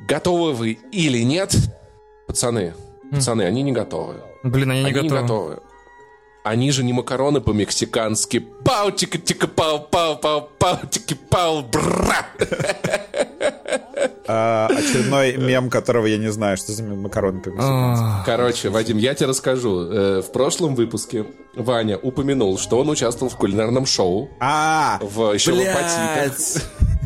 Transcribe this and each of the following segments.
Готовы вы или нет? Пацаны, они не готовы. Блин, они не готовы. Они же не макароны по-мексикански. Пау-тика-тика-пау-пау-пау, пау-тики-пау, бра! Очередной мем, которого я не знаю, что за макароны по-мексикански. Короче, Вадим, я тебе расскажу. В прошлом выпуске Ваня упомянул, что он участвовал в кулинарном шоу. Еще в Апатитах.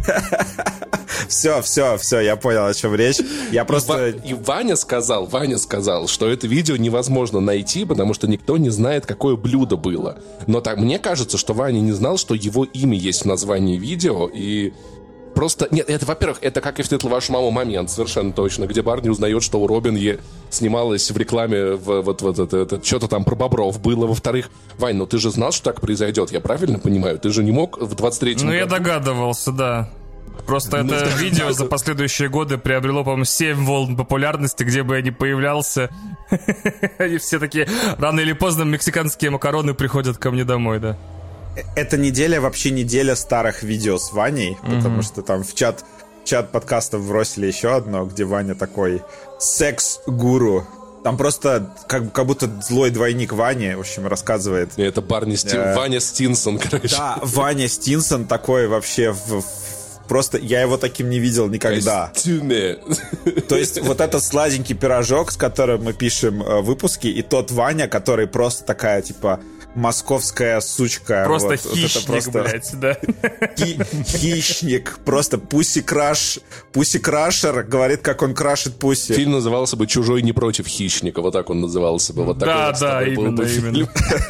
Все, я понял, о чем речь. Я просто... И Ваня сказал, что это видео невозможно найти, потому что никто не знает, какое блюдо было. Но так мне кажется, что Ваня не знал, что его имя есть в названии видео, и... Просто, нет, это, во-первых, это как и встретил вашу маму момент, совершенно точно, где Барни узнает, что у Робин снималась в рекламе что-то там про бобров было. Во-вторых, Вань, ну ты же знал, что так произойдет, я правильно понимаю? Ты же не мог в 23-м году... Ну, я догадывался, да. Просто это видео за последующие годы приобрело, по-моему, 7 волн популярности, где бы я ни появлялся. Они все такие, рано или поздно мексиканские макароны приходят ко мне домой, да. Эта неделя вообще неделя старых видео с Ваней, потому что там в чат подкастов бросили еще одно, где Ваня такой секс-гуру. Там просто как будто злой двойник Вани, в общем, рассказывает. И это Ваня Стинсон, короче. Да, Ваня Стинсон такой вообще просто я его таким не видел никогда. Костюме. То есть вот этот сладенький пирожок, с которым мы пишем выпуски, и тот Ваня, который просто такая, типа, московская сучка. Просто хищник, блядь, да. Хищник. Просто пусси-крашер говорит, как он крашит пусси. Фильм назывался бы «Чужой не против хищника». Вот так он назывался бы. Вот да, именно.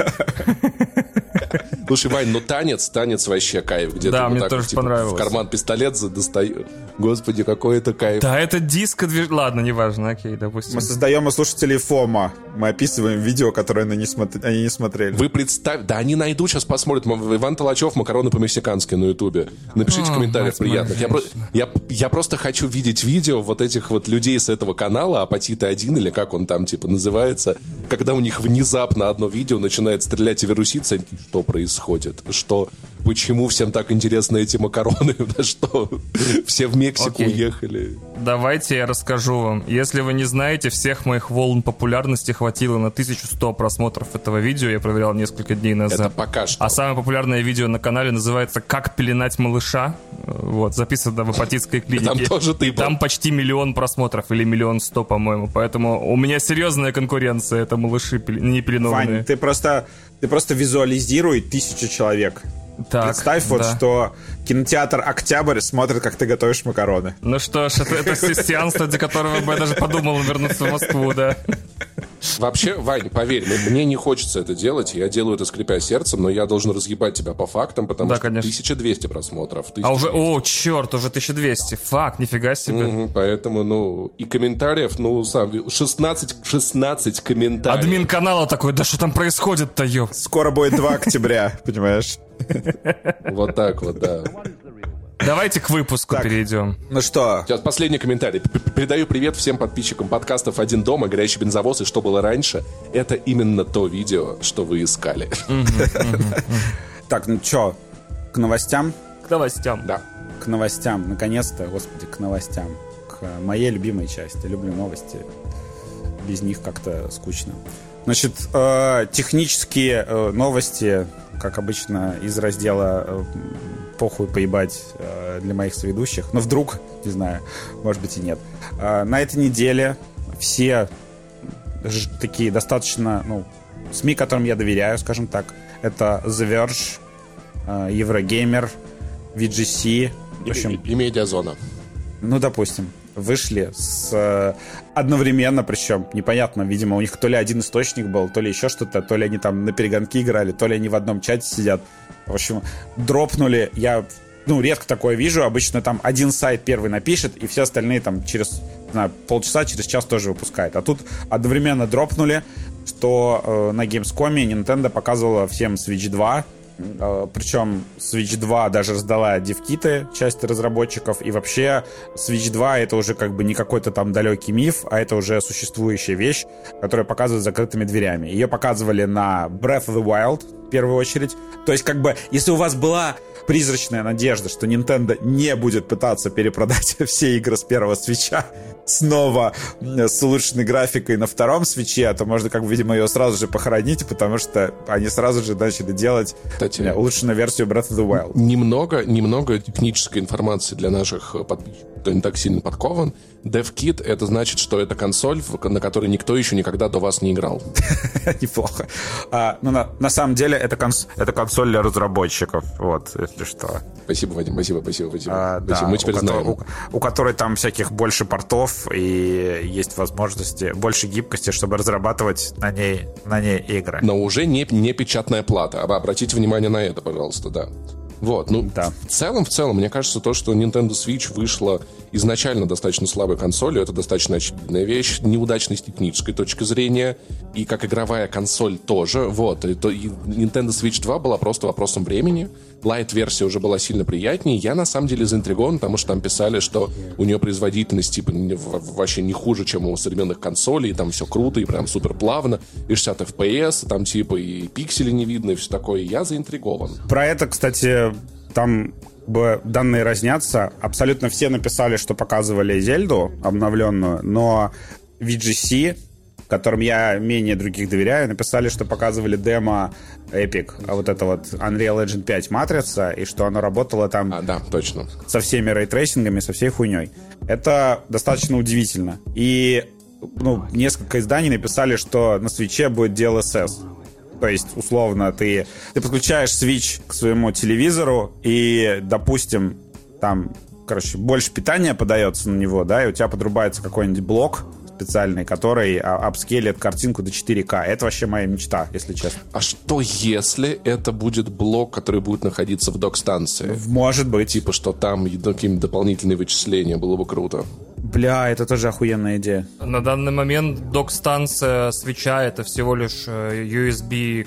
Слушай, Вань, ну танец вообще кайф. Где да, ты мне вот так, тоже типа, понравилось. В карман пистолет достаю. Господи, какой это кайф. Да, это диско Ладно, неважно, окей, допустим. Мы создаем у слушателей ФОМО. Мы описываем видео, которое они не смотрели. Вы представьте... Да, они найдут, сейчас посмотрят. Иван Толачев, макароны по-мексикански на Ютубе. Напишите в комментариях приятных. Я просто хочу видеть видео вот этих вот людей с этого канала, Апатиты 1, или как он там, типа, называется, когда у них внезапно одно видео начинает стрелять и вируситься. Что происходит? Почему всем так интересны эти макароны? Что? Все в Мексику уехали. Давайте я расскажу вам. Если вы не знаете, всех моих волн популярности хватило на 1100 просмотров этого видео. Я проверял несколько дней назад. Это пока что. А самое популярное видео на канале называется «Как пеленать малыша». Вот, записано в Апатитской клинике. Там тоже ты был. Там почти 1 миллион просмотров. Или 1 100 000, по-моему. Поэтому у меня серьезная конкуренция. Это малыши не пеленованные. Вань, ты просто визуализируй 1000 человек. Так, представь, вот, что кинотеатр «Октябрь» смотрит, как ты готовишь макароны. Ну что ж, это сеанс, ради которого бы я даже подумал вернуться в Москву, да. Вообще, Вань, поверь, мне не хочется это делать. Я делаю это, скрипя сердцем, но я должен разъебать тебя по фактам, потому что конечно. 1200 просмотров. 1200. А уже, черт, уже 1200. Факт, нифига себе. Поэтому, и комментариев, 16 комментариев. Админ канала такой, да что там происходит-то, ёп. Скоро будет 2 октября, понимаешь? Вот так вот, да. Давайте к выпуску перейдем. Ну что? Сейчас последний комментарий. Передаю привет всем подписчикам подкастов «Один дома», «Горящий бензовоз» и «Что было раньше». Это именно то видео, что вы искали. Так, ну что, к новостям? К новостям. Да. К новостям, наконец-то, господи, к новостям. К моей любимой части. Люблю новости. Без них как-то скучно. Значит, технические новости, как обычно, из раздела «Похуй поебать» для моих соведущих. Но вдруг, не знаю, может быть и нет. На этой неделе все такие достаточно, СМИ, которым я доверяю, скажем так, это The Verge, Eurogamer, VGC, в общем... И Медиазона. Ну, допустим. Вышли одновременно, причем непонятно, видимо, у них то ли один источник был, то ли еще что-то, то ли они там на перегонки играли, то ли они в одном чате сидят. В общем, дропнули. Я, редко такое вижу. Обычно там один сайт первый напишет, и все остальные там через, полчаса, через час тоже выпускают. А тут одновременно дропнули, что на Gamescom Nintendo показывала всем Switch 2, Причем Switch 2 даже раздала див-киты части разработчиков. И вообще Switch 2 это уже как бы не какой-то там далекий миф, а это уже существующая вещь, которая показывают закрытыми дверями. Ее показывали на Breath of the Wild в первую очередь. То есть как бы если у вас была призрачная надежда, что Nintendo не будет пытаться перепродать все игры с первого Switch'а снова с улучшенной графикой на втором Switch'е, то можно, как бы, видимо, ее сразу же похоронить, потому что они сразу же начали делать улучшенную версию Breath of the Wild. Немного технической информации для наших подписчиков, кто не так сильно подкован. DevKit — это значит, что это консоль, на которой никто еще никогда до вас не играл. Неплохо. На самом деле это консоль для разработчиков, вот, если что. Спасибо, Вадим, спасибо. Мы теперь знаем. У которой там всяких больше портов и есть возможности, больше гибкости, чтобы разрабатывать на ней игры. Но уже не печатная плата. Обратите внимание на это, пожалуйста, да. Вот, да. В целом, мне кажется, то, что Nintendo Switch вышла изначально достаточно слабой консолью, это достаточно очевидная вещь, неудачной с технической точки зрения, и как игровая консоль тоже, вот. И Nintendo Switch 2 была просто вопросом времени, Lite-версия уже была сильно приятнее, я на самом деле заинтригован, потому что там писали, что у нее производительность типа вообще не хуже, чем у современных консолей, там все круто и прям супер плавно, и 60 FPS, там типа и пиксели не видно, и все такое, я заинтригован. Про это, кстати, там данные разнятся. Абсолютно все написали, что показывали Зельду обновленную, но VGC, которым я менее других доверяю, написали, что показывали демо Epic, а вот это вот Unreal Engine 5 матрица, и что оно работало там да, точно. Со всеми рейтрейсингами, со всей хуйней. Это достаточно удивительно. И несколько изданий написали, что на Switch'е будет DLSS. То есть, условно, ты подключаешь Switch к своему телевизору, и, допустим, там, больше питания подается на него, да, и у тебя подрубается какой-нибудь блок специальный, который апскейлит картинку до 4К. Это вообще моя мечта, если честно. А что если это будет блок, который будет находиться в док-станции? Может быть. Типа, что там какие-то дополнительные вычисления, было бы круто. Бля, это тоже охуенная идея. На данный момент док-станция свитча — это всего лишь USB,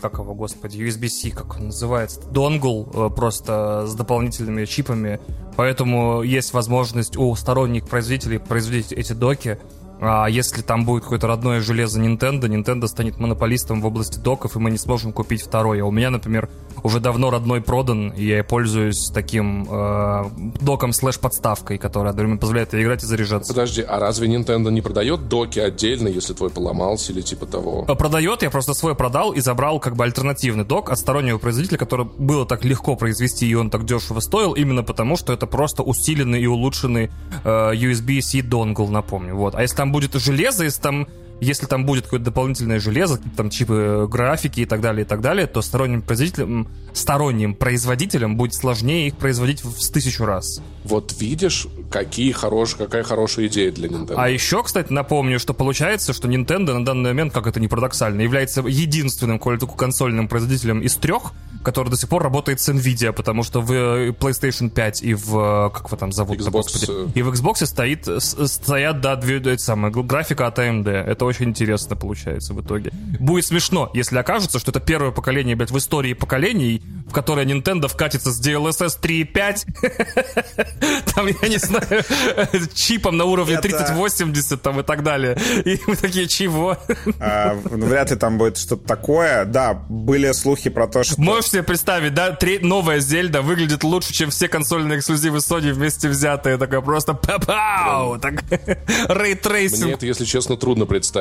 USB-C, как он называется, донгл, просто с дополнительными чипами. Поэтому есть возможность у сторонних производителей производить эти доки. А если там будет какое-то родное железо Nintendo станет монополистом в области доков, и мы не сможем купить второе. У меня, например, уже давно родной продан, и я пользуюсь таким доком /подставкой, которая позволяет играть и заряжаться. Подожди, а разве Nintendo не продает доки отдельно, если твой поломался или типа того? Продает, я просто свой продал и забрал как бы альтернативный док от стороннего производителя, который было так легко произвести, и он так дешево стоил, именно потому, что это просто усиленный и улучшенный USB-C донгл, напомню. Вот. А если там будет железо, если там будет какое-то дополнительное железо, там чипы графики и так далее, то сторонним производителям будет сложнее их производить в 1000 раз. Вот видишь, какая хорошая идея для Nintendo. А еще, кстати, напомню, что получается, что Nintendo на данный момент, как это не парадоксально, является единственным консольным производителем из 3, который до сих пор работает с Nvidia, потому что в PlayStation 5 и в... Как его там зовут? Xbox. И в Xbox стоят, да, графика от AMD. Это очень интересно получается в итоге. Будет смешно, если окажется, что это первое поколение, блядь, в истории поколений, в которое Nintendo вкатится с DLSS 3.5, там, я не знаю, чипом на уровне 3080 там и так далее. И мы такие, чего? Вряд ли там будет что-то такое. Да, были слухи про то, что... Можешь себе представить, да, новая Зельда выглядит лучше, чем все консольные эксклюзивы Sony вместе взятые. Такая просто пау, так рейтрейсинг. Мне это, если честно, трудно представить.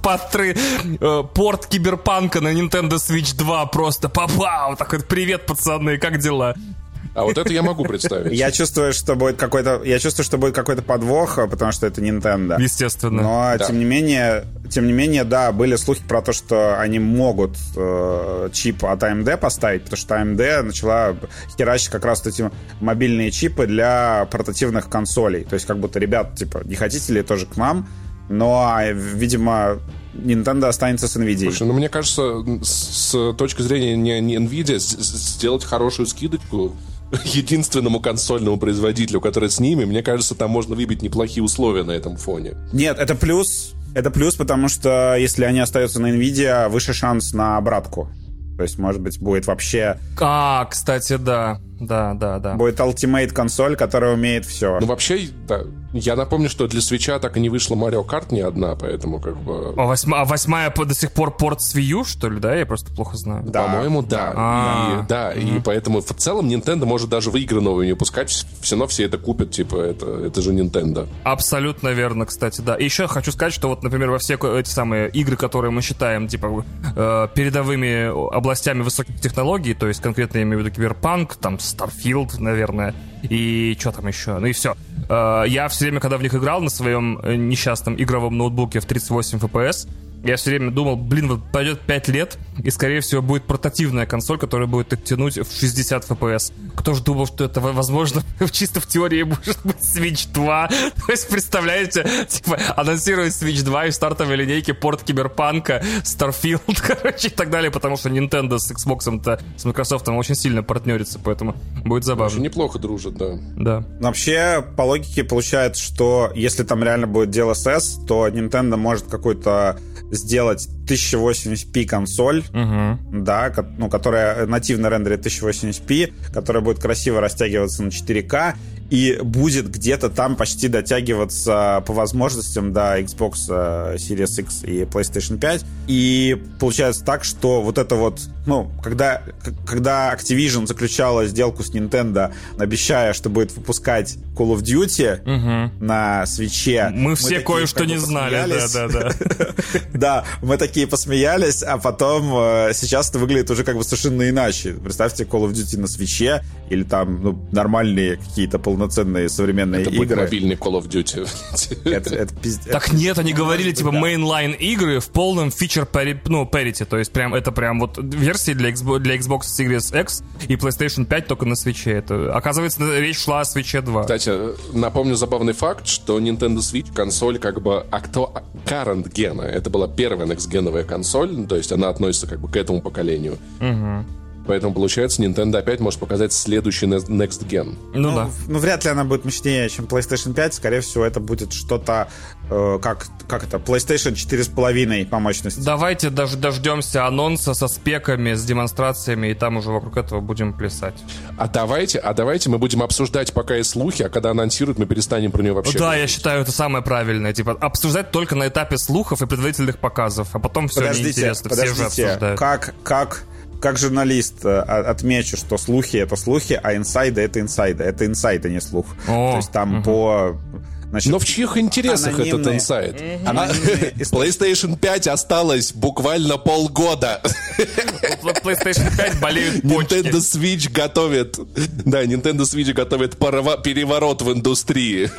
Порт Киберпанка на Nintendo Switch 2 просто пау, такой, привет, пацаны, как дела? А вот это я могу представить. Я чувствую, что будет какой-то подвох, потому что это Nintendo. Естественно. Но, да. тем не менее, да, были слухи про то, что они могут чип от AMD поставить, потому что AMD начала херачить как раз эти мобильные чипы для портативных консолей. То есть, как будто, ребят, типа, не хотите ли тоже к нам? Но, видимо, Nintendo останется с Nvidia. Слушай, мне кажется, с точки зрения не Nvidia, сделать хорошую скидочку единственному консольному производителю, который с ними, мне кажется, там можно выбить неплохие условия на этом фоне. Нет, это плюс, потому что если они остаются на Nvidia, выше шанс на обратку. То есть, может быть, будет вообще... Кстати, да. Да. Будет Ultimate консоль, которая умеет все. Ну, вообще, да. Я напомню, что для Switch'а так и не вышла Mario Kart ни одна, поэтому как бы... А восьмая до сих пор порт с Wii U, что ли, да? Я просто плохо знаю. Да. По-моему, да. И поэтому в целом Nintendo может даже в игры новые не пускать, все равно все это купят, типа, это же Nintendo. Абсолютно верно, кстати, да. И еще хочу сказать, что вот, например, во все эти самые игры, которые мы считаем, типа, передовыми областями высоких технологий, то есть конкретно я имею в виду Киберпанк, там, Starfield, наверное, и что там еще, ну и все. Я все время, когда в них играл на своем несчастном игровом ноутбуке в 38 FPS, я все время думал, вот пройдет 5 лет, и, скорее всего, будет портативная консоль, которая будет тянуть в 60 FPS. Кто же думал, что это возможно чисто в теории может быть Switch 2? То есть, представляете, типа, анонсируют Switch 2 и в стартовой линейке порт Киберпанка, Starfield, короче, и так далее, потому что Nintendo с Xbox-то, с Microsoft очень сильно партнерится, поэтому будет забавно. Очень неплохо дружат, да. Да. Вообще, по логике получается, что если там реально будет DLSS, то Nintendo может какую-то сделать 1080p консоль, да, которая нативно рендерит 1080p, которая будет красиво растягиваться на 4К и будет где-то там почти дотягиваться по возможностям до Xbox Series X и PlayStation 5. И получается так, что вот это вот, когда Activision заключала сделку с Nintendo, обещая, что будет выпускать Call of Duty на Switch'е, мы все кое-что не знали, да. Да, мы такие посмеялись, а потом сейчас это выглядит уже как бы совершенно иначе. Представьте Call of Duty на Switch'е или там нормальные какие-то полноценные современные игры. Это будет мобильный Call of Duty. Это пиздец. Так нет, они говорили, типа, мейнлайн игры в полном feature parity, то есть прям это прям вот версии для Xbox Series X и PlayStation 5 только на Switch'е. Это, оказывается, речь шла о Switch'е 2. Кстати, напомню забавный факт, что Nintendo Switch консоль как бы current гена. Это была первая next-геновая консоль, то есть она относится как бы к этому поколению. Поэтому, получается, Nintendo опять может показать следующий Next Gen. Да. Вряд ли она будет мощнее, чем PlayStation 5. Скорее всего, это будет что-то, как это, PlayStation 4,5 по мощности. Давайте дождемся анонса со спеками, с демонстрациями, и там уже вокруг этого будем плясать. А давайте мы будем обсуждать пока и слухи, а когда анонсируют, мы перестанем про нее вообще Да, говорить. Я считаю, это самое правильное. Типа, обсуждать только на этапе слухов и предварительных показов, а потом все неинтересно. Все же обсуждают. Как журналист отмечу, что слухи — это слухи, а инсайды — это инсайды. Это инсайд, а не слух. То есть там Значит, но в чьих интересах этот инсайд? PlayStation 5 осталось буквально полгода. PlayStation 5 болеют почки. Nintendo Switch готовит... Да, Nintendo Switch готовит переворот в индустрии.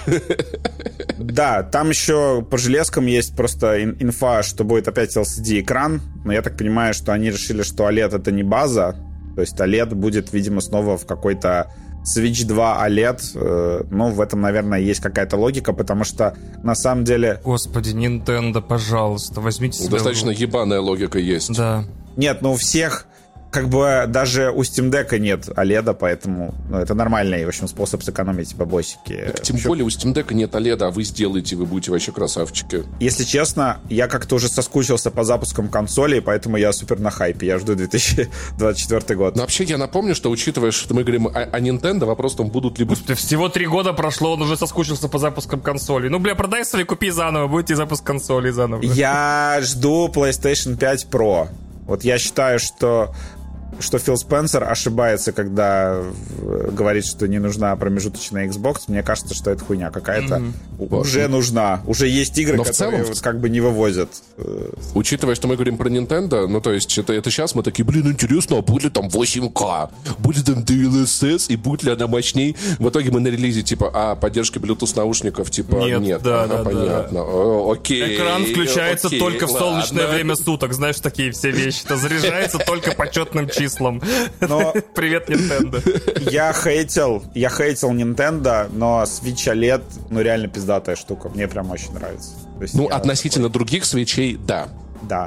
Да, там еще по железкам есть просто инфа, что будет опять LCD-экран. Но я так понимаю, что они решили, что OLED — это не база. То есть OLED будет, видимо, снова в какой-то... Switch 2 OLED, ну, в этом, наверное, есть какая-то логика, потому что, на самом деле... Господи, Nintendo, пожалуйста, возьмите себя... Достаточно ебаная логика есть. Да. Нет, ну, у всех... Как бы даже у Steam Deck'а нет OLED, поэтому это нормальный, в общем, способ сэкономить бабосики. Так, тем более у Steam Deck'а нет OLED, а вы сделаете, вы будете вообще красавчики. Если честно, я как-то уже соскучился по запускам консолей, поэтому я супер на хайпе. Я жду 2024 год. Но вообще я напомню, что учитывая, что мы говорим о Nintendo, вопрос в том, будут ли... Всего 3 года прошло, он уже соскучился по запускам консолей. Ну, бля, продай свои, купи заново, будете запуск консолей заново. Я жду PlayStation 5 Pro. Вот я считаю, что Фил Спенсер ошибается, когда говорит, что не нужна промежуточная Xbox. Мне кажется, что это хуйня какая-то. Уже нужна. Уже есть игры, но которые вот как бы не вывозят. Учитывая, что мы говорим про Nintendo, ну то есть это сейчас мы такие, блин, интересно, а будет ли там 8К? Будет там DLSS? И будет ли она мощней? В итоге мы на релизе типа, поддержки Bluetooth наушников, типа, нет. Да, понятно. Да. Окей. Экран включается только в солнечное время суток. Знаешь, такие все вещи. Это заряжается только по четным числам. Но... Привет, Nintendo. Я хейтил Nintendo, но Switch OLED, ну, реально пиздатая штука. Мне прям очень нравится. Ну, относительно других свечей, да. Да.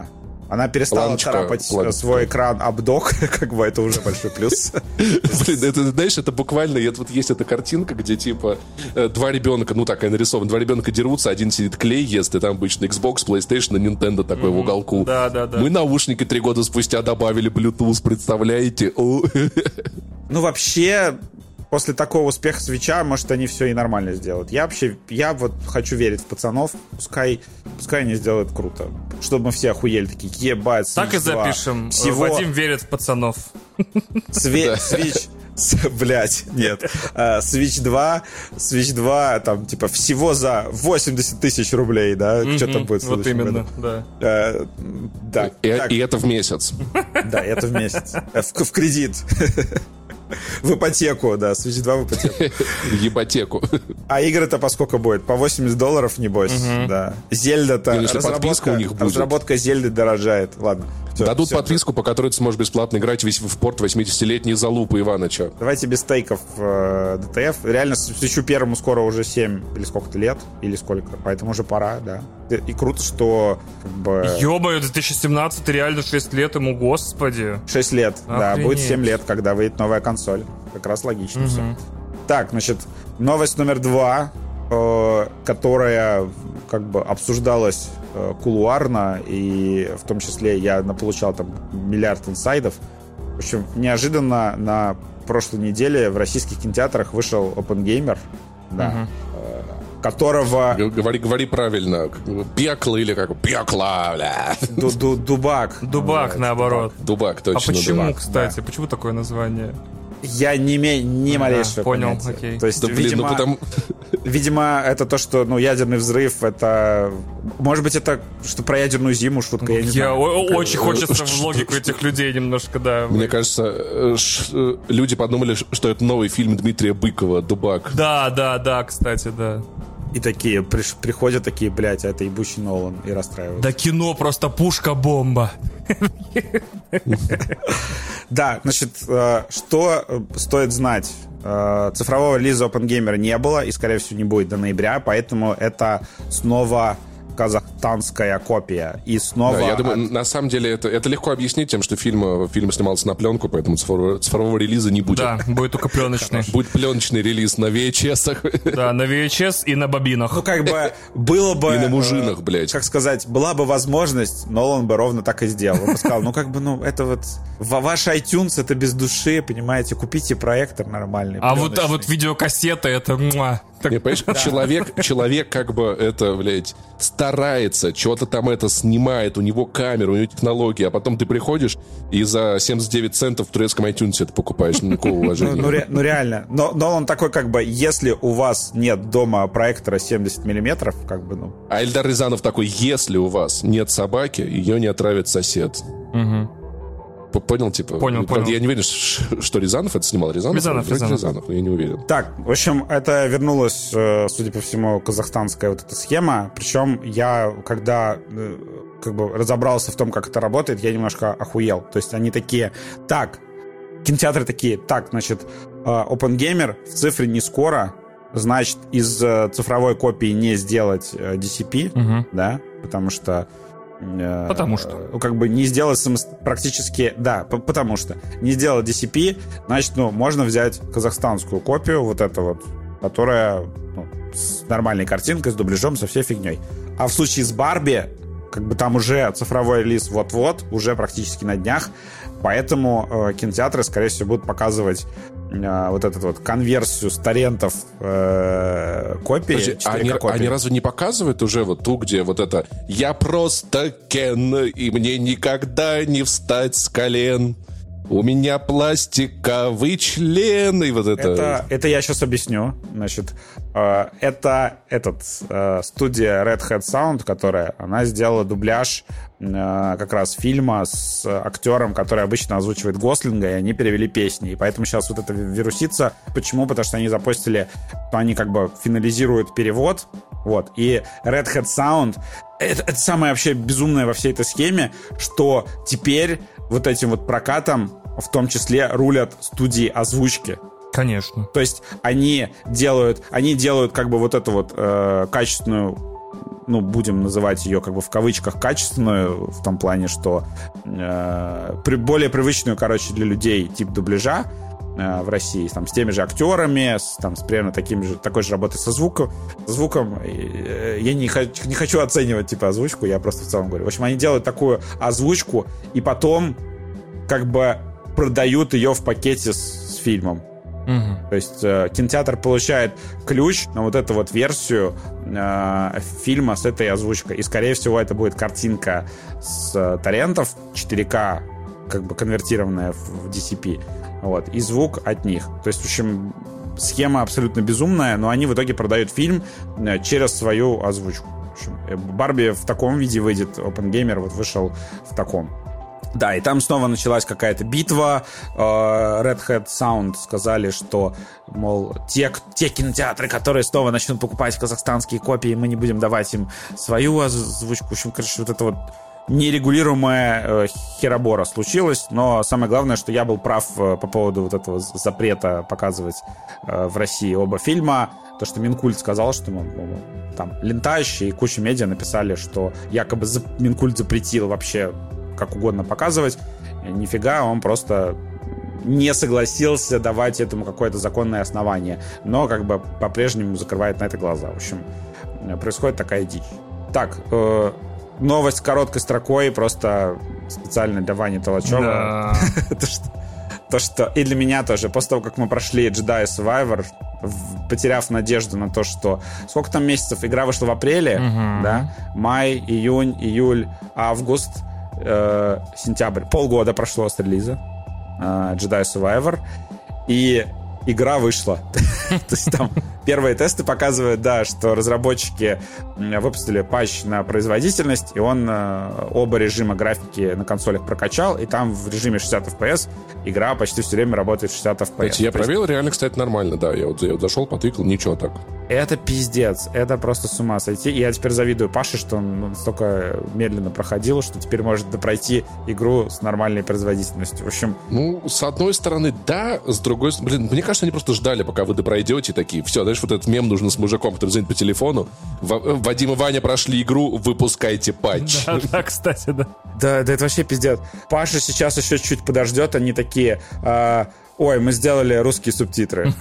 Она перестала Ладночка, царапать свой экран об док, как бы это уже большой плюс. Блин, это, знаешь, это буквально, вот есть эта картинка, где типа два ребенка, ну такая нарисована, два ребенка дерутся, один сидит клей ест, и там обычно Xbox, PlayStation и Nintendo такой в уголку. Да. Мы наушники 3 года спустя добавили Bluetooth, представляете? Ну, вообще, после такого успеха Свитча, может, они все и нормально сделают. Я вот хочу верить в пацанов. Пускай они сделают круто. Чтобы мы все охуели, такие, ебать, Switch Так и 2. запишем. Всего... Вадим верит в пацанов. Switch... Блять, нет. Switch 2, там, типа, всего за 80 тысяч рублей, да? Что там будет в Вот следующем именно, году? да. Да. И это в месяц. Да, это в месяц. В кредит. В ипотеку, да, Switch 2 в ипотеку. В ипотеку. А игры-то по сколько будет? По $80, небось, да. Зельда-то, разработка Зельды дорожает. Ладно. Дадут подписку, по которой ты сможешь бесплатно играть в порт 80-летней залупы Иваныча. Давайте без стейков ДТФ. Реально, Свитчу первому скоро уже 7 или сколько-то лет, или сколько, поэтому уже пора, да. И круто, что как бы... Ё-моё, 2017, реально 6 лет ему, господи. 6 лет, да, Охренеть. будет 7 лет, когда выйдет новая консоль. Как раз логично все. Так, значит, новость номер 2, которая как бы обсуждалась кулуарно, и в том числе я получал там миллиард инсайдов. В общем, неожиданно на прошлой неделе в российских кинотеатрах вышел OpenGamer, да, которого... Говори правильно. Пекло или как? Пекло, бля. Дубак. Дубак, наоборот. Дубак, точно. А почему, Дубак. кстати? Почему такое название? Я не имею ни малейшего понял, понятия. окей. То есть, Да, блин, видимо, видимо, это то, что, ядерный взрыв, это... Может быть, это что про ядерную зиму шутка, я не знаю. Очень хочется в логику этих людей немножко, да. Мне кажется, люди подумали, что это новый фильм Дмитрия Быкова «Дубак». Да, кстати, да. И такие, приходят такие, блядь, а это ебучий Нолан, и расстраиваются. Да кино просто пушка-бомба. Да, значит, что стоит знать? Цифрового релиза OpenGamer не было, и, скорее всего, не будет до ноября, поэтому это снова казахстанская копия. И снова... Да, я думаю, на самом деле это легко объяснить тем, что фильм снимался на пленку, поэтому цифрового релиза не будет. Да, будет только пленочный. Будет пленочный релиз на VHS. Да, на VHS и на бобинах. Ну, как бы, было бы... И на мужинах, блядь. Как сказать, была бы возможность, Нолан бы ровно так и сделал. Он бы сказал, это вот... Ваш iTunes, это без души, понимаете? Купите проектор нормальный. А вот видеокассета, это... Не, понимаешь, человек как бы это, блядь, старается, что-то там это снимает, у него камера, у него технологии, а потом ты приходишь и за 79 центов в турецком iTunes это покупаешь, никакого уважения. Ну реально. Но он такой, как бы, если у вас нет дома проектора 70 миллиметров, как бы, ну... А Эльдар Рязанов такой, если у вас нет собаки, ее не отравит сосед. Понял, типа? Понял. Я не уверен, что Рязанов это снимал. Рязанов, я не уверен. Так, в общем, это вернулась, судя по всему, казахстанская вот эта схема. Причем я, когда как бы разобрался в том, как это работает, я немножко охуел. То есть они такие, так, кинотеатры такие, так, значит, OpenGamer в цифре не скоро, значит, из цифровой копии не сделать DCP, да, потому что ну, как бы не сделать практически... Да, потому что не сделать DCP, значит, можно взять казахстанскую копию, вот эту вот, которая с нормальной картинкой, с дубляжом, со всей фигней. А в случае с Барби, как бы там уже цифровой релиз вот-вот, уже практически на днях, поэтому кинотеатры, скорее всего, будут показывать вот эту вот конверсию с торрентов копии. Они разве не показывают уже вот ту, где вот это «Я просто Кен, и мне никогда не встать с колен». У меня пластиковый член, и вот это... Это я сейчас объясню. Значит, это студия Red Hat Sound, она сделала дубляж как раз фильма с актером, который обычно озвучивает Гослинга, и они перевели песни. И поэтому сейчас вот это вирусится. Почему? Потому что они запостили, что они как бы финализируют перевод. Вот. И Red Hat Sound это самое вообще безумное во всей этой схеме, что теперь вот этим вот прокатом в том числе рулят студии озвучки. Конечно. То есть они делают как бы вот эту вот качественную, будем называть ее как бы в кавычках качественную, в том плане, что более привычную, короче, для людей тип дубляжа в России, там, с теми же актерами, с примерно такой же работой со звуком. Я не хочу оценивать, типа, озвучку, я просто в целом говорю. В общем, они делают такую озвучку, и потом как бы продают ее в пакете с фильмом. То есть кинотеатр получает ключ на вот эту вот версию фильма с этой озвучкой. И, скорее всего, это будет картинка с торрентов 4К, как бы конвертированная в DCP. Вот, и звук от них. То есть, в общем, схема абсолютно безумная, но они в итоге продают фильм через свою озвучку. В общем, Барби в таком виде выйдет, OpenGamer вот вышел в таком. Да, и там снова началась какая-то битва. Red Hat Sound сказали, что, мол, те кинотеатры, которые снова начнут покупать казахстанские копии, мы не будем давать им свою озвучку. В общем, короче, вот это вот нерегулируемая херобора случилась, но самое главное, что я был прав по поводу вот этого запрета показывать в России оба фильма. То, что Минкульт сказал, что там Лентач и куча медиа написали, что якобы Минкульт запретил вообще как угодно показывать. Нифига, он просто не согласился давать этому какое-то законное основание, но как бы по-прежнему закрывает на это глаза. В общем, происходит такая дичь. Так, новость короткой строкой, просто специально для Вани Толачева. То, что и для меня тоже. После того, как мы прошли Jedi Survivor, потеряв надежду на то, что... Сколько там месяцев? Игра вышла в апреле, да? Май, июнь, июль, август, сентябрь. Полгода прошло с релиза Jedi Survivor. И игра вышла. То есть там первые тесты показывают, да, что разработчики выпустили патч на производительность, и он оба режима графики на консолях прокачал, и там в режиме 60 FPS игра почти все время работает в 60 FPS. Кстати, я проверил, реально, кстати, нормально, да. Я вот зашел, потыкал, ничего так. Это пиздец, это просто с ума сойти. И я теперь завидую Паше, что он настолько медленно проходил, что теперь может пройти игру с нормальной производительностью. В общем... Ну, с одной стороны, да, с другой стороны... Блин, мне кажется, они просто ждали, пока вы допройдете, такие, все, знаешь, вот этот мем нужно с мужиком, который звонит по телефону. Вадим и Ваня прошли игру, выпускайте патч. Да, кстати, да. Да, это вообще пиздец. Паша сейчас еще чуть подождет, они такие... Ой, мы сделали русские субтитры.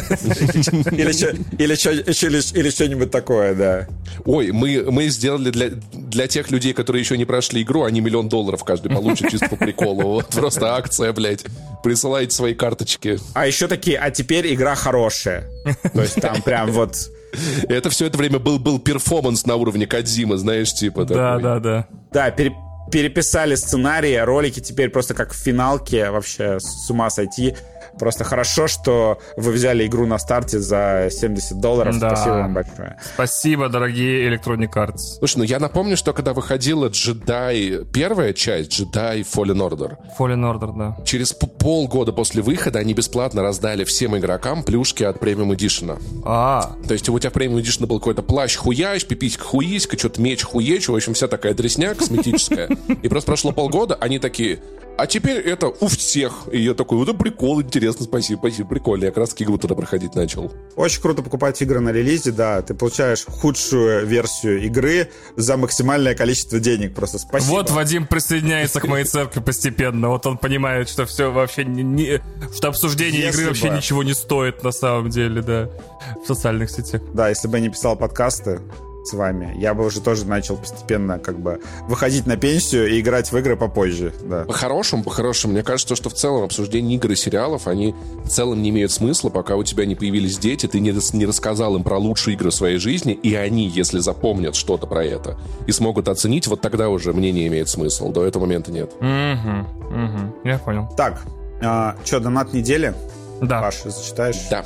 Или что-нибудь такое, да. Ой, мы сделали для тех людей, которые еще не прошли игру, они $1 миллион каждый получат чисто по приколу. Вот просто акция, блядь. Присылайте свои карточки. А еще такие, а теперь игра хорошая. То есть там прям вот... Это все это время был перформанс на уровне Кодзимы, знаешь, типа такой. Да. Да, переписали сценарии, ролики теперь просто как в финалке, вообще с ума сойти. Просто хорошо, что вы взяли игру на старте за $70. Да. Спасибо вам большое. Спасибо, дорогие Electronic Arts. Слушай, я напомню, что когда выходила Jedi, первая часть, Jedi Fallen Order. Fallen Order, да. Через полгода после выхода они бесплатно раздали всем игрокам плюшки от Premium Edition. То есть у тебя в Premium Edition был какой-то плащ-хуящ, пиписька-хуиська, что-то меч-хуечь, в общем, вся такая дресня косметическая. И просто прошло полгода, они такие... А теперь это у всех. И я такой, вот прикол, интересно, спасибо, прикольно. Я как раз игру туда проходить начал. Очень круто покупать игры на релизе, да. Ты получаешь худшую версию игры за максимальное количество денег. Просто спасибо. Вот Вадим присоединяется к моей церкви постепенно. Вот он понимает, что все вообще что обсуждение игры вообще ничего не стоит на самом деле, да. В социальных сетях. Да, если бы я не писал подкасты с вами, я бы уже тоже начал постепенно как бы выходить на пенсию и играть в игры попозже, да. По-хорошему, мне кажется, что в целом обсуждение игр и сериалов, они в целом не имеют смысла, пока у тебя не появились дети, ты не рассказал им про лучшие игры в своей жизни, и они, если запомнят что-то про это и смогут оценить, вот тогда уже мнение имеет смысл. До этого момента нет. Я понял. Так, что, донат недели? Да. Паша, зачитаешь? Да.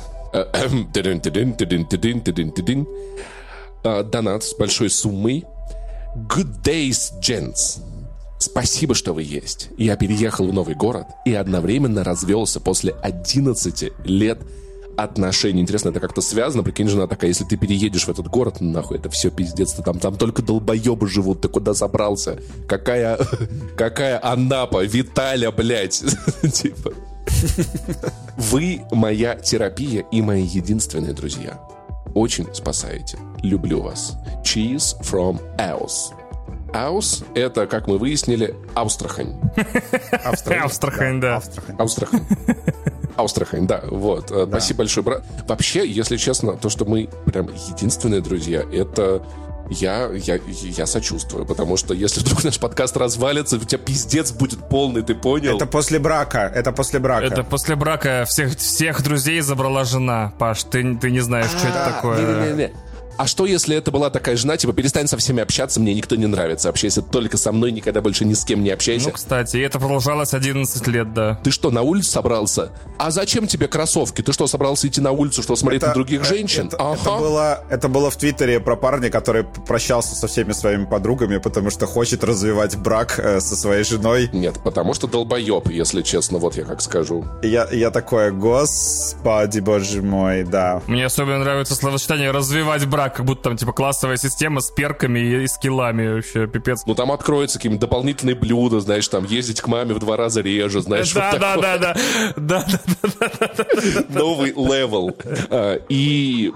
Донат с большой суммой. Good days, gents. Спасибо, что вы есть. Я переехал в новый город и одновременно развелся после 11 лет отношений. Интересно, это как-то связано? Прикинь, жена такая, если ты переедешь в этот город, нахуй, это все пиздец, ты там только долбоебы живут, ты куда забрался? Какая Анапа, Виталя, блядь. Типа. Вы моя терапия и мои единственные друзья. очень спасаете. Люблю вас. Cheers from Aus. Aus — это, как мы выяснили, Астрахань. Астрахань, да. Астрахань, да, вот. Да. Спасибо большое, брат. Вообще, если честно, то, что мы прям единственные друзья, это... Я сочувствую, потому что если вдруг наш подкаст развалится, у тебя пиздец будет полный, ты понял? Это после брака. Это после брака всех друзей забрала жена, Паш. Ты не знаешь, что это такое. Не. А что, если это была такая жена, типа, перестань со всеми общаться, мне никто не нравится, общайся только со мной, никогда больше ни с кем не общайся. Ну, кстати, и это продолжалось 11 лет, да. Ты что, на улицу собрался? А зачем тебе кроссовки? Ты что, собрался идти на улицу, чтобы смотреть на других женщин? Это было в Твиттере про парня, который прощался со всеми своими подругами, потому что хочет развивать брак со своей женой. Нет, потому что долбоеб, если честно, вот я как скажу. Я такой, господи, боже мой, да. Мне особенно нравится словосочетание «развивать брак», как будто там, типа, классовая система с перками и скиллами, вообще, пипец. Ну, там откроются какие-нибудь дополнительные блюда, знаешь, там, ездить к маме в 2 раза реже, знаешь, да. Новый левел. И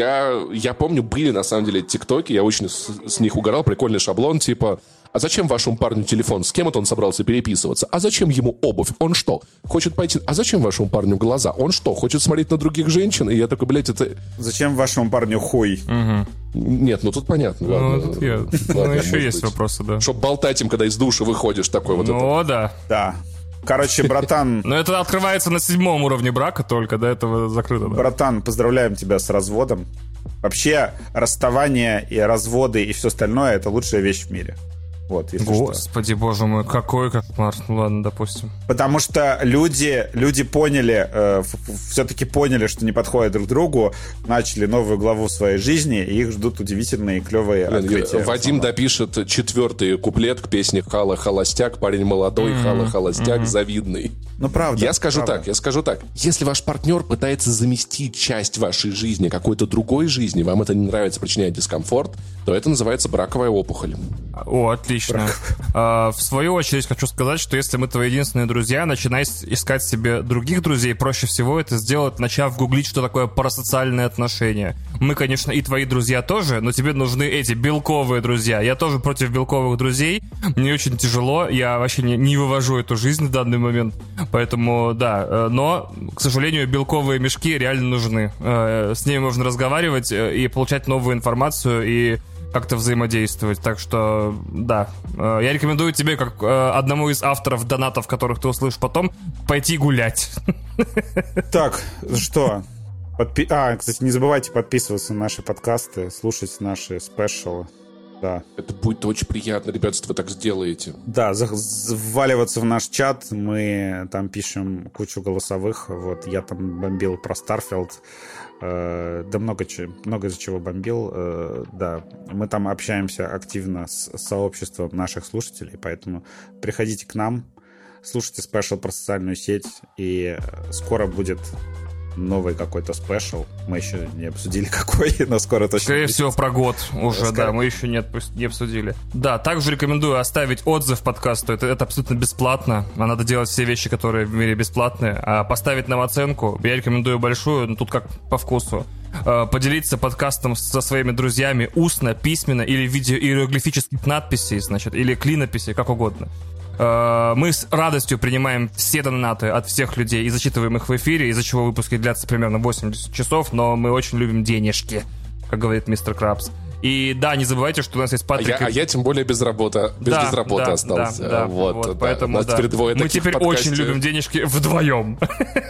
я помню, были, на самом деле, тиктоки, я очень с них угорал, прикольный шаблон, типа... А зачем вашему парню телефон? С кем это он собрался переписываться? А зачем ему обувь? Он что, хочет пойти... А зачем вашему парню глаза? Он что, хочет смотреть на других женщин? И я такой, блядь, это... Зачем вашему парню хуй? Нет, ну тут понятно. Ладно, еще есть вопросы, да. Чтоб болтать им, когда из душа выходишь, такой вот. Ну, да. Да. Короче, братан... Но это открывается на 7-м уровне брака только, до этого закрыто. Братан, поздравляем тебя с разводом. Вообще, расставание и разводы и все остальное — это лучшая вещь в мире. Вот, Господи, боже мой, какой кошмар. Ладно, допустим. Потому что люди поняли, все-таки поняли, что не подходят друг другу, начали новую главу в своей жизни, и их ждут удивительные и клевые открытия. Вадим допишет 4-й куплет к песне «Хала холостяк», парень молодой, Хала холостяк, завидный. Ну, правда. Я скажу так. Если ваш партнер пытается заместить часть вашей жизни какой-то другой жизни, вам это не нравится, причиняет дискомфорт, то это называется браковая опухоль. О, отлично. В свою очередь хочу сказать, что если мы твои единственные друзья, начинай искать себе других друзей. Проще всего это сделать, начав гуглить, что такое парасоциальные отношения. Мы, конечно, и твои друзья тоже, но тебе нужны эти белковые друзья. Я тоже против белковых друзей. Мне очень тяжело. Я вообще не вывожу эту жизнь в данный момент. Поэтому, да. Но, к сожалению, белковые мешки реально нужны. С ними можно разговаривать и получать новую информацию, и как-то взаимодействовать. Так что, да. Я рекомендую тебе, как одному из авторов донатов, которых ты услышишь потом, пойти гулять. Так, что? Кстати, не забывайте подписываться на наши подкасты, слушать наши спешалы. Да. Это будет очень приятно, ребят, если вы так сделаете. Да, вваливаться в наш чат. Мы там пишем кучу голосовых. Вот я там бомбил про Starfield. Да много из-за чего бомбил. Да, мы там общаемся активно с сообществом наших слушателей, поэтому приходите к нам, слушайте спешл про социальную сеть, и скоро будет новый какой-то спешл. Мы еще не обсудили какой, но скоро точно. Скорее всего, про год уже, да, мы еще не обсудили. Да, также рекомендую оставить отзыв подкасту. Это абсолютно бесплатно. А надо делать все вещи, которые в мире бесплатные. А поставить нам оценку я рекомендую большую, но тут как по вкусу. Поделиться подкастом со своими друзьями устно, письменно или в виде иероглифических надписей, значит, или клинописей, как угодно. Мы с радостью принимаем все донаты от всех людей и зачитываем их в эфире, из-за чего выпуски длятся примерно 80 часов, но мы очень любим денежки, как говорит мистер Крабс. И да, не забывайте, что у нас есть Патрик. Я тем более без работы остался. Да, вот, поэтому да. Мы теперь очень любим денежки вдвоем.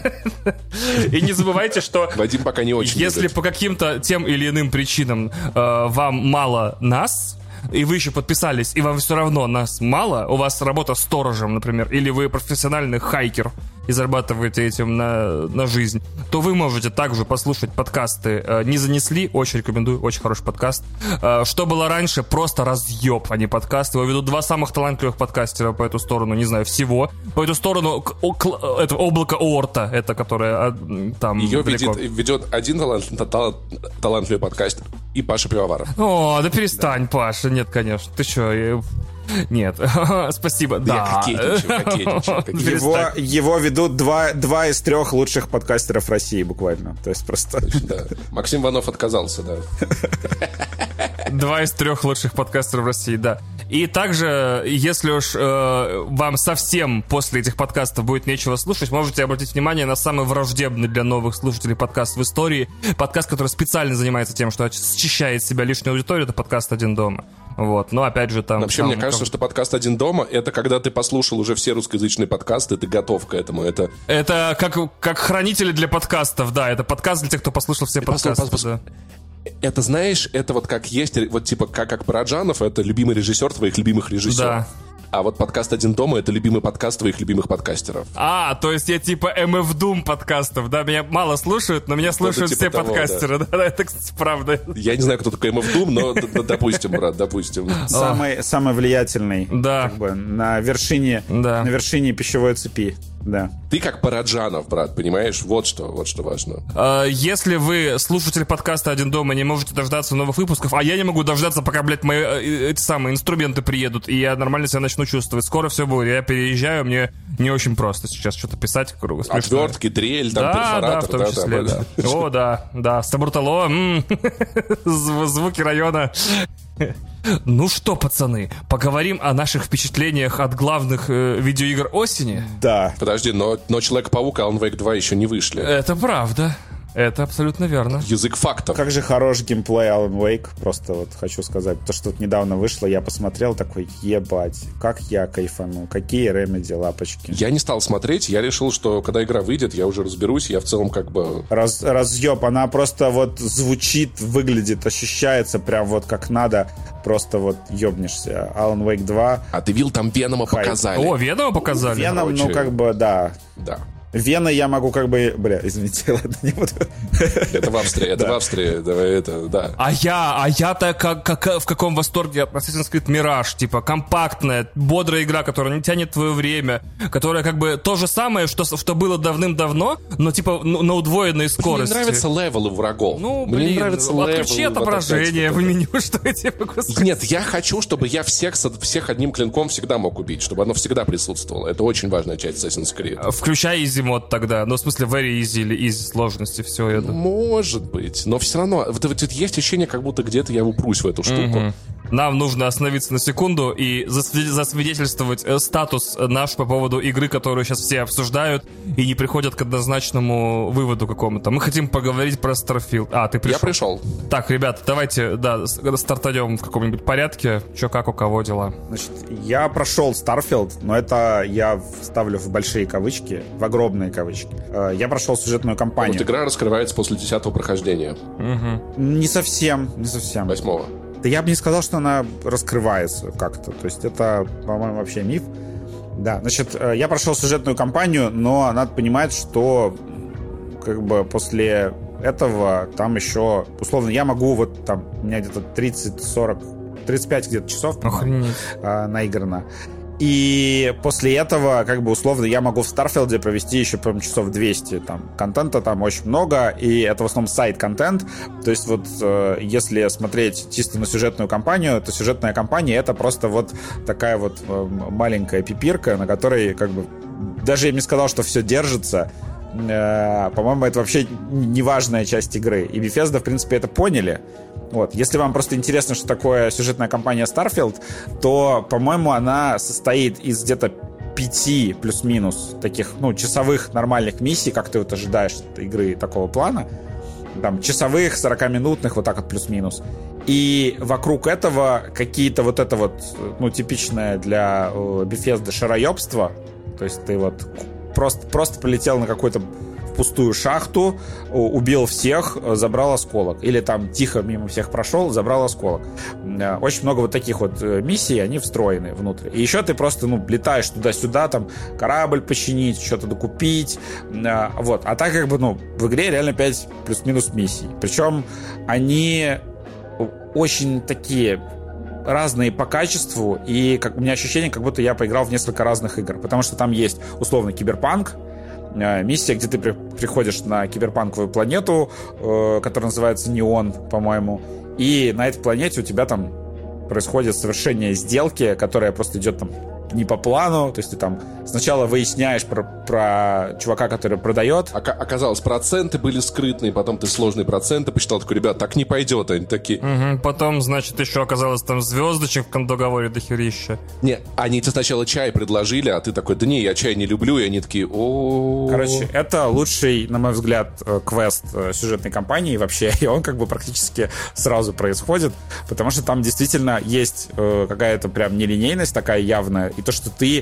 И не забывайте, что Вадим пока не очень если по каким-то тем или иным причинам вам мало нас, и вы еще подписались, и вам все равно нас мало, у вас работа сторожем, например, или вы профессиональный хайкер и зарабатываете этим на жизнь, то вы можете также послушать подкасты «Не занесли», очень рекомендую, очень хороший подкаст. «Что было раньше» — просто разъеб, а не подкаст. Его ведут 2 самых талантливых подкастера по эту сторону, не знаю, всего. По эту сторону это облако Оорта, это которое там ее далеко. ведет один талантливый подкастер и Паша Пивоваров. О, да перестань, Паша, нет, конечно. Ты что, Нет, спасибо. Да, кокетничаю. Его ведут два из 3 лучших подкастеров России, буквально. То есть просто... Да. Максим Иванов отказался, да. 2 из 3 лучших подкастеров России, да. И также, если уж вам совсем после этих подкастов будет нечего слушать, можете обратить внимание на самый враждебный для новых слушателей подкаст в истории. Подкаст, который специально занимается тем, что счищает себя лишнюю аудиторию, это подкаст «Один дома». Вот, но опять же там... Вообще, мне кажется, что подкаст «Один дома» — это когда ты послушал уже все русскоязычные подкасты, ты готов к этому. Это как хранители для подкастов, да, это подкаст для тех, кто послушал все подкасты. Да. Это, знаешь, это вот как есть, вот типа как Параджанов, это любимый режиссер твоих любимых режиссеров. Да. А вот подкаст «Один дома» — это любимый подкаст твоих любимых подкастеров. То есть я типа MF Doom подкастов, да? Меня мало слушают, но меня слушают типа все того, подкастеры. Да, это, кстати, правда. Я не знаю, кто такой MF Doom, но допустим, брат, допустим. Самый влиятельный. Да. Как бы на вершине пищевой цепи. Да. Ты как Параджанов, брат, понимаешь? Вот что важно. Если вы, слушатель подкаста «Один дома», не можете дождаться новых выпусков, а я не могу дождаться, пока, блядь, мои эти самые инструменты приедут, и я нормально себя начну чувствовать. Скоро все будет. Я переезжаю, мне не очень просто сейчас что-то писать. Отвертки, дрель, там, перфоратор. Да, в том числе, да. О, да, стабуртало, звуки района. Ну что, пацаны, поговорим о наших впечатлениях от главных видеоигр осени? Да. Подожди, но Человек-паук и Alan Wake 2 еще не вышли. Это правда. Это абсолютно верно. Язык фактов. Как же хорош геймплей Alan Wake. Просто вот хочу сказать, то, что тут недавно вышло, я посмотрел такой, ебать, как я кайфанул, какие Remedy лапочки. Я не стал смотреть, я решил, что когда игра выйдет, я уже разберусь, я в целом как бы... Разъеб, она просто вот звучит, выглядит, ощущается прям вот как надо, просто вот ебнешься. Alan Wake 2... А ты видел, там Венома показали. О, Венома показали? Веном, ну как бы, да. Да. Вена я могу как бы... Бля, извините, ладно, не буду. Это в Австрии, давай это, да. А я-то в каком восторге от Assassin's Creed Mirage, типа, компактная, бодрая игра, которая не тянет твое время, которая как бы то же самое, что было давным-давно, но типа на удвоенной скорости. Мне нравятся левелы врагов. Ну, блин, мне нравятся левелы. Отключи отображение в меню, что я тебе могу сказать. Нет, я хочу, чтобы я всех одним клинком всегда мог убить, чтобы оно всегда присутствовало. Это очень важная часть Assassin's Creed. Включай easy мод тогда. Ну, в смысле, very easy или easy сложности, все это. Может быть. Но все равно, вот есть ощущение, как будто где-то я упрусь в эту штуку. Нам нужно остановиться на секунду и засвидетельствовать статус наш по поводу игры, которую сейчас все обсуждают и не приходят к однозначному выводу какому-то. Мы хотим поговорить про Starfield. Ты пришел? Я пришел. Так, ребята, давайте, стартанем в каком-нибудь порядке. Че, как, у кого дела? Значит, я прошел Starfield, но это я ставлю в большие кавычки, в огромные кавычки. Я прошел сюжетную кампанию. Вот игра раскрывается после 10-го прохождения. Не совсем. 8-го. Да я бы не сказал, что она раскрывается как-то. То есть это, по-моему, вообще миф. Да, значит, я прошел сюжетную кампанию, но надо понимать, что как бы после этого там еще, условно, я могу вот там, у меня где-то 30-40, 35 где-то часов наиграно. И после этого, как бы, условно, я могу в Старфилде провести еще, по-моему, часов 200. Там, контента там очень много, и это в основном сайт-контент. То есть вот, если смотреть чисто на сюжетную кампанию, то сюжетная кампания — это просто вот такая вот маленькая пипирка, на которой, как бы, даже я бы не сказал, что все держится. По-моему, это вообще неважная часть игры. И Bethesda, в принципе, это поняли. Вот. Если вам просто интересно, что такое сюжетная кампания Starfield, то, по-моему, она состоит из где-то 5 плюс-минус таких, часовых нормальных миссий, как ты вот ожидаешь от игры такого плана. Там, часовых, 40-минутных, вот так вот плюс-минус. И вокруг этого какие-то вот это вот, типичное для Bethesda шароебство. То есть ты вот просто полетел на какую-то пустую шахту, убил всех, забрал осколок. Или там тихо мимо всех прошел, забрал осколок. Очень много вот таких вот миссий, они встроены внутрь. И еще ты просто, летаешь туда-сюда, там, корабль починить, что-то докупить. Вот. А так, как бы, в игре реально 5 плюс-минус миссий. Причем они очень такие разные по качеству, и у меня ощущение, как будто я поиграл в несколько разных игр. Потому что там есть, условно, киберпанк, миссия, где ты приходишь на киберпанковую планету, которая называется Неон, по-моему, и на этой планете у тебя там происходит совершение сделки, которая просто идет там не по плану, то есть ты там сначала выясняешь про чувака, который продает. Оказалось, проценты были скрытные, потом ты сложные проценты посчитал, такой, ребят, так не пойдет, они такие... Потом, значит, еще оказалось там звездочек в договоре дохерища. Не, они тебе сначала чай предложили, а ты такой, да не, я чай не люблю, и они такие, Короче, это лучший, на мой взгляд, квест сюжетной кампании вообще, и он как бы практически сразу происходит, потому что там действительно есть какая-то прям нелинейность такая явная, и то, что ты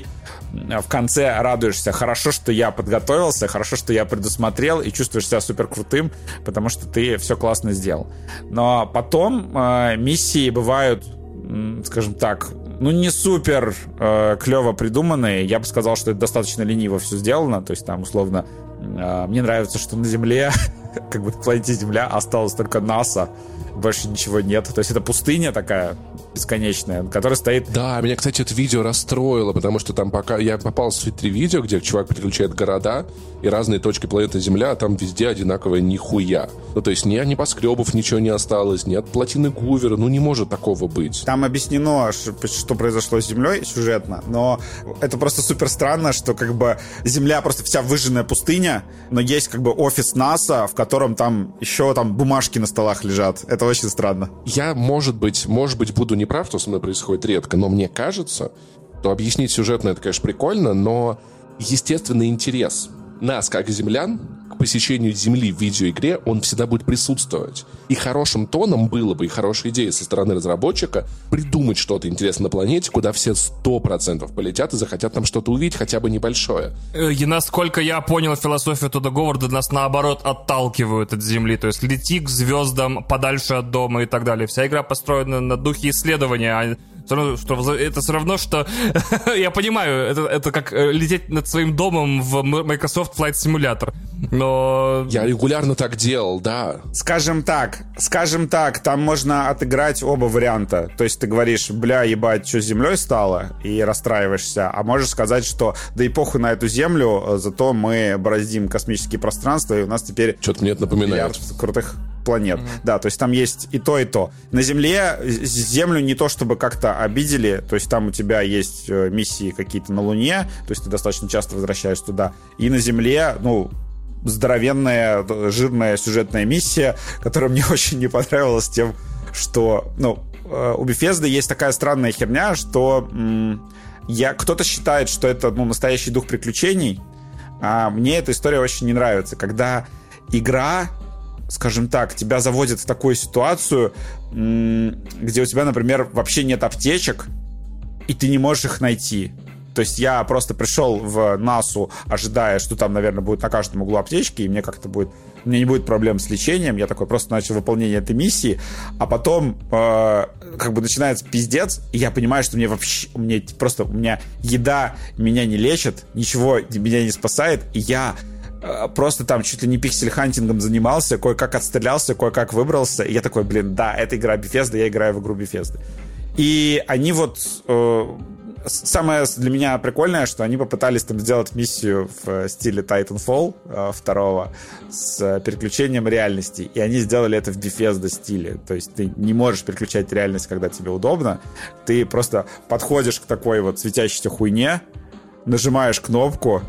в конце радуешься, хорошо, что я подготовился, хорошо, что я предусмотрел, и чувствуешь себя супер крутым, потому что ты все классно сделал. Но потом миссии бывают, скажем так, ну, не супер клево придуманные. Я бы сказал, что это достаточно лениво все сделано. То есть там, условно, мне нравится, что на Земле, как бы на планете Земля, осталось только НАСА. Больше ничего нет. То есть это пустыня такая бесконечная, которая стоит... Да, меня, кстати, это видео расстроило, потому что там пока... Я попал в 3 видео, где чувак переключает города и разные точки планеты Земля, а там везде одинаковое нихуя. Ну, то есть ни небоскребов ничего не осталось, ни от плотины Гувера, ну, не может такого быть. Там объяснено, что произошло с Землей сюжетно, но это просто супер странно, что как бы Земля просто вся выжженная пустыня, но есть как бы офис НАСА, в котором там еще там бумажки на столах лежат. Это очень странно. Я, может быть, буду неправ, что со мной происходит редко, но мне кажется, что объяснить сюжетно это, конечно, прикольно, но естественный интерес нас, как землян, к посещению Земли в видеоигре, он всегда будет присутствовать. И хорошим тоном было бы, и хорошей идеей со стороны разработчика придумать что-то интересное на планете, куда все 100% полетят и захотят там что-то увидеть, хотя бы небольшое. И насколько я понял философию Тодда Говарда, нас наоборот отталкивают от Земли. То есть лети к звездам, подальше от дома и так далее. Вся игра построена на духе исследования, это все равно, что... Я понимаю, это как лететь над своим домом в Microsoft Flight Simulator, но... Я регулярно так делал, да. Скажем так, там можно отыграть оба варианта. То есть ты говоришь, бля, ебать, что с землей стало, и расстраиваешься. А можешь сказать, что да и похуй на эту землю, зато мы бороздим космические пространства, и у нас теперь... Что-то мне это напоминает. Миллиард крутых планет. Да, то есть там есть и то, и то. На Земле Землю не то чтобы как-то обидели, то есть там у тебя есть миссии какие-то на Луне, то есть ты достаточно часто возвращаешься туда. И на Земле, ну, здоровенная, жирная сюжетная миссия, которая мне очень не понравилась тем, что, ну, у Bethesda есть такая странная херня, что кто-то считает, что это, ну, настоящий дух приключений, а мне эта история очень не нравится, когда игра, скажем так, тебя заводит в такую ситуацию, где у тебя, например, вообще нет аптечек, и ты не можешь их найти. То есть я просто пришел в НАСУ, ожидая, что там, наверное, будет на каждом углу аптечки, и мне не будет проблем с лечением. Я такой просто начал выполнение этой миссии, а потом как бы начинается пиздец, и я понимаю, что у меня еда меня не лечит, ничего меня не спасает, и я просто там чуть ли не пиксель-хантингом занимался, кое-как отстрелялся, кое-как выбрался, и я такой, блин, да, это игра Bethesda, я играю в игру Bethesda. И они вот... Самое для меня прикольное, что они попытались там сделать миссию в стиле Titanfall 2 с переключением реальности, и они сделали это в Bethesda стиле. То есть ты не можешь переключать реальность, когда тебе удобно, ты просто подходишь к такой вот светящейся хуйне, нажимаешь кнопку,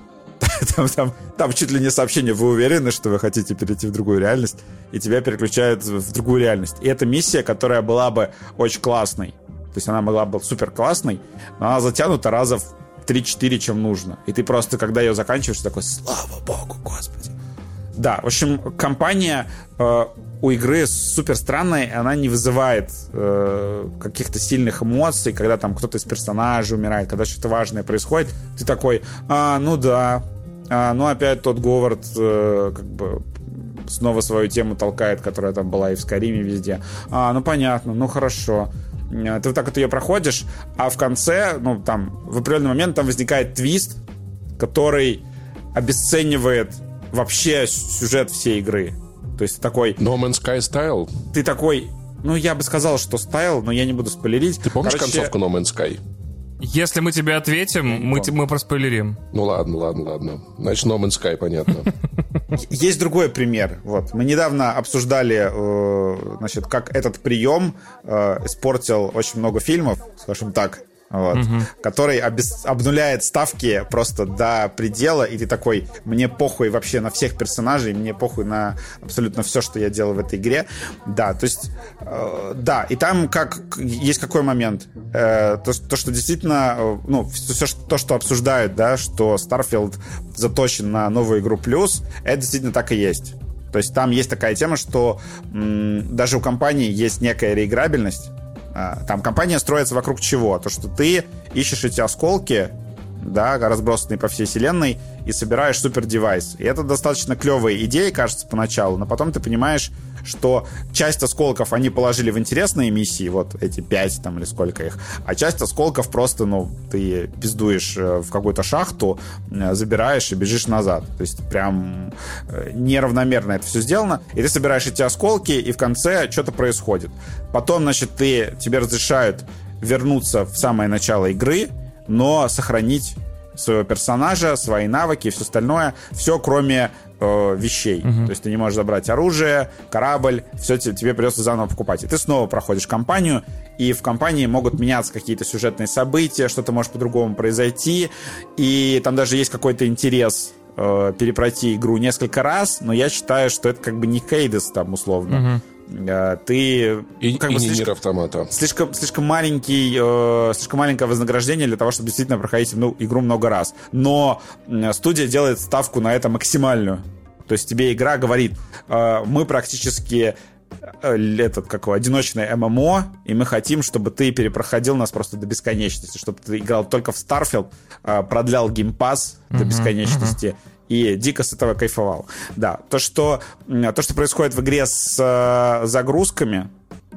там чуть ли не сообщение, вы уверены, что вы хотите перейти в другую реальность, и тебя переключают в другую реальность. И это миссия, которая была бы очень классной. То есть она могла быть супер классной, но она затянута раза в 3-4, чем нужно. И ты просто, когда ее заканчиваешь, такой, слава богу, господи. Да, в общем, кампания у игры супер странная, она не вызывает каких-то сильных эмоций, когда там кто-то из персонажей умирает, когда что-то важное происходит, ты такой, ну да, ну опять тот Говард как бы снова свою тему толкает, которая там была и в Скайриме везде. Ну понятно, ну хорошо. Ты вот так вот ее проходишь, а в конце, ну, там, в определенный момент там возникает твист, который обесценивает вообще сюжет всей игры. То есть такой... No Man's Sky стайл? Ты такой... Ну, я бы сказал, что стайл, но я не буду спойлерить. Ты помнишь концовку No Man's Sky? Если мы тебе ответим, мы проспойлерим. Ну ладно. Значит, No Man's Sky, понятно. Есть другой пример. Вот. Мы недавно обсуждали, значит, как этот прием испортил очень много фильмов, скажем так. Вот, который обнуляет ставки просто до предела, и ты такой, мне похуй вообще на всех персонажей, мне похуй на абсолютно все, что я делаю в этой игре. Да, то есть, да, и там есть какой момент? То, что действительно, ну, все то, что обсуждают, да, что Starfield заточен на новую игру плюс, это действительно так и есть. То есть там есть такая тема, что даже у компании есть некая реиграбельность. Там компания строится вокруг чего? То, что ты ищешь эти осколки, да, разбросанные по всей вселенной, и собираешь супер-девайс. И это достаточно клевая идея, кажется, поначалу, но потом ты понимаешь, что часть осколков они положили в интересные миссии, вот эти 5 там или сколько их, а часть осколков просто, ну, ты пиздуешь в какую-то шахту, забираешь и бежишь назад. То есть прям неравномерно это все сделано, и ты собираешь эти осколки, и в конце что-то происходит. Потом, значит, тебе разрешают вернуться в самое начало игры, но сохранить своего персонажа, свои навыки и все остальное, все кроме вещей. То есть ты не можешь забрать оружие, корабль, все тебе придется заново покупать. И ты снова проходишь кампанию, и в кампании могут меняться какие-то сюжетные события, что-то может по-другому произойти, и там даже есть какой-то интерес перепройти игру несколько раз, но я считаю, что это как бы не Хейдес там условно. Ты как бы слишком, автомата. Слишком маленькое вознаграждение для того, чтобы действительно проходить игру много раз. Но студия делает ставку на это максимальную. То есть тебе игра говорит, мы практически одиночное ММО, и мы хотим, чтобы ты перепроходил нас просто до бесконечности, чтобы ты играл только в Starfield, продлял геймпасс до бесконечности, и дико с этого кайфовал. Да, то, что происходит в игре с загрузками,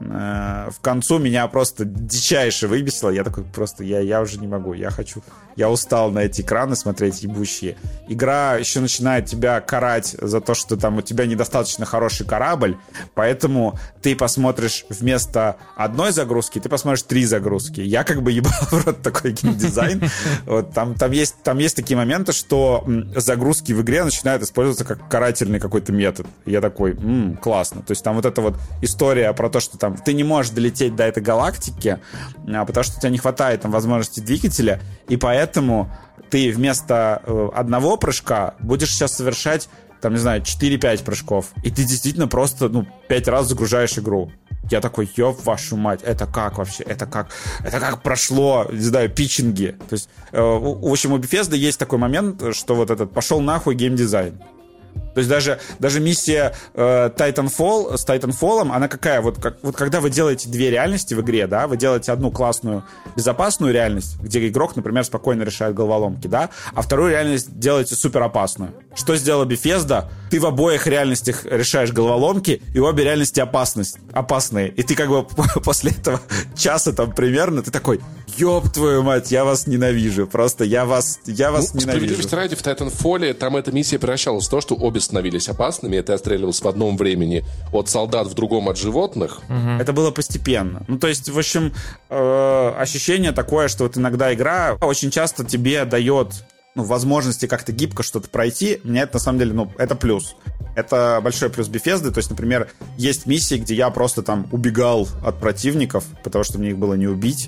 в концу меня просто дичайше выбесило. Я такой просто, я уже не могу, я устал на эти экраны смотреть ебущие. Игра еще начинает тебя карать за то, что там у тебя недостаточно хороший корабль, поэтому ты посмотришь вместо одной загрузки, ты посмотришь 3 загрузки. Я как бы ебал в рот такой геймдизайн. Вот, там есть такие моменты, что загрузки в игре начинают использоваться как карательный какой-то метод. Я такой, классно. То есть там вот эта вот история про то, что там ты не можешь долететь до этой галактики, потому что у тебя не хватает там возможности двигателя, и поэтому ты вместо одного прыжка будешь сейчас совершать, там, не знаю, 4-5 прыжков, и ты действительно просто, 5 раз загружаешь игру. Я такой, ёб вашу мать, это как вообще, это как прошло, не знаю, питчинги. То есть, в общем, у Bethesda есть такой момент, что вот этот пошел нахуй геймдизайн. То есть даже миссия Titanfall с Titanfall, она какая? Вот когда вы делаете 2 реальности в игре, да, вы делаете одну классную, безопасную реальность, где игрок, например, спокойно решает головоломки, да, а вторую реальность делаете суперопасную. Что сделала Bethesda? Ты в обоих реальностях решаешь головоломки, и обе реальности опасные. И ты как бы после этого часа там примерно, ты такой, ёб твою мать, я вас ненавижу. Просто я вас ненавижу. Справедливости ради, в Titanfall там эта миссия превращалась в то, что обе становились опасными, и ты отстреливался в одном времени от солдат, в другом от животных. Это было постепенно. То есть, в общем, ощущение такое, что вот иногда игра очень часто тебе дает возможности как-то гибко что-то пройти. Мне это, на самом деле, это плюс. Это большой плюс Bethesda. То есть, например, есть миссии, где я просто там убегал от противников, потому что мне их было не убить,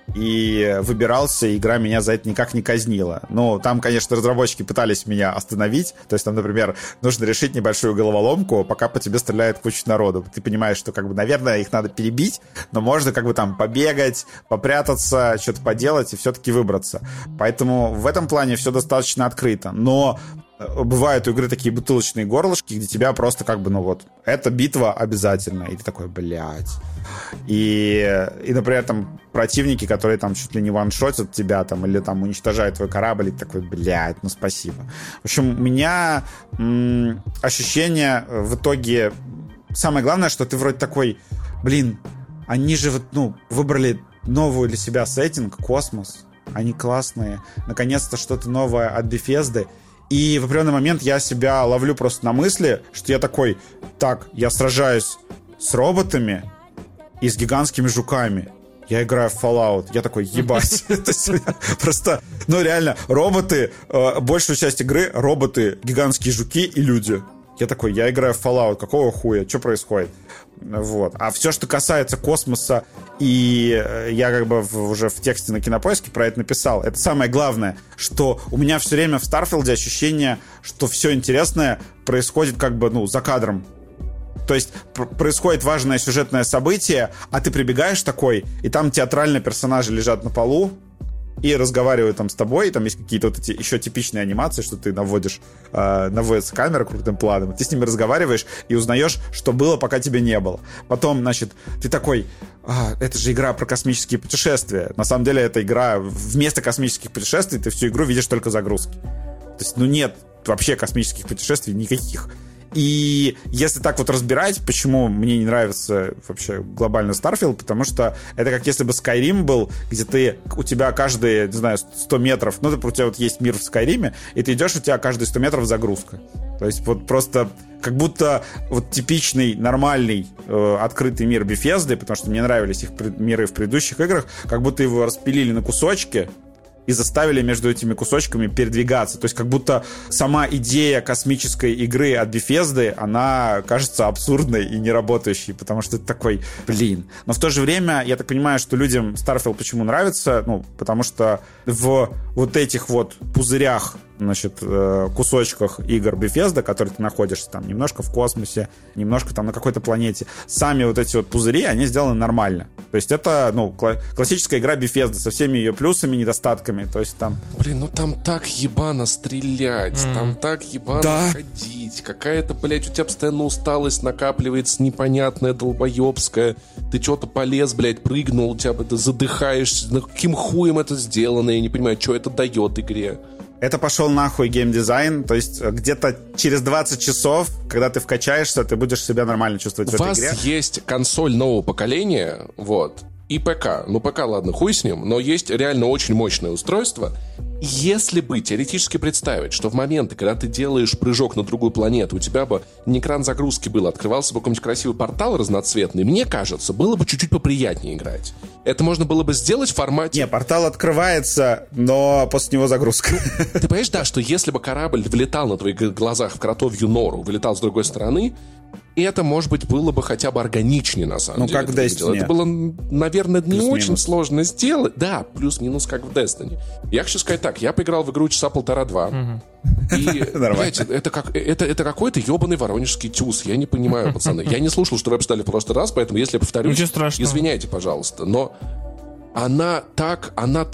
и выбирался, и игра меня за это никак не казнила. Там, конечно, разработчики пытались меня остановить. То есть там, например, нужно решить небольшую головоломку, пока по тебе стреляет куча народу. Ты понимаешь, что, наверное, их надо перебить, но можно там побегать, попрятаться, что-то поделать и все-таки выбраться. Поэтому в этом плане все достаточно открыто. Но бывают у игры такие бутылочные горлышки, где тебя просто эта битва обязательно. И ты такой, блядь. И, например, там противники, которые там чуть ли не ваншотят тебя там, или там уничтожают твой корабль, и ты такой, блядь, спасибо. В общем, у меня ощущение в итоге... Самое главное, что ты вроде такой, блин, они же выбрали новую для себя сеттинг, космос. Они классные. Наконец-то что-то новое от Bethesda. И в определенный момент я себя ловлю просто на мысли, что я такой, так, я сражаюсь с роботами и с гигантскими жуками. Я играю в Fallout. Я такой, ебать. Просто, реально, роботы, большую часть игры, роботы, гигантские жуки и люди. Я такой, я играю в Fallout, какого хуя, что происходит? Вот. А все, что касается космоса, и я как бы уже в тексте на Кинопоиске про это написал, это самое главное, что у меня все время в Старфилде ощущение, что все интересное происходит как бы, за кадром. То есть происходит важное сюжетное событие, а ты прибегаешь такой, и там театральные персонажи лежат на полу и разговаривают там с тобой, и там есть какие-то вот эти еще типичные анимации, что ты наводится камера крупным планом, ты с ними разговариваешь и узнаешь, что было, пока тебя не было. Потом, значит, ты такой, это же игра про космические путешествия. На самом деле, это игра вместо космических путешествий, ты всю игру видишь только загрузки. То есть, нет вообще космических путешествий никаких. И если так вот разбирать, почему мне не нравится вообще глобально Starfield, потому что это как если бы Skyrim был, где у тебя каждые, 100 метров, у тебя вот есть мир в Skyrim, и ты идешь, у тебя каждые 100 метров загрузка. То есть вот просто как будто вот типичный, нормальный, открытый мир Bethesda, потому что мне нравились их миры в предыдущих играх, как будто его распилили на кусочки, и заставили между этими кусочками передвигаться. То есть как будто сама идея космической игры от Bethesda, она кажется абсурдной и неработающей, потому что это такой, Но в то же время, я так понимаю, что людям Starfield почему нравится, потому что в вот этих вот пузырях, кусочках игр Bethesda, которые ты находишься там немножко в космосе, немножко там на какой-то планете, сами вот эти вот пузыри, они сделаны нормально. То есть это, классическая игра Bethesda со всеми ее плюсами, недостатками. То есть там... там так ебано стрелять, там так ебано ходить. Какая-то, у тебя постоянно усталость накапливается непонятная, долбоебская. Ты что-то полез, прыгнул, у тебя задыхаешься. Каким хуем это сделано? Я не понимаю, что это дает игре. Это пошел нахуй геймдизайн, то есть где-то через 20 часов, когда ты вкачаешься, ты будешь себя нормально чувствовать в этой игре. У вас есть консоль нового поколения, и ПК. ПК, ладно, хуй с ним, но есть реально очень мощное устройство. Если бы теоретически представить, что в моменты, когда ты делаешь прыжок на другую планету, у тебя бы не экран загрузки был, открывался бы какой-нибудь красивый портал разноцветный, мне кажется, было бы чуть-чуть поприятнее играть. Это можно было бы сделать в формате... Не, портал открывается, но после него загрузка. Ты понимаешь, да, что если бы корабль влетал на твоих глазах в кротовью нору, вылетал с другой стороны, это, может быть, было бы хотя бы органичнее, на самом деле. Как в Destiny. Это было, наверное, не очень сложно сделать. Да, плюс-минус, как в Destiny. Я хочу сказать так, я поиграл в игру часа 1,5-2. И, блядь, это какой-то ебаный воронежский тюз. Я не понимаю, пацаны. Я не слушал, что вы обсуждали в прошлый раз, поэтому, если я повторюсь, извиняйте, пожалуйста. Но она так,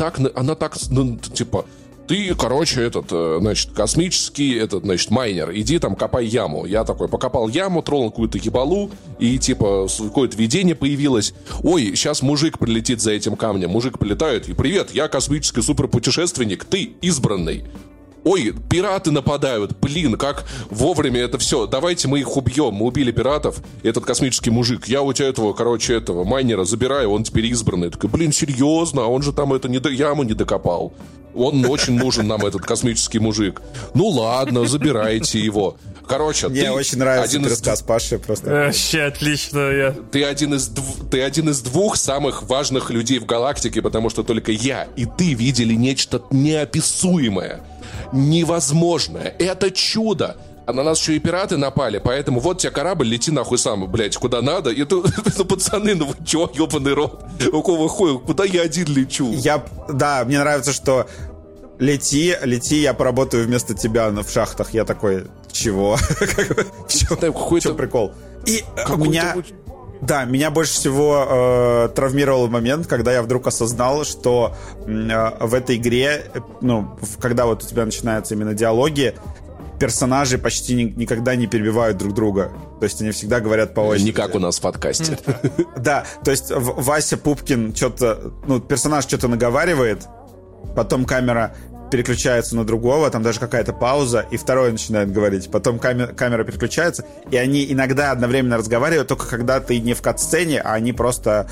ты, космический, майнер, иди там копай яму. Я такой покопал яму, тронул какую-то ебалу, и какое-то видение появилось. Ой, сейчас мужик прилетит за этим камнем. Мужик прилетает, и привет, я космический суперпутешественник, ты избранный. Ой, пираты нападают, как вовремя это все. Давайте мы их убьем. Мы убили пиратов, этот космический мужик. Я у тебя этого майнера забираю, он теперь избранный. Я такой, серьезно? А он же там яму не докопал. Он очень нужен нам, этот космический мужик. Ну ладно, забирайте его. Мне очень нравится пересказ Паши просто. Вообще отлично. Ты один из двух самых важных людей в галактике, потому что только я и ты видели нечто неописуемое, невозможное. Это чудо. А на нас еще и пираты напали, поэтому вот тебе корабль, лети нахуй сам, куда надо. И пацаны, вы чё, ёбаный рот? Какого хуя? Куда я один лечу? Мне нравится, что лети, я поработаю вместо тебя в шахтах. Я такой, чего? В чем прикол? И меня больше всего травмировал момент, когда я вдруг осознал, что в этой игре, когда вот у тебя начинаются именно диалоги, персонажи почти никогда не перебивают друг друга. То есть они всегда говорят по очереди. Не как у нас в подкасте. Да, то есть Вася Пупкин персонаж что-то наговаривает, потом камера переключается на другого, там даже какая-то пауза, и второй начинает говорить. Потом камера переключается, и они иногда одновременно разговаривают, только когда ты не в кат-сцене, а они просто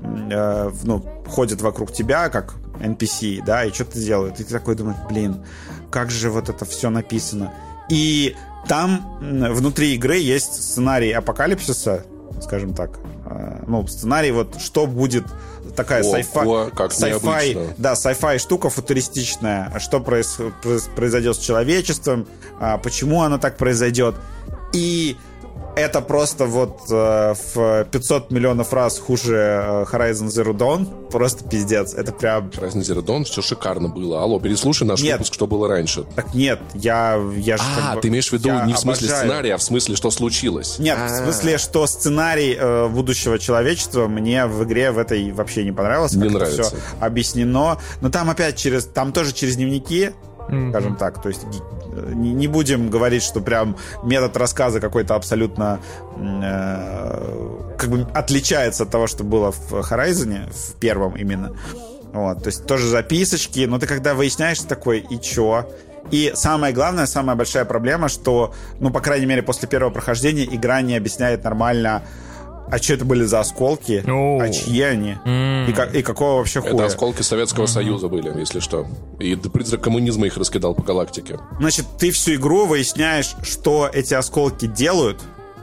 ходят вокруг тебя, как NPC, да, и что-то делают. И ты такой думаешь, как же вот это все написано. И там внутри игры есть сценарий апокалипсиса, скажем так. Сценарий, что будет такая sci-fi штука футуристичная, что произойдет с человечеством, почему оно так произойдет. И это просто вот в 500 миллионов раз хуже Horizon Zero Dawn. Просто пиздец. Это прям... Horizon Zero Dawn все шикарно было. Алло, переслушай наш выпуск, что было раньше. Так нет, я же как бы... ты имеешь в виду не в смысле сценария, а в смысле, что случилось? Нет, в смысле, что сценарий будущего человечества мне в игре в этой вообще не понравился. Не как нравится. Это все объяснено. Но там опять там тоже через дневники, скажем так. То есть не будем говорить, что прям метод рассказа какой-то абсолютно как бы отличается от того, что было в Horizon, в первом именно. Вот, то есть тоже записочки, но ты когда выясняешь такой, и чё? И самое главное, самая большая проблема, что, ну, по крайней мере, после первого прохождения игра не объясняет нормально, а что это были за осколки, а чьи они, и какого вообще хуя. Это осколки Советского Союза были, если что. И призрак коммунизма их раскидал по галактике. Значит, ты всю игру выясняешь, что эти осколки делают,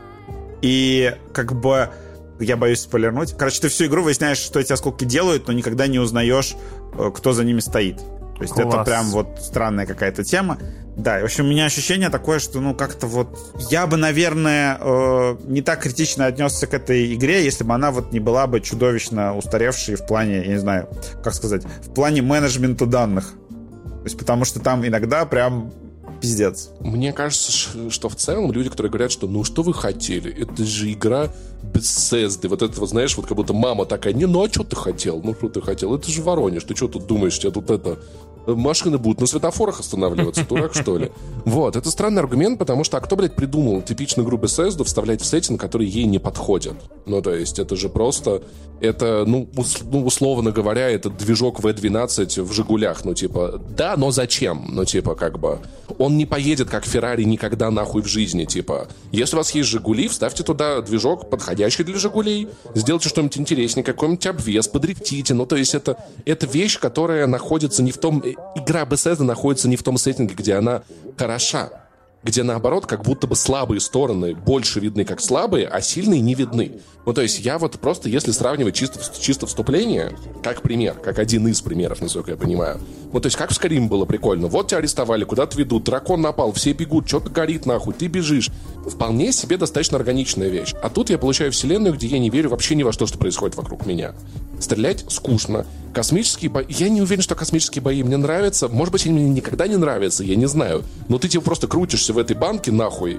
и как бы... Я боюсь спойлернуть. Короче, ты всю игру выясняешь, что эти осколки делают, но никогда не узнаешь, кто за ними стоит. То есть это прям вот странная какая-то тема. Да, и, в общем, у меня ощущение такое, что, ну, как-то вот... Я бы, наверное, не так критично отнесся к этой игре, если бы она вот не была бы чудовищно устаревшей в плане, я не знаю, как сказать, в плане менеджмента данных. То есть потому что там иногда прям... Пиздец. Мне кажется, что в целом люди, которые говорят, что ну что вы хотели, это же игра Bethesda. Вот это, вот, знаешь, вот как будто мама такая, ну а что ты хотел? Ну что ты хотел? Это же Воронеж, ты что тут думаешь? Тебя тут это... Машины будут на светофорах останавливаться, дурак, что ли? Вот, это странный аргумент, потому что кто, блядь, придумал типичную игру Bethesda вставлять в сеттинг, который ей не подходит? Ну, то есть, это же просто... Это, условно говоря, это движок V12 в «Жигулях». Ну, типа, да, но зачем? Ну, типа, как бы... Он не поедет, как Феррари, никогда нахуй в жизни, типа. Если у вас есть «Жигули», вставьте туда движок, подходящий для «Жигулей». Сделайте что-нибудь интереснее, какой-нибудь обвес, подрифтите. Ну, то есть, это вещь, которая находится не в том... Игра Bethesda находится не в том сеттинге, где она хороша, где, наоборот, как будто бы слабые стороны больше видны как слабые, а сильные не видны. Ну, то есть я вот просто, если сравнивать чисто вступление, как пример, как один из примеров, насколько я понимаю. Ну, то есть как в Skyrim было прикольно. Вот тебя арестовали, куда-то ведут, дракон напал, все бегут, что-то горит нахуй, ты бежишь. Вполне себе достаточно органичная вещь. А тут я получаю вселенную, где я не верю вообще ни во что происходит вокруг меня. Стрелять скучно. Космические бои... Я не уверен, что космические бои мне нравятся. Может быть, они мне никогда не нравятся, я не знаю. Но ты типа просто крутишься в этой банке нахуй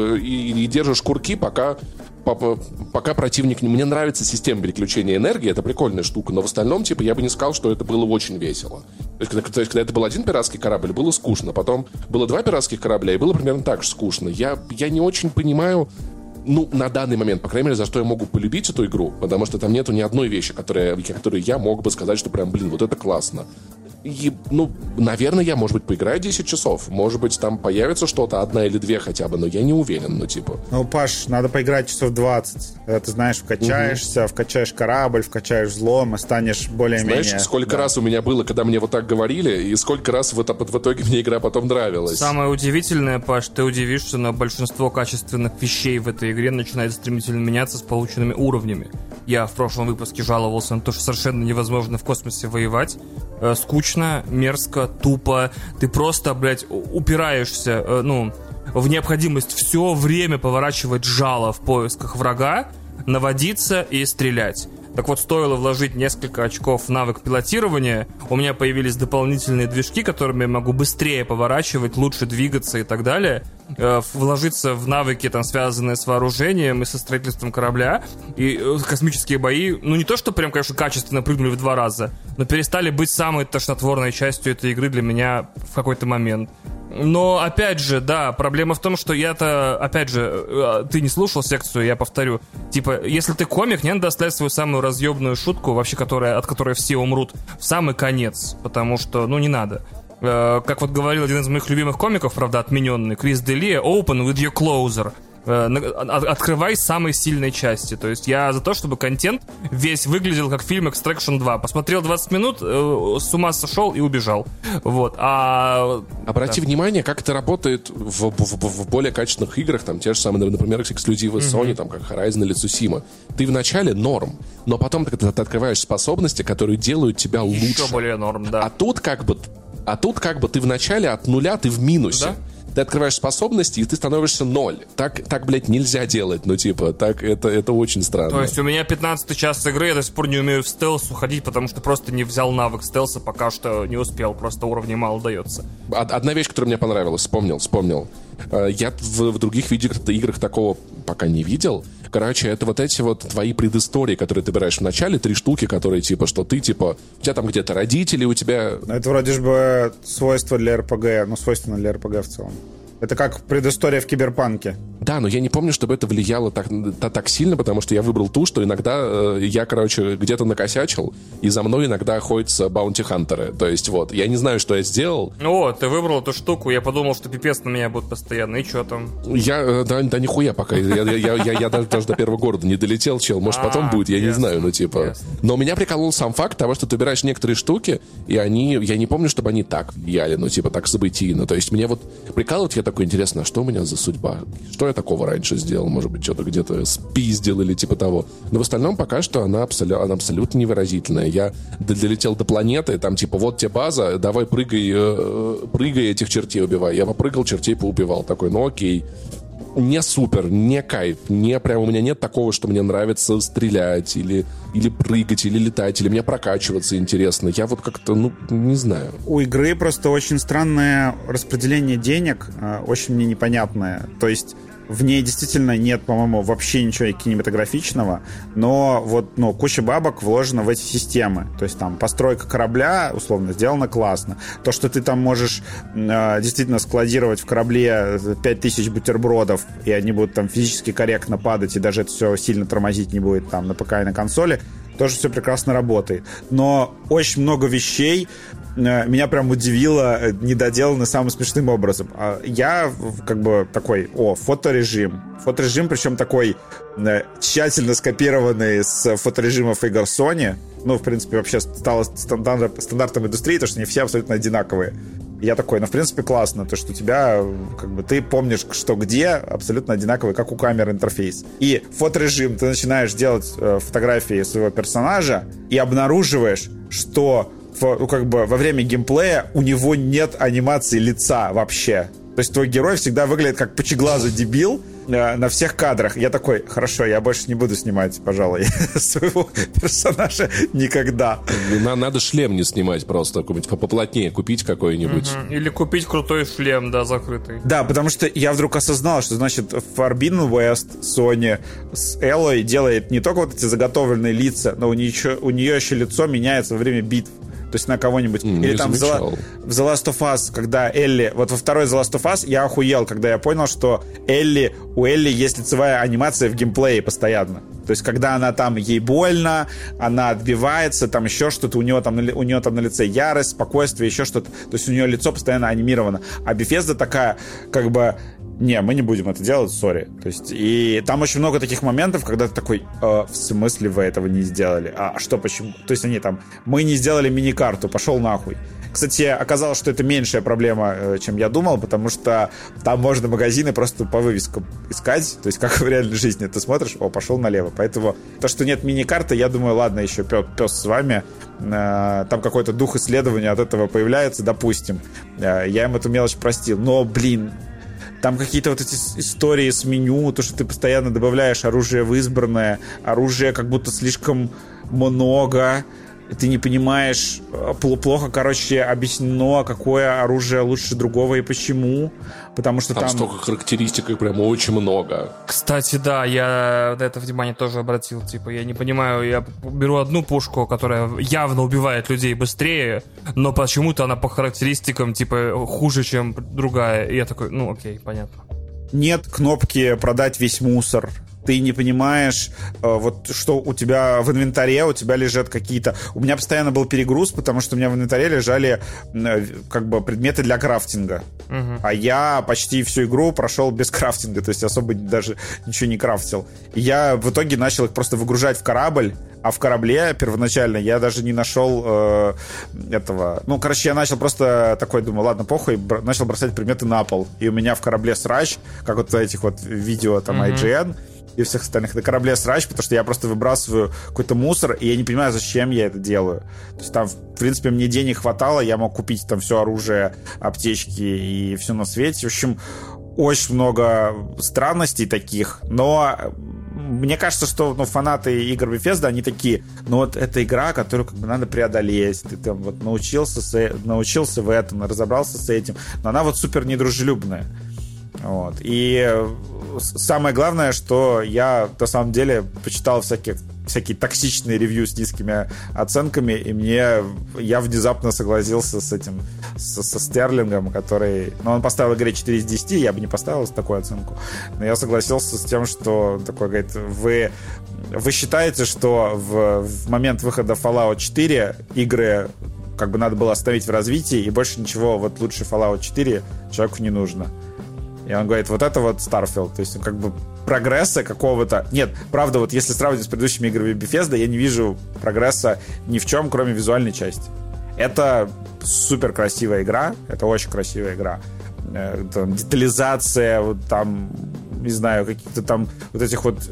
и держишь курки, пока противник... Мне нравится система переключения энергии, это прикольная штука, но в остальном, типа, я бы не сказал, что это было очень весело. То есть, когда это был один пиратский корабль, было скучно. Потом было 2 пиратских корабля, и было примерно так же скучно. Я не очень понимаю... Ну, на данный момент, по крайней мере, за что я могу полюбить эту игру, потому что там нету ни одной вещи, которую я мог бы сказать, что прям, блин, вот это классно. И, ну, наверное, я, может быть, поиграю 10 часов. Может быть, там появится что-то, 1 или 2 хотя бы, но я не уверен, ну, типа. Ну, Паш, надо поиграть часов 20. Когда ты, знаешь, вкачаешься, вкачаешь корабль, вкачаешь взлом, и станешь более-менее... Знаешь, сколько раз у меня было, когда мне вот так говорили, и сколько раз в итоге мне игра потом нравилась. Самое удивительное, Паш, ты удивишься, но большинство качественных вещей в этой игре начинает стремительно меняться с полученными уровнями. Я в прошлом выпуске жаловался на то, что совершенно невозможно в космосе воевать. Скучно, мерзко, тупо. Ты просто, блядь, упираешься, в необходимость все время поворачивать жало в поисках врага, наводиться и стрелять. Так вот, стоило вложить несколько очков в навык пилотирования, у меня появились дополнительные движки, которыми я могу быстрее поворачивать, лучше двигаться и так далее. Вложиться в навыки, там, связанные с вооружением и со строительством корабля. И космические бои, не то, что прям, конечно, качественно прыгнули в 2 раза, но перестали быть самой тошнотворной частью этой игры для меня в какой-то момент. Но, опять же, да, проблема в том, что я-то, опять же, ты не слушал секцию, я повторю. Типа, если ты комик, не надо оставлять свою самую разъебную шутку, вообще, от которой все умрут, в самый конец, потому что, не надо. Как вот говорил один из моих любимых комиков, правда, отмененный, Крис Делия, open with your closer. Открывай с самой сильной части. То есть я за то, чтобы контент весь выглядел как фильм Extraction 2. Посмотрел 20 минут, с ума сошел и убежал. Вот. Обрати внимание, как это работает в более качественных играх, там те же самые, например, эксклюзивы Sony, там как Horizon или Tsushima. Ты вначале норм, но потом ты открываешь способности, которые делают тебя лучше. Еще более норм, да. А тут как бы ты вначале от нуля, ты в минусе. Да? ты открываешь способности, и ты становишься 0. Так, блядь, нельзя делать. Ну, типа, так это очень странно. То есть у меня 15-й час игры, я до сих пор не умею в стелс уходить, потому что просто не взял навык стелса, пока что не успел, просто уровней мало дается. Одна вещь, которая мне понравилась, вспомнил. Я в других играх такого пока не видел. Короче, это вот эти вот твои предыстории, которые ты выбираешь в начале, 3 штуки, которые, типа, что ты, типа, у тебя там где-то родители, у тебя... Это вроде бы свойство для РПГ, ну, свойственно для РПГ в целом. Это как предыстория в Киберпанке. Да, но я не помню, чтобы это влияло так сильно, потому что я выбрал ту, что иногда я, короче, где-то накосячил, и за мной иногда охотятся баунти-хантеры. То есть вот, я не знаю, что я сделал. О, ты выбрал эту штуку, я подумал, что пипец на меня будет постоянно, и что там? Да нихуя пока. Я даже до первого города не долетел, чел. Может, потом будет, я не знаю, ну типа. Но меня приколол сам факт того, что ты выбираешь некоторые штуки, и они, я не помню, чтобы они так влияли, ну типа так событийно. То есть мне вот прикалывает, я такой, интересно, а что у меня за судьба? Что я такого раньше сделал? Может быть, что-то где-то спиздил или типа того. Но в остальном пока что она абсолютно невыразительная. Я долетел до планеты, там типа вот тебе база, давай прыгай этих чертей убивай. Я попрыгал, чертей поубивал. Такой, ну окей. Не супер, не кайф, не прям у меня нет такого, что мне нравится стрелять или прыгать, или летать, или мне прокачиваться интересно. Я вот как-то, ну, не знаю. У игры просто очень странное распределение денег, очень мне непонятное. То есть в ней действительно нет, по-моему, вообще ничего кинематографичного, но вот, ну, куча бабок вложена в эти системы. То есть там постройка корабля, условно, сделана классно. То, что ты там можешь действительно складировать в корабле 5000 бутербродов, и они будут там физически корректно падать, и даже это все сильно тормозить не будет там на ПК и на консоли, тоже все прекрасно работает. Но очень много вещей меня прям удивило, недоделаны самым смешным образом. Я как бы такой, фоторежим. Фоторежим, причем такой тщательно скопированный с фоторежимов игр Sony. Ну, в принципе, вообще стало стандартом индустрии, то, что они все абсолютно одинаковые. Я такой, в принципе, классно, то, что у тебя, как бы, ты помнишь, что где, абсолютно одинаковый, как у камеры интерфейс. И фоторежим, ты начинаешь делать фотографии своего персонажа и обнаруживаешь, что как бы во время геймплея у него нет анимации лица вообще. То есть твой герой всегда выглядит как пучеглазый дебил на всех кадрах. Я такой, хорошо, я больше не буду снимать, пожалуй, своего персонажа никогда. Надо шлем не снимать просто, какой-нибудь поплотнее купить какой-нибудь. Или купить крутой шлем, да, закрытый. Да, потому что я вдруг осознал, что, значит, Forbidden West Sony с Элой делает не только вот эти заготовленные лица, но у нее еще лицо меняется во время битв. То есть на кого-нибудь. Или там в The Last of Us, когда Элли... Вот во второй The Last of Us я охуел, когда я понял, что у Элли есть лицевая анимация в геймплее постоянно. То есть когда она там, ей больно, она отбивается, там еще что-то, у нее там на лице ярость, спокойствие, еще что-то. То есть у нее лицо постоянно анимировано. А Bethesda такая, как бы... Не, мы не будем это делать, сори. То есть, и там очень много таких моментов, когда ты такой, в смысле вы этого не сделали? А что, почему? То есть они там, мы не сделали мини-карту, пошел нахуй. Кстати, оказалось, что это меньшая проблема, чем я думал, потому что там можно магазины просто по вывескам искать, то есть как в реальной жизни. Ты смотришь, пошел налево. Поэтому то, что нет мини-карты, я думаю, ладно, еще пес с вами. Там какой-то дух исследования от этого появляется, допустим. Я им эту мелочь простил. Но, блин, там какие-то вот эти истории с меню, то, что ты постоянно добавляешь оружие в избранное, оружие как будто слишком много, ты не понимаешь, плохо, короче, объяснено, какое оружие лучше другого и почему, потому что там... столько характеристик, их прям очень много. Кстати, да, я на это внимание тоже обратил, типа, я не понимаю, я беру одну пушку, которая явно убивает людей быстрее, но почему-то она по характеристикам, типа, хуже, чем другая, и я такой, ну, окей, понятно. Нет кнопки «Продать весь мусор». Ты не понимаешь, вот что у тебя в инвентаре, у тебя лежат какие-то... У меня постоянно был перегруз, потому что у меня в инвентаре лежали как бы предметы для крафтинга. А я почти всю игру прошел без крафтинга, то есть особо даже ничего не крафтил. И я в итоге начал их просто выгружать в корабль, а в корабле первоначально я даже не нашел этого... Ну, короче, я начал просто такой, думаю, ладно, похуй, начал бросать предметы на пол. И у меня в корабле срач, как вот в этих вот видео там IGN, и всех остальных. На корабле срач, потому что я просто выбрасываю какой-то мусор, и я не понимаю, зачем я это делаю. То есть там, в принципе, мне денег хватало, я мог купить там все оружие, аптечки и все на свете. В общем, очень много странностей таких, но мне кажется, что фанаты игр Bethesda, они такие, вот эта игра, которую как бы надо преодолеть, ты там вот научился в этом, разобрался с этим, но она вот супер недружелюбная. Вот. И самое главное, что я на самом деле почитал всякие токсичные ревью с низкими оценками, и я внезапно согласился с этим, со Стерлингом, который... он поставил игре 4 из 10, я бы не поставил такую оценку, но я согласился с тем, что такой, говорит, вы считаете, что в момент выхода Fallout 4 игры как бы надо было оставить в развитии, и больше ничего вот лучше Fallout 4 человеку не нужно. И он говорит, вот это вот Starfield. То есть, как бы прогресса какого-то... Нет, правда, вот если сравнивать с предыдущими играми Bethesda, я не вижу прогресса ни в чем, кроме визуальной части. Это супер красивая игра. Это очень красивая игра. Там, детализация, вот там, не знаю, каких-то там вот этих вот,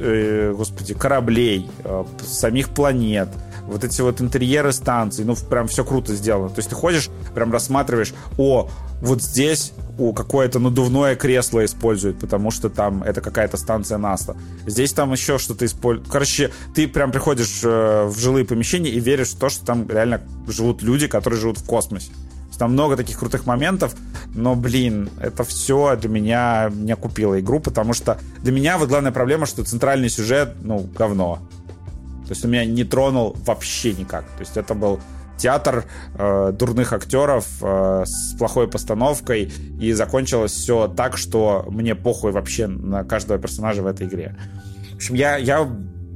кораблей, самих планет, вот эти вот интерьеры станций, прям все круто сделано. То есть ты ходишь, прям рассматриваешь, вот здесь какое-то надувное кресло используют, потому что там это какая-то станция НАСА. Здесь там еще что-то используют. Короче, ты прям приходишь в жилые помещения и веришь в то, что там реально живут люди, которые живут в космосе. Там много таких крутых моментов, но, это все для меня не окупило игру, потому что для меня вот главная проблема, что центральный сюжет, говно. То есть он меня не тронул вообще никак. То есть это был театр дурных актеров с плохой постановкой, и закончилось все так, что мне похуй вообще на каждого персонажа в этой игре. В общем, я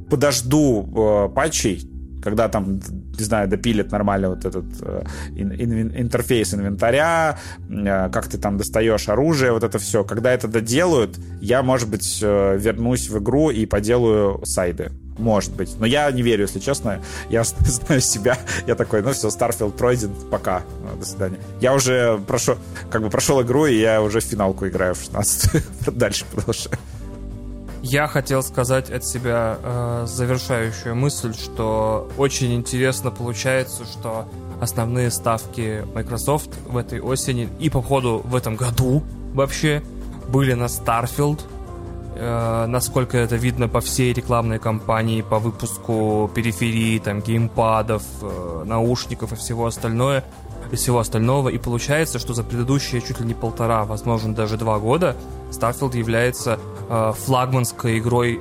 подожду патчей, когда там, не знаю, допилят нормально вот этот интерфейс инвентаря, как ты там достаешь оружие, вот это все. Когда это доделают, я, может быть, вернусь в игру и поделаю сайды. Может быть. Но я не верю, если честно. Я знаю себя. Я такой, все, Starfield пройден, пока. До свидания. Я уже прошел игру, и я уже в финалку играю в 16. Дальше продолжаю. Я хотел сказать от себя завершающую мысль, что очень интересно получается, что основные ставки Microsoft в этой осени и, походу, в этом году вообще были на Starfield. Насколько это видно по всей рекламной кампании, по выпуску периферии, там, геймпадов, наушников и всего остального. И получается, что за предыдущие чуть ли не 1,5, возможно, даже 2 года Starfield является флагманской игрой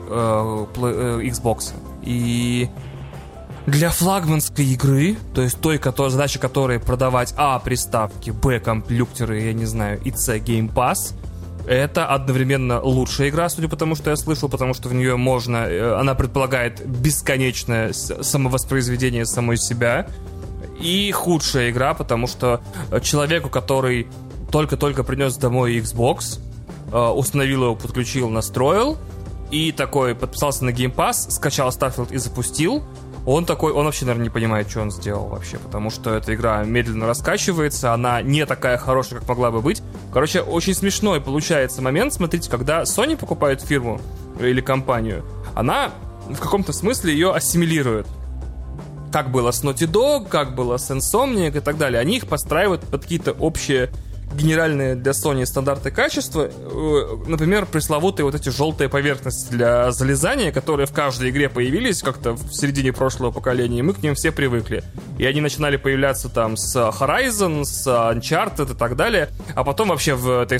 Xbox. И для флагманской игры, то есть той, задача которой продавать приставки, компьютеры, я не знаю, и Game Pass, это одновременно лучшая игра, судя по тому, что я слышал, потому что в нее она предполагает бесконечное самовоспроизведение самой себя, и худшая игра, потому что человеку, который только-только принес домой Xbox, установил его, подключил, настроил, и такой подписался на Game Pass, скачал Starfield и запустил, он вообще, наверное, не понимает, что он сделал вообще, потому что эта игра медленно раскачивается, она не такая хорошая, как могла бы быть. Короче, очень смешной получается момент, смотрите, когда Sony покупает фирму или компанию, она в каком-то смысле ее ассимилирует. Как было с Naughty Dog, как было с Insomniac и так далее. Они их подстраивают под какие-то общие генеральные для Sony стандарты качества, например, пресловутые вот эти желтые поверхности для залезания, которые в каждой игре появились как-то в середине прошлого поколения, и мы к ним все привыкли. И они начинали появляться там с Horizon, с Uncharted и так далее, а потом вообще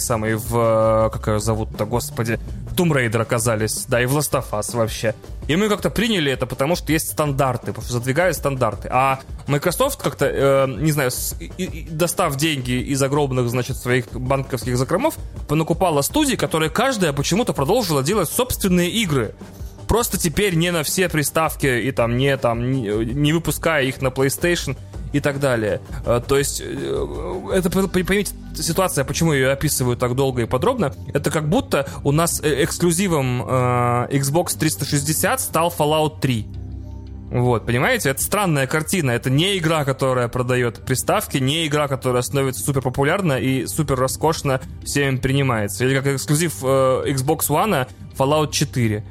как ее зовут-то, господи, Tomb Raider оказались, да, и в Last of Us вообще. И мы как-то приняли это, потому что есть стандарты, потому что задвигают стандарты. А Microsoft как-то, не знаю, достав деньги из огромных, значит, своих банковских закромов, понакупала студии, которые каждая почему-то продолжила делать собственные игры. Просто теперь не на все приставки и не выпуская их на PlayStation и так далее. То есть, это, поймите, ситуация, почему я ее описываю так долго и подробно, это как будто у нас эксклюзивом Xbox 360 стал Fallout 3. Вот, понимаете? Это странная картина. Это не игра, которая продает приставки, не игра, которая становится супер популярна и супер роскошно всем принимается. Или как эксклюзив Xbox One Fallout 4.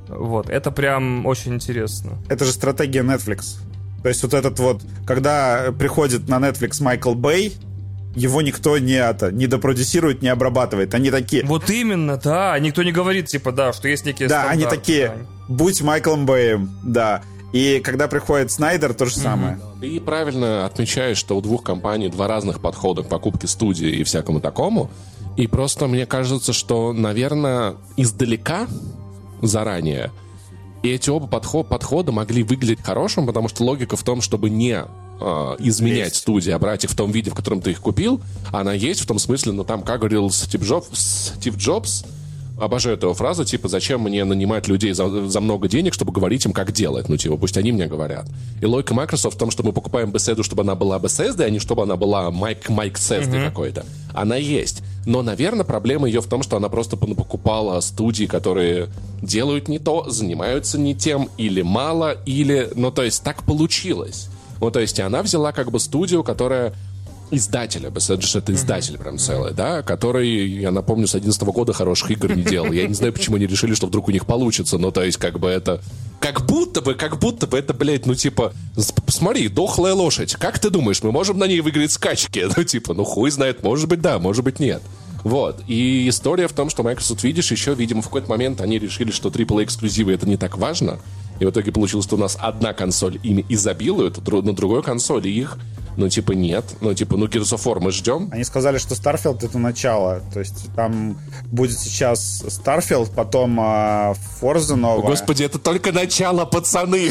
Вот, это прям очень интересно. Это же стратегия Netflix. То есть вот этот вот, когда приходит на Netflix Майкл Бэй, его никто не допродюсирует, не обрабатывает. Они такие... Вот именно, да. Никто не говорит, типа, да, что есть некие стандарты. Да, они такие, да. Будь Майклом Бэем, да. И когда приходит Снайдер, то же самое. Ты правильно отмечаешь, что у двух компаний два разных подхода к покупке студии и всякому такому. И просто мне кажется, что, наверное, издалека, заранее, эти оба подхода могли выглядеть хорошим, потому что логика в том, чтобы не изменять студии, а брать их в том виде, в котором ты их купил, она есть в том смысле, ну там, как говорил Стив Джобс, обожаю эту фразу, типа, зачем мне нанимать людей за много денег, чтобы говорить им, как делать, ну типа, пусть они мне говорят. И логика Microsoft в том, что мы покупаем Bethesda, чтобы она была Bethesda, а не чтобы она была Mike Cessna какой-то. Она есть. Но, наверное, проблема ее в том, что она просто покупала студии, которые делают не то, занимаются не тем, или мало, или... Ну, то есть, так получилось. Ну, то есть, и она взяла как бы студию, которая... Издателя, это издатель прям целый, да, который, я напомню, с 2011 года хороших игр не делал. Я не знаю, почему они решили, что вдруг у них получится, но то есть как бы это... Как будто бы это, блядь, ну типа, посмотри, дохлая лошадь, как ты думаешь, мы можем на ней выиграть скачки? Ну типа, ну хуй знает, может быть да, может быть нет. Вот, и история в том, что Microsoft, видишь, еще, видимо, в какой-то момент они решили, что AAA-эксклюзивы это не так важно, и в итоге получилось, что у нас одна консоль ими изобилует, на другой консоли их, ну, типа, нет. Ну, типа, Gears of War мы ждем. Они сказали, что Starfield — это начало. То есть там будет сейчас Starfield, потом Forza новая. Господи, это только начало, пацаны!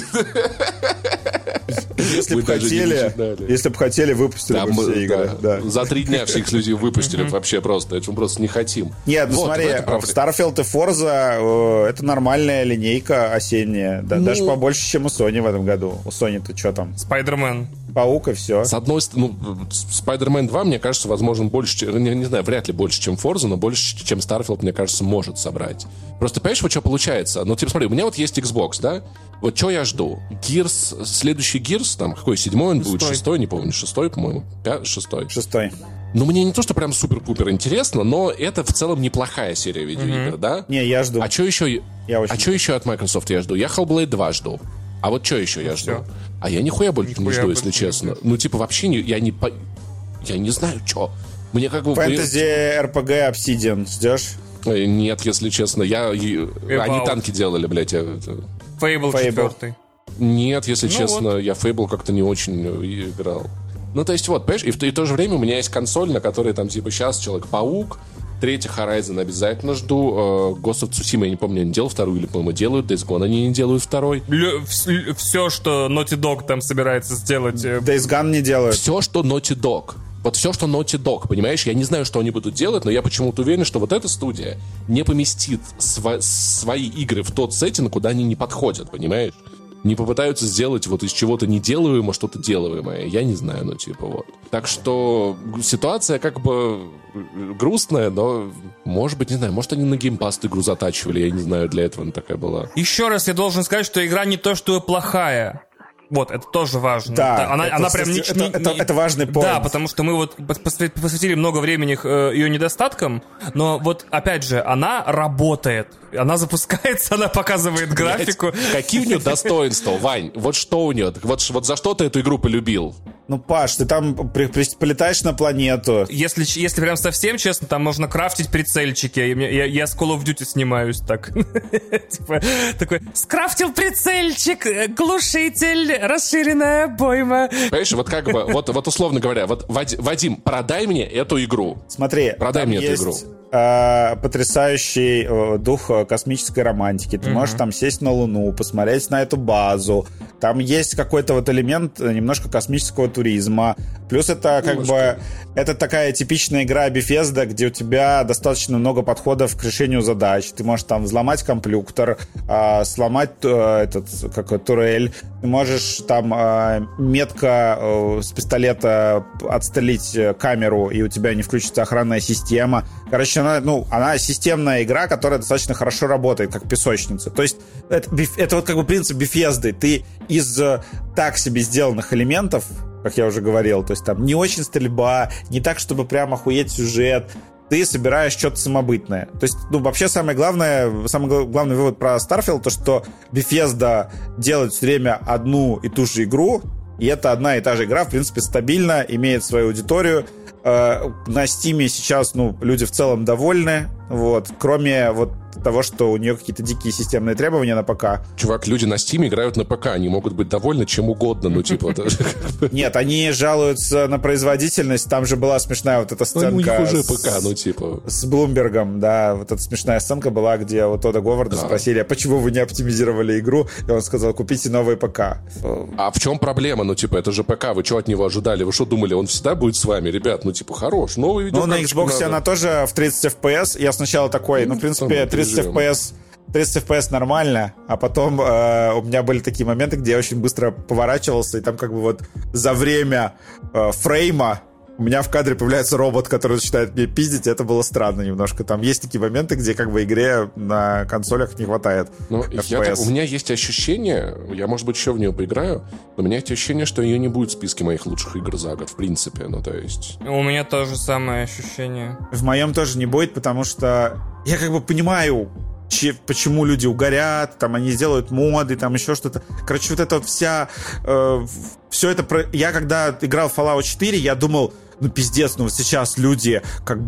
Если бы хотели, выпустили бы все игры. Да. За 3 дня все эксклюзивы выпустили вообще просто. Это мы просто не хотим. Нет, ну смотри, Starfield и Forza — это нормальная линейка осенняя. Даже побольше, чем у Sony в этом году. У Sony-то что там? Spider-Man. Паук и все. С одной стороны, Spider-Man 2, мне кажется, возможно, больше, не знаю, вряд ли больше, чем Forza, но больше, чем Starfield, мне кажется, может собрать. Просто, понимаешь, вот что получается? Ну, типа, смотри, у меня вот есть Xbox, да? Вот что я жду? Gears, следующий Gears, там, какой, 7-й он будет? 6-й, не помню, 6-й, по-моему? 6-й. 6-й. Ну, мне не то, что прям супер-пупер интересно, но это в целом неплохая серия видеоигр, да? Не, я жду. А что еще? Что еще от Microsoft я жду? Я Hellblade 2 жду. А вот что еще я жду? А я нихуя больше не жду, если честно. Ну, типа, вообще я не знаю, что. Мне как бы... Фэнтези RPG Obsidian ждешь? Нет, если честно. Они танки делали, блядь. Fable 4. Нет, если честно, вот. Я Fable как-то не очень играл. Ну, то есть, вот, понимаешь, и в то же время у меня есть консоль, на которой там, типа, сейчас Человек-паук, третий Horizon обязательно жду. Ghost of Tsushima, я не помню, они делают вторую или, по-моему, делают. Days Gone они не делают второй. Все, что Naughty Dog там собирается сделать. Days Gone не делают. Все, что Naughty Dog. Вот все, что Naughty Dog, понимаешь? Я не знаю, что они будут делать, но я почему-то уверен, что вот эта студия не поместит свои игры в тот сеттинг, куда они не подходят, понимаешь? Не попытаются сделать вот из чего-то неделаемого что-то делаемое. Я не знаю, ну типа вот. Так что ситуация как бы грустная, но может быть, не знаю, может они на геймпаст игру затачивали, я не знаю, для этого она такая была. Еще раз я должен сказать, что игра не то, что плохая. Вот, это тоже важно. Да, она прям это важный поинт. Да, потому что мы вот посвятили много времени ее недостаткам, но вот, опять же, она работает. Она запускается, она показывает графику. Какие у нее достоинства, Вань? Вот что у нее? Вот за что ты эту игру полюбил? Ну, Паш, ты там полетаешь на планету. Если прям совсем честно, там можно крафтить прицельчики. Я с Call of Duty снимаюсь так. Типа, такой, скрафтил прицельчик, глушитель, расширенная обойма. Понимаешь, вот как бы, вот условно говоря, вот, Вадим, продай мне эту игру. Смотри, продай мне эту игру. Потрясающий дух космической романтики. Ты можешь там сесть на Луну, посмотреть на эту базу. Там есть какой-то вот элемент немножко космического туризма. Плюс это как бы... Это такая типичная игра Bethesda, где у тебя достаточно много подходов к решению задач. Ты можешь там взломать компьютер, сломать турель. Ты можешь там метко с пистолета отстрелить камеру, и у тебя не включится охранная система. Короче, она системная игра, которая достаточно хорошо работает, как песочница. То есть это вот как бы принцип Bethesda. Ты из так себе сделанных элементов, как я уже говорил, то есть там не очень стрельба, не так, чтобы прям охуеть сюжет, ты собираешь что-то самобытное. То есть, вообще самый главный вывод про Starfield, то, что Bethesda делает все время одну и ту же игру, и это одна и та же игра, в принципе, стабильно, имеет свою аудиторию. На Steam сейчас, люди в целом довольны, кроме того, что у нее какие-то дикие системные требования на ПК. Чувак, люди на Steam играют на ПК, они могут быть довольны чем угодно, Нет, они жалуются на производительность, там же была смешная эта сценка. У них уже ПК, с Блумбергом, да, эта смешная сценка была, где у Тодда Говарда спросили, а почему вы не оптимизировали игру? И он сказал, купите новый ПК. А в чем проблема? Это же ПК, вы что от него ожидали? Вы что думали, он всегда будет с вами? Ребят, хорош, новый видеокарточку на Xbox она тоже в 30 FPS. Я сначала такой, в принципе, 30 FPS нормально, а потом у меня были такие моменты, где я очень быстро поворачивался, и там за время фрейма у меня в кадре появляется робот, который начинает мне пиздить, и это было странно немножко. Там есть такие моменты, где игре на консолях не хватает FPS. У меня есть ощущение, я, может быть, еще в нее поиграю, но у меня есть ощущение, что ее не будет в списке моих лучших игр за год, в принципе. У меня тоже самое ощущение. В моем тоже не будет, потому что я понимаю, почему люди угорят, они делают моды, еще что-то. Короче, вся... все это... Я когда играл в Fallout 4, я думал, пиздец, сейчас люди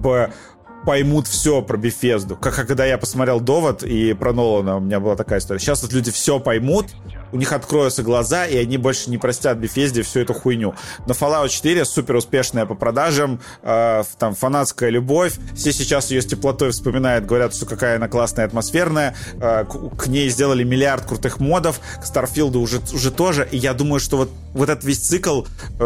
поймут все про Bethesda. Когда я посмотрел «Довод» и про Нолана, у меня была такая история. Сейчас люди все поймут, у них откроются глаза, и они больше не простят Bethesda всю эту хуйню. Но Fallout 4 супер успешная по продажам, фанатская любовь. Все сейчас ее с теплотой вспоминают, говорят, что какая она классная, атмосферная. К ней сделали миллиард крутых модов, к Starfield уже тоже. И я думаю, что этот весь цикл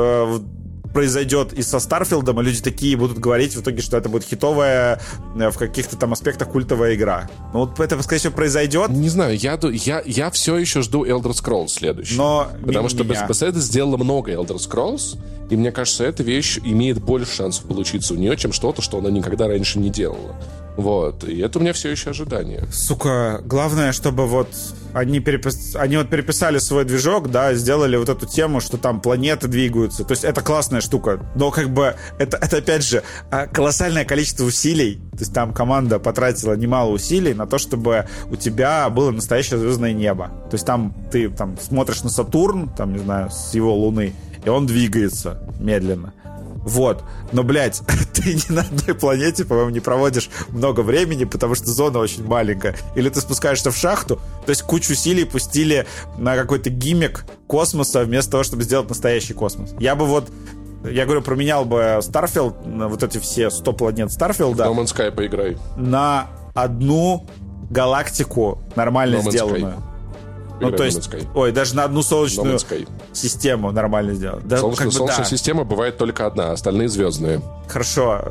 произойдет и со Старфилдом, и люди такие будут говорить в итоге, что это будет хитовая, в каких-то аспектах культовая игра. Это, скорее всего, произойдет. Не знаю, я все еще жду Elder Scrolls следующий. Потому что Bethesda сделала много Elder Scrolls, и мне кажется, эта вещь имеет больше шансов получиться у нее, чем что-то, что она никогда раньше не делала. И это у меня все еще ожидание. Сука, главное, чтобы они переписали свой движок, да, сделали эту тему, что там планеты двигаются. То есть это классная штука. Но это опять же колоссальное количество усилий. То есть там команда потратила немало усилий на то, чтобы у тебя было настоящее звездное небо. То есть ты смотришь на Сатурн, не знаю, с его луны, и он двигается медленно. Но, блядь, ты ни на одной планете, по-моему, не проводишь много времени, потому что зона очень маленькая. Или ты спускаешься в шахту, то есть кучу усилий пустили на какой-то гиммик космоса вместо того, чтобы сделать настоящий космос. Я говорю, променял бы Starfield на эти все 100 планет Starfield. No Man's Sky поиграй. На одну галактику нормально сделанную. То есть, даже на одну солнечную систему нормально сделать. Солнечная система бывает только одна, остальные звездные. Хорошо.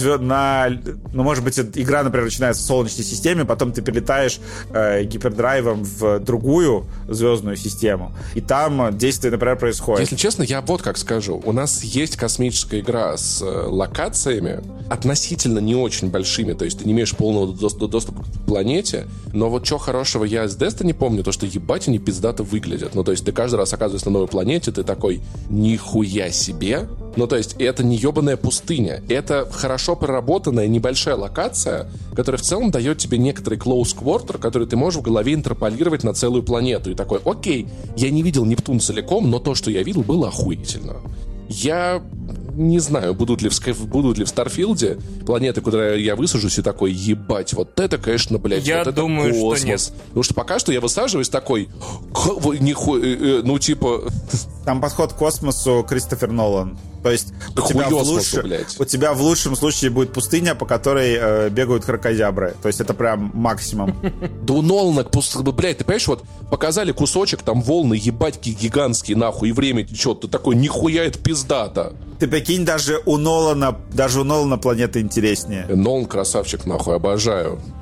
Может быть, игра, например, начинается в солнечной системе, потом ты перелетаешь гипердрайвом в другую звездную систему, и там действие, например, происходит. Если честно, я как скажу. У нас есть космическая игра с локациями, относительно не очень большими, то есть ты не имеешь полного доступа к планете, но что хорошего я с Destiny помню, то что ебать они пиздато выглядят. То есть ты каждый раз оказываешься на новой планете, ты такой, нихуя себе. То есть это не ебаная пустыня. Это хорошо проработанная небольшая локация, которая в целом дает тебе некоторый close quarter, который ты можешь в голове интерполировать на целую планету. И такой, окей, я не видел Нептун целиком, но то, что я видел, было охуительно. Я не знаю, будут ли в Старфилде планеты, куда я высажусь и такой, ебать, это, конечно, блядь, я это думаю, космос. что нет. Потому что пока что я высаживаюсь такой, Там подход к космосу Кристофер Нолан. То есть у тебя в лучшем случае будет пустыня, по которой бегают крокозябры. То есть это прям максимум. Да у Нолана, блядь, ты понимаешь, показали кусочек, там волны, ебать, гигантские, нахуй, и время течет. Ты такой, нихуя, это пиздата. Ты прикинь, даже у Нолана планета интереснее. Нолан красавчик, нахуй, обожаю.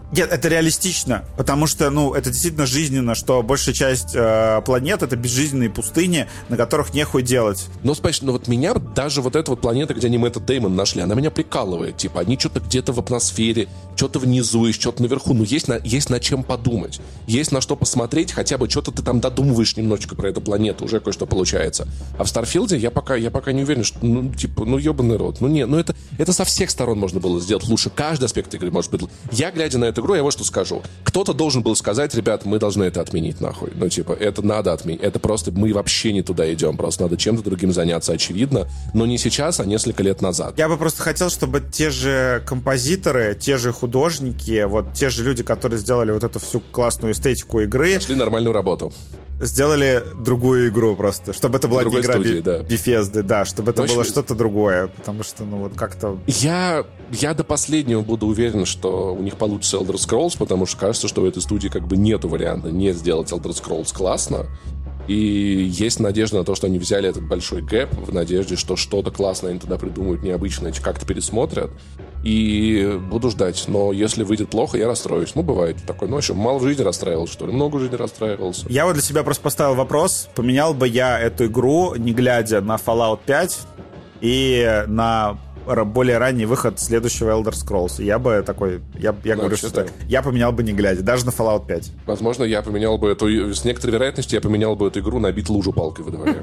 Нет, это реалистично, потому что, это действительно жизненно, что большая часть планет — это безжизненные пустыни, на которых нехуй делать. Ну, понимаешь, вот меня даже вот эта вот планета, где они Мэтта Дэймон нашли, она меня прикалывает. Типа, они что-то где-то в атмосфере, что-то внизу и что-то наверху. Ну, есть над чем подумать. Есть на что посмотреть, хотя бы что-то ты там додумываешь немножечко про эту планету, уже кое-что получается. А в Старфилде я пока не уверен, что, ебаный рот. Это со всех сторон можно было сделать лучше. Каждый аспект игры может быть. Я, глядя на эту игру, я вот что скажу. Кто-то должен был сказать: ребят, мы должны это отменить нахуй. Это надо отменить. Это просто мы вообще не туда идем. Просто надо чем-то другим заняться, очевидно. Но не сейчас, а несколько лет назад. Я бы просто хотел, чтобы те же композиторы, те же художники, вот те же люди, которые сделали вот эту всю классную эстетику игры, нашли нормальную работу. Сделали другую игру просто. Чтобы это была не игра Bethesda, да, чтобы это было что-то другое. Потому что, как-то... Я до последнего буду уверен, что у них получится Elder Scrolls, потому что кажется, что у этой студии как бы нету варианта не сделать Elder Scrolls классно. И есть надежда на то, что они взяли этот большой гэп в надежде, что что-то классное они туда придумают, необычное, как-то пересмотрят. И буду ждать. Но если выйдет плохо, я расстроюсь. Бывает такое. Еще мало в жизни расстраивался, что ли? Много в жизни расстраивался. Я вот для себя просто поставил вопрос, поменял бы я эту игру, не глядя на Fallout 5 и на более ранний выход следующего Elder Scrolls. Я бы такой... Я говорю, что я поменял бы не глядя, даже на Fallout 5. Возможно, я поменял бы эту... С некоторой вероятностью я поменял бы эту игру на бить лужу палкой во дворе.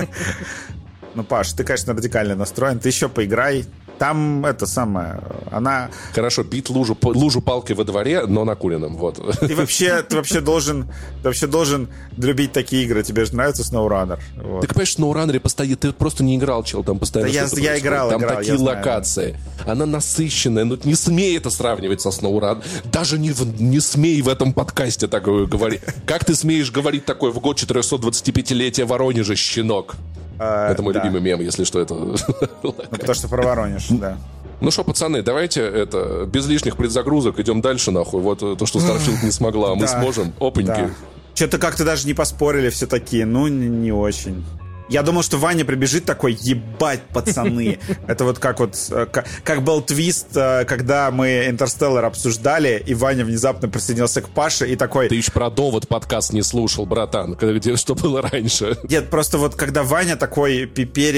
Паш, ты, конечно, радикально настроен. Ты еще поиграй. Там она... Хорошо, бить лужу палкой во дворе, но накуренным, вот. Ты вообще должен любить такие игры. Тебе же нравится SnowRunner. Вот. Ты понимаешь, в SnowRunner постоянно... Ты просто не играл, чел, там постоянно да я играл. Там такие локации. Она насыщенная. Не смей это сравнивать со SnowRunner. Даже не смей в этом подкасте такое говорить. Как ты смеешь говорить такое в год 425-летия Воронежа, щенок? Это мой любимый мем, если что, это... потому что про Воронеж, да. Ну что, пацаны, давайте без лишних предзагрузок идем дальше, нахуй. Вот то, что Starfield не смогла, а мы сможем. Опаньки. Что-то как-то даже не поспорили все такие, не очень. Я думал, что Ваня прибежит такой: ебать, пацаны. Это вот как был твист, когда мы Интерстеллар обсуждали, и Ваня внезапно присоединился к Паше и такой... Ты еще про довод подкаст не слушал, братан, что было раньше. Нет, просто вот когда Ваня такой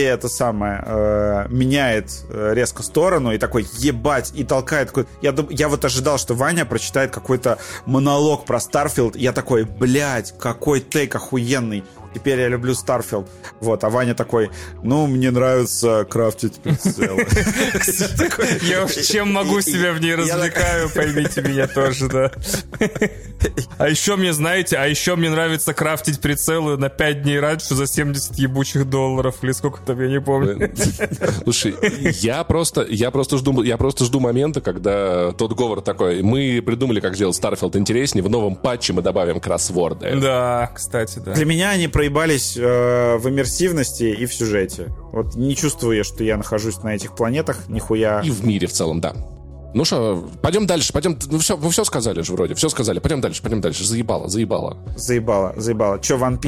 меняет резко сторону и такой: ебать, и толкает. Я вот ожидал, что Ваня прочитает какой-то монолог про Starfield, и я такой: блядь, какой тейк охуенный. Теперь я люблю Starfield. Вот, а Ваня такой: мне нравится крафтить прицелы. Я уж чем могу себя в ней развлекаю, поймите меня тоже, да. А еще мне нравится крафтить прицелы на 5 дней раньше за $70 ебучих, или сколько там, я не помню. Слушай, я просто жду момента, когда тот Говард такой: мы придумали, как сделать Starfield интереснее, в новом патче мы добавим кроссворды. Да, кстати, да. Для меня они проебались в иммерсивности и в сюжете. Вот не чувствую я, что я нахожусь на этих планетах, нихуя. И в мире в целом, да. Ну что, пойдем дальше, вы все сказали же вроде, все сказали, пойдем дальше, заебало. Че, One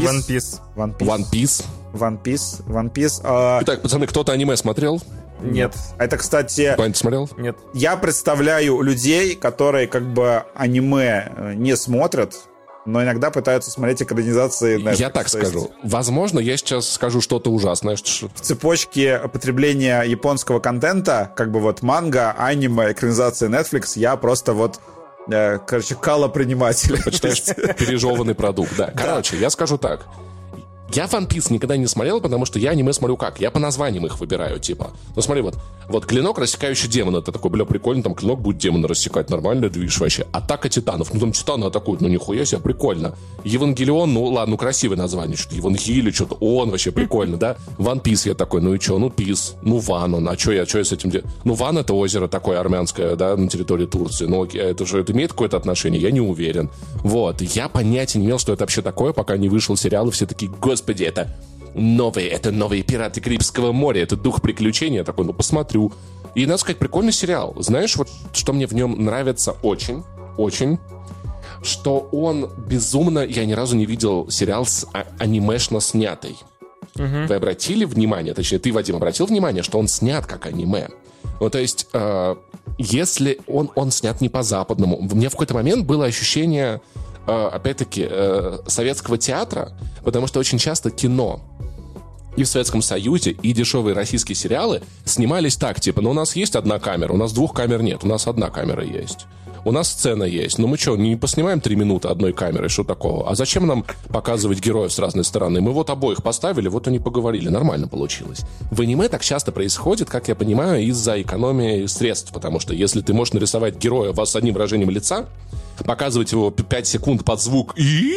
Piece? Итак, пацаны, кто-то аниме смотрел? Нет. Это, кстати... Кто-нибудь смотрел? Нет. Я представляю людей, которые как бы аниме не смотрят, но иногда пытаются смотреть экранизации Netflix. Я так скажу. Возможно, я сейчас скажу что-то ужасное. В цепочке потребления японского контента, как бы вот манга, аниме, экранизации Netflix, я просто калоприниматель. Почитаешь пережеванный продукт, да. Короче, я скажу так. Я One Piece никогда не смотрел, потому что я аниме смотрю как? Я по названиям их выбираю, типа. Ну смотри, вот клинок, рассекающий демона. Это такой, прикольно, там клинок будет демона рассекать, нормально движ вообще. Атака титанов, там титаны атакуют, нихуя себе, прикольно. Евангелион, ладно, красивое название, что-то Евангелие, что-то он вообще прикольно, да. One Piece я такой, и что, Piece, Ван он, а что я с этим делаю? Ван это озеро такое армянское, да, на территории Турции, это имеет какое-то отношение? Я не уверен. Вот, я понятия не имел, что это вообще такое, пока не вышел сериал, и все такие: господи, это новые «Пираты Карибского моря», это дух приключений. Я такой, посмотрю. И, надо сказать, прикольный сериал. Знаешь, вот что мне в нем нравится очень, что он безумно... Я ни разу не видел сериал анимешно снятый. Вы обратили внимание, точнее, ты, Вадим, обратил внимание, что он снят как аниме? Ну, то есть, если он снят не по-западному... У меня в какой-то момент было ощущение, опять-таки, советского театра, потому что очень часто кино и в Советском Союзе, и дешевые российские сериалы снимались так, типа, ну, у нас есть одна камера, у нас 2 камер нет, у нас одна камера есть. У нас сцена есть. Ну мы что, не поснимаем 3 минуты одной камерой, что такого? А зачем нам показывать героев с разной стороны? Мы вот обоих поставили, вот они поговорили. Нормально получилось. В аниме так часто происходит, как я понимаю, из-за экономии средств. Потому что если ты можешь нарисовать героя с одним выражением лица, показывать его 5 секунд под звук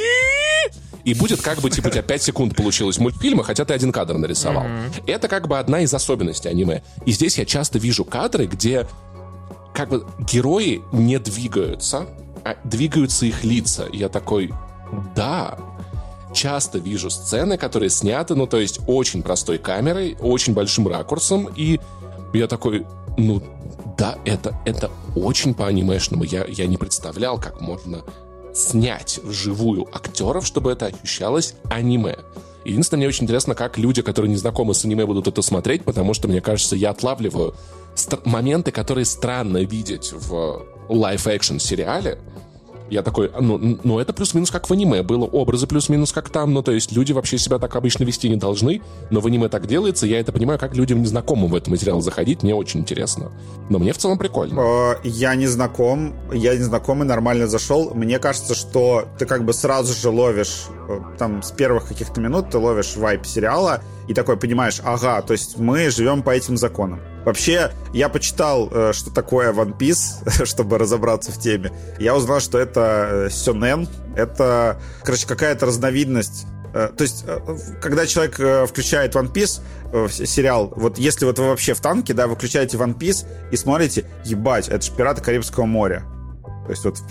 и будет как бы, типа, у тебя 5 секунд получилось мультфильма, хотя ты 1 кадр нарисовал. Это как бы одна из особенностей аниме. И здесь я часто вижу кадры, где как бы герои не двигаются, а двигаются их лица. И я такой, да, часто вижу сцены, которые сняты, ну, то есть очень простой камерой, очень большим ракурсом, и я такой, ну, да, это очень по-анимешному. Я не представлял, как можно снять вживую актеров, чтобы это ощущалось аниме. Единственное, мне очень интересно, как люди, которые не знакомы с аниме, будут это смотреть, потому что, мне кажется, я отлавливаю моменты, которые странно видеть в лайв-экшн сериале. Я такой, ну это плюс-минус как в аниме было, образы плюс-минус как там, ну то есть люди вообще себя так обычно вести не должны, но в аниме так делается, я это понимаю, как людям незнакомым в этот материал заходить, мне очень интересно. Но мне в целом прикольно. Я не знаком и нормально зашел. Мне кажется, что ты как бы сразу же ловишь, там с первых каких-то минут ты ловишь вайб сериала и такой понимаешь, ага, то есть мы живем по этим законам. Вообще, я почитал, что такое One Piece, чтобы разобраться в теме. Я узнал, что это сёнэн. Это, короче, какая-то разновидность. То есть, когда человек включает One Piece, сериал, вот если вот вы вообще в танке, да, вы включаете One Piece и смотрите, ебать, это же «Пираты Карибского моря». То есть вот в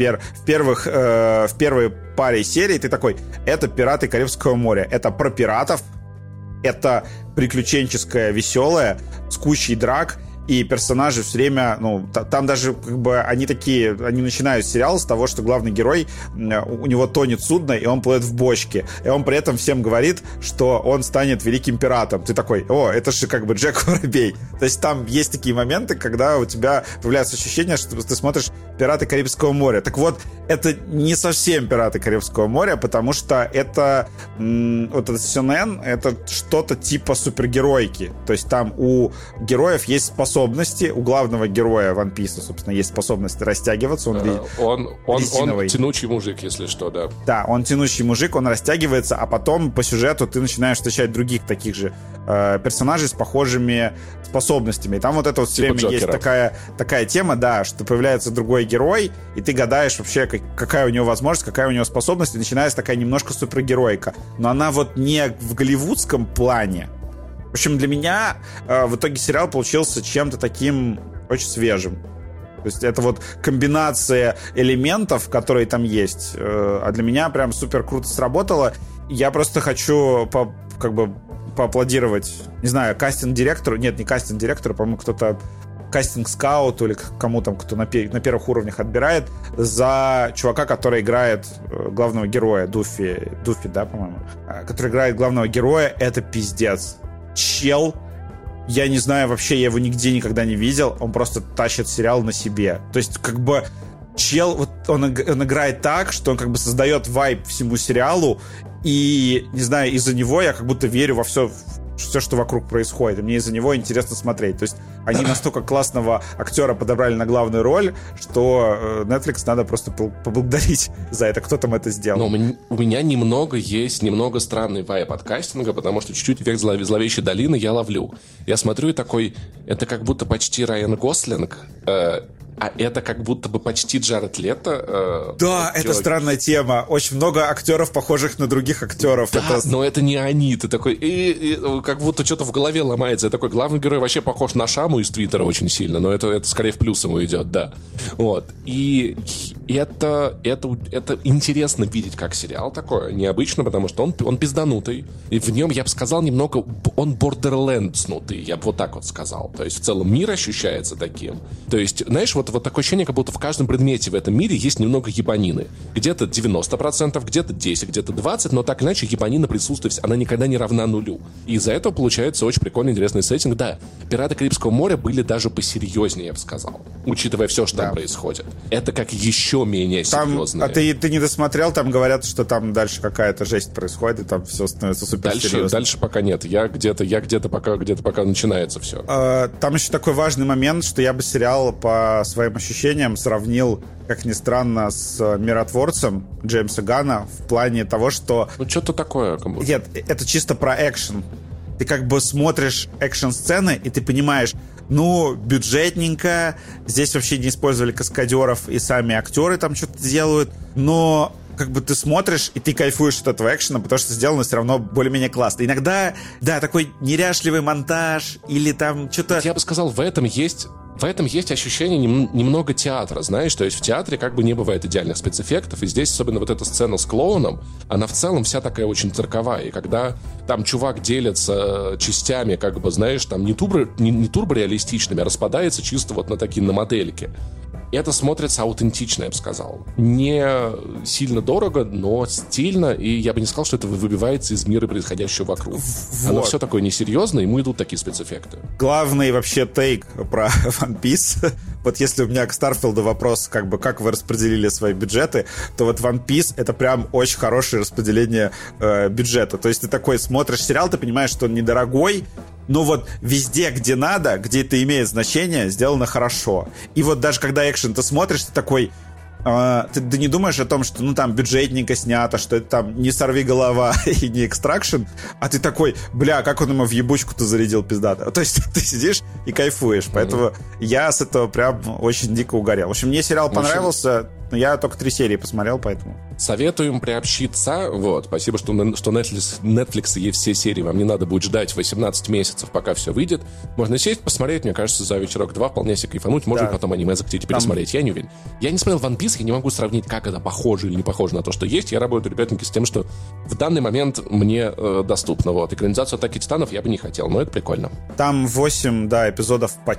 первой паре серий ты такой, это «Пираты Карибского моря». Это про пиратов, это приключенческое, веселое, с кучей драк, и персонажи все время, ну, там даже как бы они начинают сериал с того, что главный герой, у него тонет судно, и он плывет в бочке, и он при этом всем говорит, что он станет великим пиратом. Ты такой, о, это же как бы Джек Воробей. То есть там есть такие моменты, когда у тебя появляется ощущение, что ты смотришь «Пираты Карибского моря». Так вот, это не совсем «Пираты Карибского моря», потому что это вот этот сёнэн, это что-то типа супергеройки. То есть там у героев есть способности, у главного героя One Piece, собственно, есть способность растягиваться. Он тянучий мужик, если что, да. Да, он тянучий мужик, он растягивается, а потом по сюжету ты начинаешь встречать других таких же персонажей с похожими способностями. И там вот это вот все время Джокера. Есть такая тема, да, что появляется другой герой, и ты гадаешь вообще, какая у него возможность, какая у него способность, и начинается такая немножко супергеройка. Но она вот не в голливудском плане. В общем, для меня в итоге сериал получился чем-то таким очень свежим. То есть это вот комбинация элементов, которые там есть. А для меня прям супер круто сработало. Я просто хочу поаплодировать, не знаю, кастинг-директору. Нет, не кастинг-директору, по-моему, кто-то кастинг-скауту или кому там, кто на первых уровнях отбирает, за чувака, который играет главного героя, Дуфи, да, по-моему, который играет главного героя. Это пиздец. Чел, я не знаю, вообще я его нигде никогда не видел, он просто тащит сериал на себе. То есть как бы чел, вот он играет так, что он как бы создает вайб всему сериалу, и, не знаю, из-за него я как будто верю во все, что вокруг происходит, и мне из-за него интересно смотреть. То есть они настолько классного актера подобрали на главную роль, что Netflix надо просто поблагодарить за это, кто там это сделал. Но у меня немного странный вайб от кастинга, потому что чуть-чуть эффект зловещей долины я ловлю. Я смотрю и такой, это как будто почти Райан Гослинг, а это как будто бы почти Джаред Лето. Да, это странная тема. Очень много актеров, похожих на других актеров. Да, но это не они. Ты такой, как будто что-то в голове ломается. Я такой, главный герой вообще похож на Шаму из Твиттера очень сильно, но это скорее в плюс ему идет, да. Вот. И это интересно видеть как сериал такой, необычно, потому что он пизданутый. И в нем, я бы сказал, немного он бордерлендснутый, я бы вот так вот сказал. То есть в целом мир ощущается таким. То есть, знаешь, вот это вот такое ощущение, как будто в каждом предмете в этом мире есть немного ебанины. Где-то 90%, где-то 10%, где-то 20%, но так или иначе ебанина присутствует, она никогда не равна нулю. И из-за этого получается очень прикольный, интересный сеттинг. Да, «Пираты Карибского моря» были даже посерьезнее, я бы сказал, учитывая все, что там происходит. Это как еще менее серьезное. А ты не досмотрел, там говорят, что там дальше какая-то жесть происходит, и там все становится супер серьезно. Дальше пока нет. Я где-то пока начинается все. Там еще такой важный момент, что я бы сериал по своим ощущениям сравнил, как ни странно, с «Миротворцем» Джеймса Ганна в плане того, что... Ну, что-то такое. Нет, это чисто про экшен. Ты как бы смотришь экшн-сцены, и ты понимаешь, ну, бюджетненько, здесь вообще не использовали каскадеров, и сами актеры там что-то делают, но... как бы ты смотришь, и ты кайфуешь от этого экшена, потому что сделано все равно более-менее классно. Иногда, да, такой неряшливый монтаж, или там что-то... Я бы сказал, в этом есть ощущение немного театра, знаешь, то есть в театре как бы не бывает идеальных спецэффектов, и здесь особенно вот эта сцена с клоуном, она в целом вся такая очень цирковая, и когда там чувак делится частями, как бы, знаешь, там не турбореалистичными, а распадается чисто вот на такие, на модельки. И это смотрится аутентично, я бы сказал. Не сильно дорого, но стильно, и я бы не сказал, что это выбивается из мира происходящего вокруг. Вот. Оно все такое несерьезное, ему идут такие спецэффекты. Главный вообще тейк про One Piece. Вот если у меня к Старфилду вопрос, как бы, как вы распределили свои бюджеты, то вот One Piece — это прям очень хорошее распределение бюджета. То есть ты такой смотришь сериал, ты понимаешь, что он недорогой, но вот везде, где надо, где это имеет значение, сделано хорошо. И вот даже когда экшен ты смотришь, ты такой... ты не думаешь о том, что, ну, там, бюджетненько снято, что это там не «Сорви голова» и не «Экстракшн», а ты такой, бля, как он ему в ебучку-то зарядил пиздато. То есть ты сидишь и кайфуешь. Поэтому я с этого прям очень дико угорел. В общем, мне сериал понравился, но я только 3 серии посмотрел, поэтому... Советуем приобщиться. Вот. Спасибо, что Netflix есть все серии. Вам не надо будет ждать 18 месяцев, пока все выйдет. Можно сесть, посмотреть, мне кажется, за вечерок-два вполне себе кайфануть. Может быть, потом аниме захотите пересмотреть. Я не уверен. Я не смотрел One Piece, я не могу сравнить, как это похоже или не похоже на то, что есть. Я работаю, ребятники, с тем, что в данный момент мне доступно. Вот. Экранизацию «Атаки Титанов» я бы не хотел, но это прикольно. Там 8, эпизодов по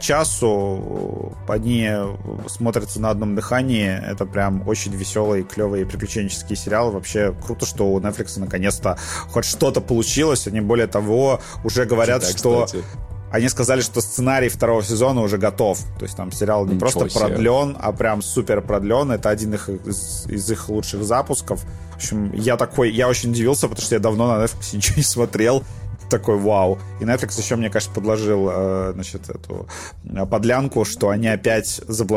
часу. Они смотрятся на одном дыхании. Это прям очень веселый, клевый приключенческий сериал. Вообще круто, что у Netflix наконец-то хоть что-то получилось. Они, более того, уже говорят, что... Кстати. Они сказали, что сценарий 2-го сезона уже готов. То есть там сериал не просто продлен, а прям супер продлен. Это один из их лучших запусков. В общем, я очень удивился, потому что я давно на Netflix ничего не смотрел. Такой вау. И Netflix еще, мне кажется, подложил эту подлянку, что они опять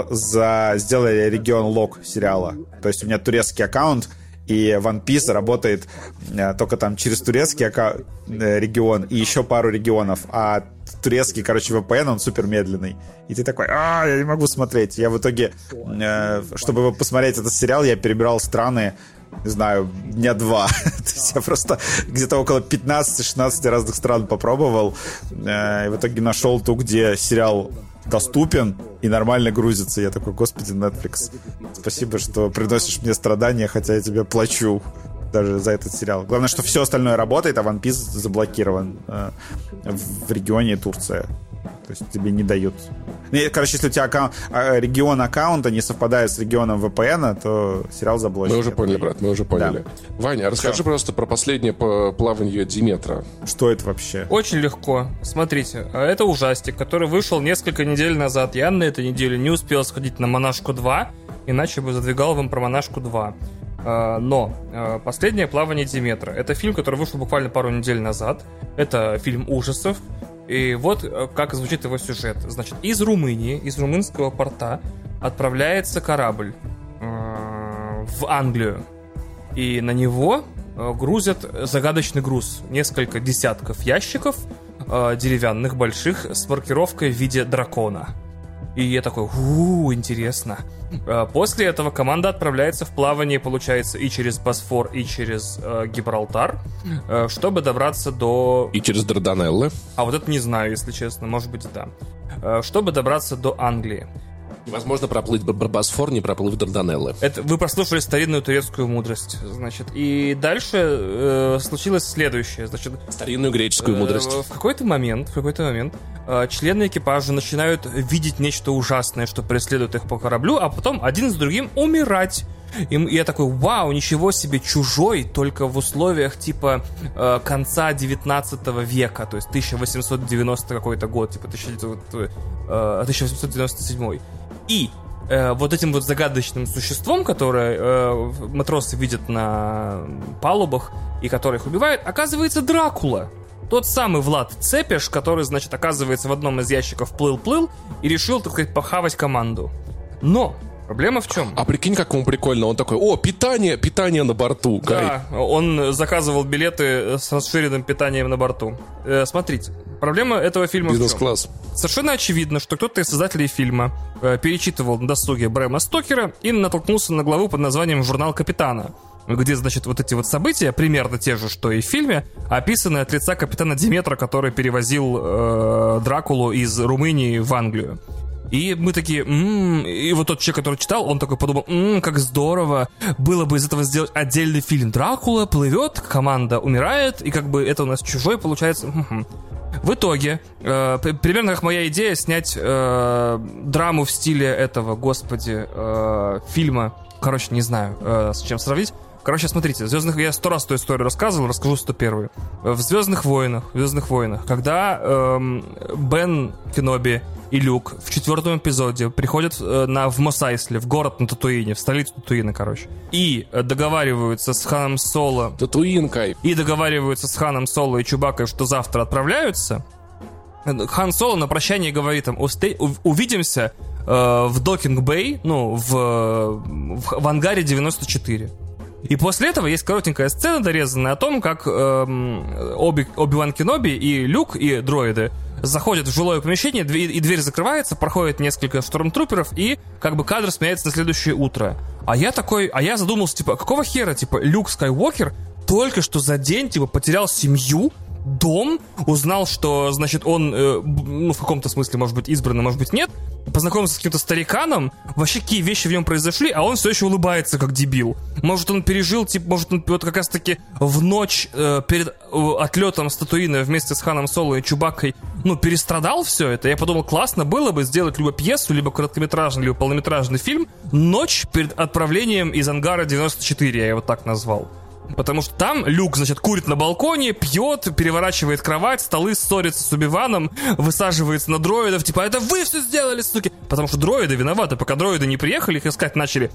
сделали регион-лог сериала. То есть у меня турецкий аккаунт, и One Piece работает только там через турецкий регион и еще пару регионов. А турецкий, VPN, он супер медленный. И ты такой, я не могу смотреть. Я в итоге, чтобы посмотреть этот сериал, я перебирал страны, не знаю, дня 2. То есть я просто где-то около 15-16 разных стран попробовал. И в итоге нашел ту, где сериал доступен и нормально грузится. Я такой, господи, Netflix, спасибо, что приносишь мне страдания, хотя я тебе плачу даже за этот сериал. Главное, что все остальное работает, а One Piece заблокирован в регионе Турция. То есть тебе не дают. Если у тебя регион аккаунта не совпадает с регионом VPN, то сериал заблочен. Мы уже поняли, брат, мы уже поняли. Да. Ваня, расскажи просто про последнее плавание Диметра. Что это вообще? Очень легко. Смотрите, это ужастик, который вышел несколько недель назад. Я на этой неделе не успел сходить на «Монашку 2», иначе бы задвигал вам про «Монашку 2». Но «Последнее плавание Диметра» — это фильм, который вышел буквально пару недель назад. Это фильм ужасов. И вот как звучит его сюжет. Значит, из Румынии, из румынского порта отправляется корабль в Англию. И на него грузят загадочный груз. Несколько десятков ящиков деревянных, больших, с маркировкой в виде дракона. И я такой, интересно. После этого команда отправляется в плавание, получается, и через Босфор, и через Гибралтар, чтобы добраться до... И через Дарданеллы. А вот это не знаю, если честно, может быть, да. Чтобы добраться до Англии. Невозможно проплыть Босфор, не проплыв Дарданеллы. Это вы прослушали старинную турецкую мудрость, значит. И дальше случилось следующее, значит. Старинную греческую мудрость. В какой-то момент члены экипажа начинают видеть нечто ужасное, что преследует их по кораблю, а потом один за другим умирать. И я такой, вау, ничего себе, Чужой, только в условиях типа конца 19 века, то есть 1890 какой-то год, типа 1897. И вот этим вот загадочным существом, которое матросы видят на палубах и которое их убивает, оказывается Дракула. Тот самый Влад Цепеш, который, значит, оказывается в одном из ящиков плыл и решил, так сказать, похавать команду. Но проблема в чем? А прикинь, как ему прикольно. Он такой, питание на борту. Да, он заказывал билеты с расширенным питанием на борту. Смотрите, проблема этого фильма в чем? Бизнес-класс. Совершенно очевидно, что кто-то из создателей фильма перечитывал на досуге Брэма Стокера и натолкнулся на главу под названием «Журнал капитана», где, значит, вот эти вот события, примерно те же, что и в фильме, описаны от лица капитана Диметра, который перевозил Дракулу из Румынии в Англию. И мы такие, и вот тот человек, который читал, он такой подумал, как здорово, было бы из этого сделать отдельный фильм. Дракула плывет, команда умирает, и как бы это у нас Чужой получается. В итоге, примерно как моя идея снять драму в стиле этого, фильма, короче, не знаю, с чем сравнить. Короче, смотрите, я 100 раз эту историю рассказывал, расскажу 101-ю. В «Звездных войнах», когда Бен Кеноби и Люк в 4-м эпизоде приходят в Мос-Айсли, в город на Татуине, в столицу Татуина, короче, и договариваются с Ханом Соло. Татуинкой. И договариваются с Ханом Соло и Чубакой, что завтра отправляются. Хан Соло на прощание говорит им, увидимся в Докинг-Бэй, в ангаре 94. И после этого есть коротенькая сцена, дорезанная о том, как Оби-Ван Кеноби и Люк, и дроиды заходят в жилое помещение, и дверь закрывается, проходит несколько штормтруперов, и как бы кадр сменяется на следующее утро. А я задумался, типа, какого хера, типа, Люк Скайуокер только что за день, типа, потерял семью, дом, узнал, что, значит, он, в каком-то смысле, может быть, избранный, может быть, нет, познакомился с каким-то стариканом, вообще какие вещи в нем произошли, а он все еще улыбается, как дебил. Может, он пережил, типа, может, он вот как раз-таки в ночь перед отлетом с Татуина вместе с Ханом Соло и Чубакой, перестрадал все это. Я подумал, классно было бы сделать либо пьесу, либо короткометражный, либо полнометражный фильм «Ночь перед отправлением из ангара 94», я его так назвал. Потому что там Люк, значит, курит на балконе, пьет, переворачивает кровать, столы, ссорится с Оби-Ваном, высаживается на дроидов, типа, это вы все сделали, суки! Потому что дроиды виноваты, пока дроиды не приехали, их искать начали,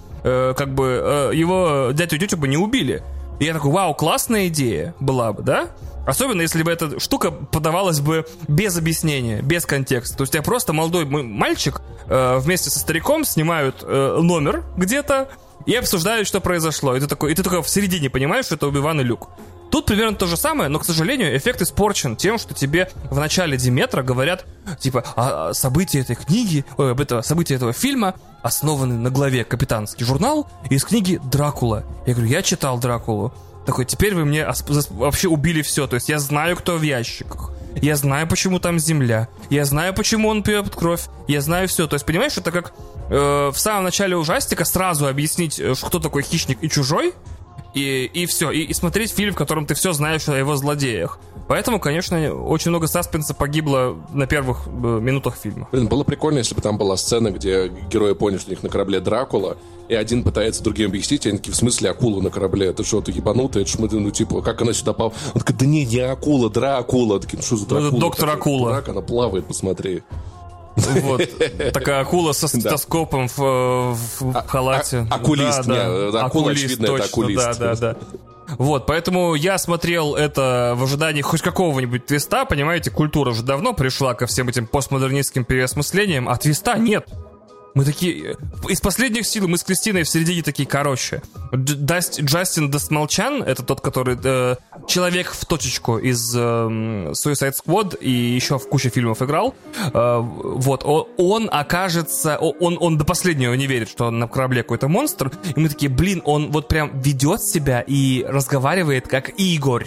его дядю и тетю бы не убили. И я такой, вау, классная идея была бы, да? Особенно, если бы эта штука подавалась бы без объяснения, без контекста. То есть я просто молодой мальчик вместе со стариком снимают номер где-то, и обсуждают, что произошло. И ты только в середине понимаешь, что это Оби-Ван и Люк. Тут примерно то же самое, но, к сожалению, эффект испорчен тем, что тебе в начале Диметра говорят, типа, события этой книги, события этого фильма основаны на главе «Капитанский журнал» из книги «Дракула». Я говорю, я читал «Дракулу». Такой, теперь вы мне вообще убили все. То есть я знаю, кто в ящиках. Я знаю, почему там земля. Я знаю, почему он пьет кровь. Я знаю все. То есть, понимаешь, это как в самом начале ужастика сразу объяснить, кто такой хищник и чужой, и все. И смотреть фильм, в котором ты все знаешь о его злодеях. Поэтому, конечно, очень много саспенса погибло на первых минутах фильма. Блин, было прикольно, если бы там была сцена, где герои поняли, что у них на корабле Дракула, и один пытается другим объяснить, и они такие, в смысле акула на корабле? Это что, ты ебанутый? Это типа, как она сюда попала? Он такой, да не акула, Дракула. Такие, что за Дракула? Это доктор Акула. Драк, она плавает, посмотри. Вот, такая акула со стетоскопом в халате. Окулист, акула, очевидно, это окулист. Да. Вот, поэтому я смотрел это в ожидании хоть какого-нибудь твиста, понимаете, культура уже давно пришла ко всем этим постмодернистским переосмыслениям, а твиста нет. Мы такие... Из последних сил мы с Кристиной в середине такие, короче. Джастин Десмолчан, это тот, который... человек в точечку из Suicide Squad и еще в куче фильмов играл. Вот, он окажется... Он до последнего не верит, что он на корабле какой-то монстр. И мы такие, блин, он вот прям ведет себя и разговаривает как Игорь.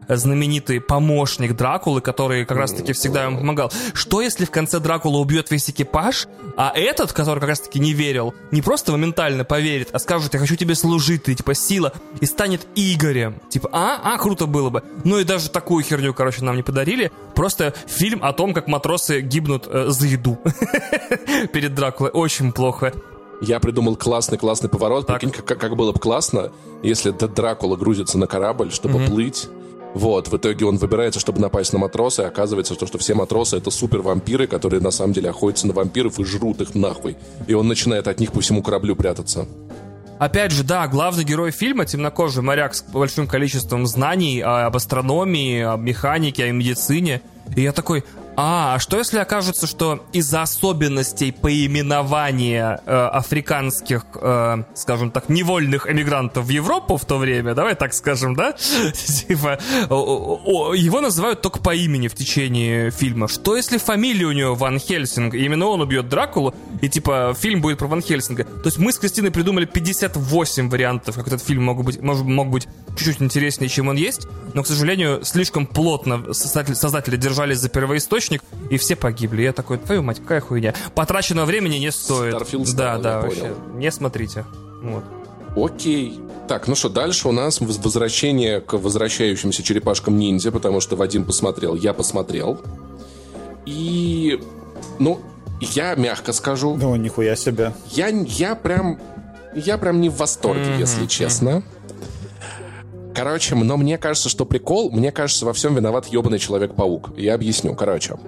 знаменитый помощник Дракулы, который как раз-таки всегда ему помогал. Что если в конце Дракула убьет весь экипаж, а этот, который как раз-таки не верил, не просто моментально поверит, а скажет: я хочу тебе служить, ты типа сила, и станет Игорем. Типа, круто было бы. Ну и даже такую херню, короче, нам не подарили. Просто фильм о том, как матросы гибнут за еду перед Дракулой. Очень плохо. Я придумал классный поворот. Прикинь, как было бы классно, если Дракула грузится на корабль, чтобы плыть. Вот, в итоге он выбирается, чтобы напасть на матросы, и оказывается, что все матросы — это супер-вампиры, которые на самом деле охотятся на вампиров и жрут их нахуй. И он начинает от них по всему кораблю прятаться. Опять же, да, главный герой фильма — темнокожий моряк с большим количеством знаний об астрономии, об механике, о медицине. И я такой: а что если окажется, что из-за особенностей поименования африканских, скажем так, невольных эмигрантов в Европу в то время, давай так скажем, да? Типа, его называют только по имени в течение фильма. Что если фамилия у него Ван Хельсинг, и именно он убьет Дракулу, и типа фильм будет про Ван Хельсинга? То есть мы с Кристиной придумали 58 вариантов, как этот фильм мог быть чуть-чуть интереснее, чем он есть, но, к сожалению, слишком плотно создатели держались за первоисточник, и все погибли. Я такой: твою мать, какая хуйня. Потраченного времени не стоит. Starfield да, вообще. Не смотрите. Вот. Окей. Так, ну что, дальше у нас возвращение к возвращающимся черепашкам-ниндзя, потому что Вадим посмотрел, я посмотрел. И, я мягко скажу. Ну, нихуя себе. Я прям не в восторге, если честно. Короче, но мне кажется, что прикол, мне кажется, во всем виноват ебаный Человек-паук. Я объясню, короче.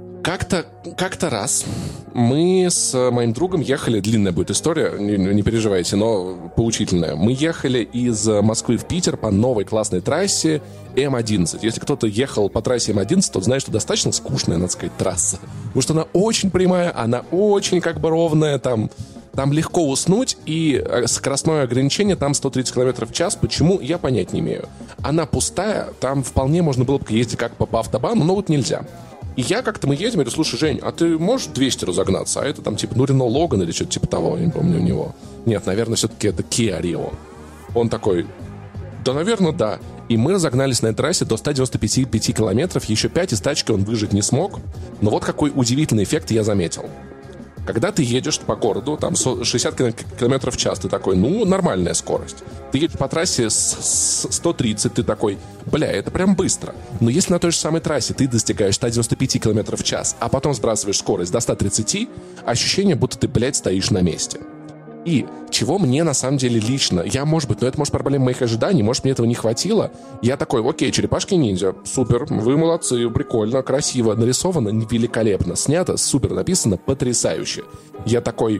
Как-то раз мы с моим другом ехали, длинная будет история, не переживайте, но поучительная. Мы ехали из Москвы в Питер по новой классной трассе М11. Если кто-то ехал по трассе М11, тот знает, что достаточно скучная, надо сказать, трасса. Потому что она очень прямая, она очень ровная, там легко уснуть, и скоростное ограничение там 130 км в час. Почему, я понять не имею. Она пустая, там вполне можно было бы ездить как по автобану, но вот нельзя. И мы едем, я говорю: слушай, Жень, а ты можешь 200 разогнаться? А это там типа Рено Логан или что-то типа того, я не помню у него. Нет, наверное, все-таки это Kia Rio. Он такой: да, наверное, да. И мы разогнались на этой трассе до 195 километров, еще 5 из тачки он выжить не смог. Но вот какой удивительный эффект я заметил. Когда ты едешь по городу, там 60 км в час, ты такой: нормальная скорость. Ты едешь по трассе с 130, ты такой: бля, это прям быстро. Но если на той же самой трассе ты достигаешь 195 км в час, а потом сбрасываешь скорость до 130, ощущение, будто ты, блядь, стоишь на месте. И чего мне на самом деле лично, это может проблема моих ожиданий, может мне этого не хватило. Я такой: окей, черепашки-ниндзя, супер, вы молодцы, прикольно, красиво, нарисовано, великолепно, снято, супер, написано, потрясающе. Я такой: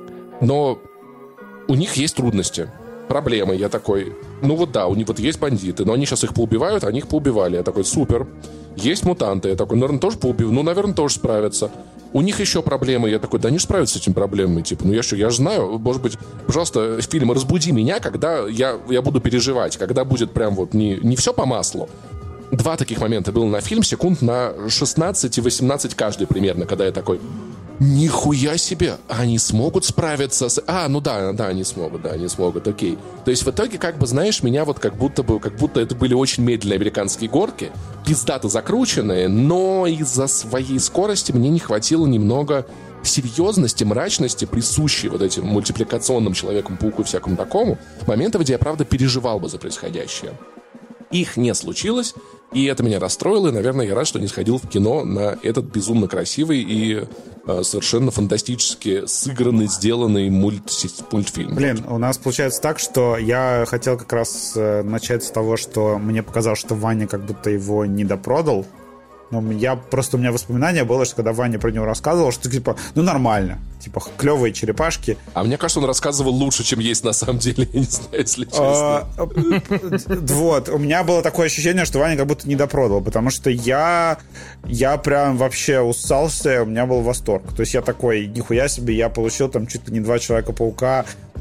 но у них есть трудности, проблемы. Я такой: у них вот есть бандиты, но они сейчас их поубивают, они их поубивали. Я такой: супер. Есть мутанты, я такой: наверное, тоже поубивают, наверное, тоже справятся. У них еще проблемы. Я такой: да они же справятся с этими проблемами. Типа, я же знаю. Может быть, пожалуйста, фильм, разбуди меня, когда я буду переживать, когда будет прям вот не все по маслу. 2 таких момента было на фильм, секунд на 16 и 18 каждый примерно, когда я такой: нихуя себе, они смогут справиться с... Да, они смогут, окей. То есть в итоге, знаешь, меня вот как будто это были очень медленные американские горки, пиздато закрученные, но из-за своей скорости мне не хватило немного серьезности, мрачности, присущей вот этим мультипликационным Человеку-пауку и всякому такому, моментов, где я, правда, переживал бы за происходящее. Их не случилось, и это меня расстроило, и, наверное, я рад, что не сходил в кино на этот безумно красивый и совершенно фантастически сыгранный, сделанный мультфильм. Блин, у нас получается так, что я хотел как раз начать с того, что мне показалось, что Ваня как будто его недопродал. Но у меня воспоминание было, что когда Ваня про него рассказывал, что типа, нормально. Типа, клевые черепашки. А мне кажется, он рассказывал лучше, чем есть на самом деле. Я не знаю, если честно. Вот. У меня было такое ощущение, что Ваня как будто недопродал, потому что я прям вообще уссался, у меня был восторг. То есть я такой: нихуя себе, я получил там чуть ли не 2 Человека-паука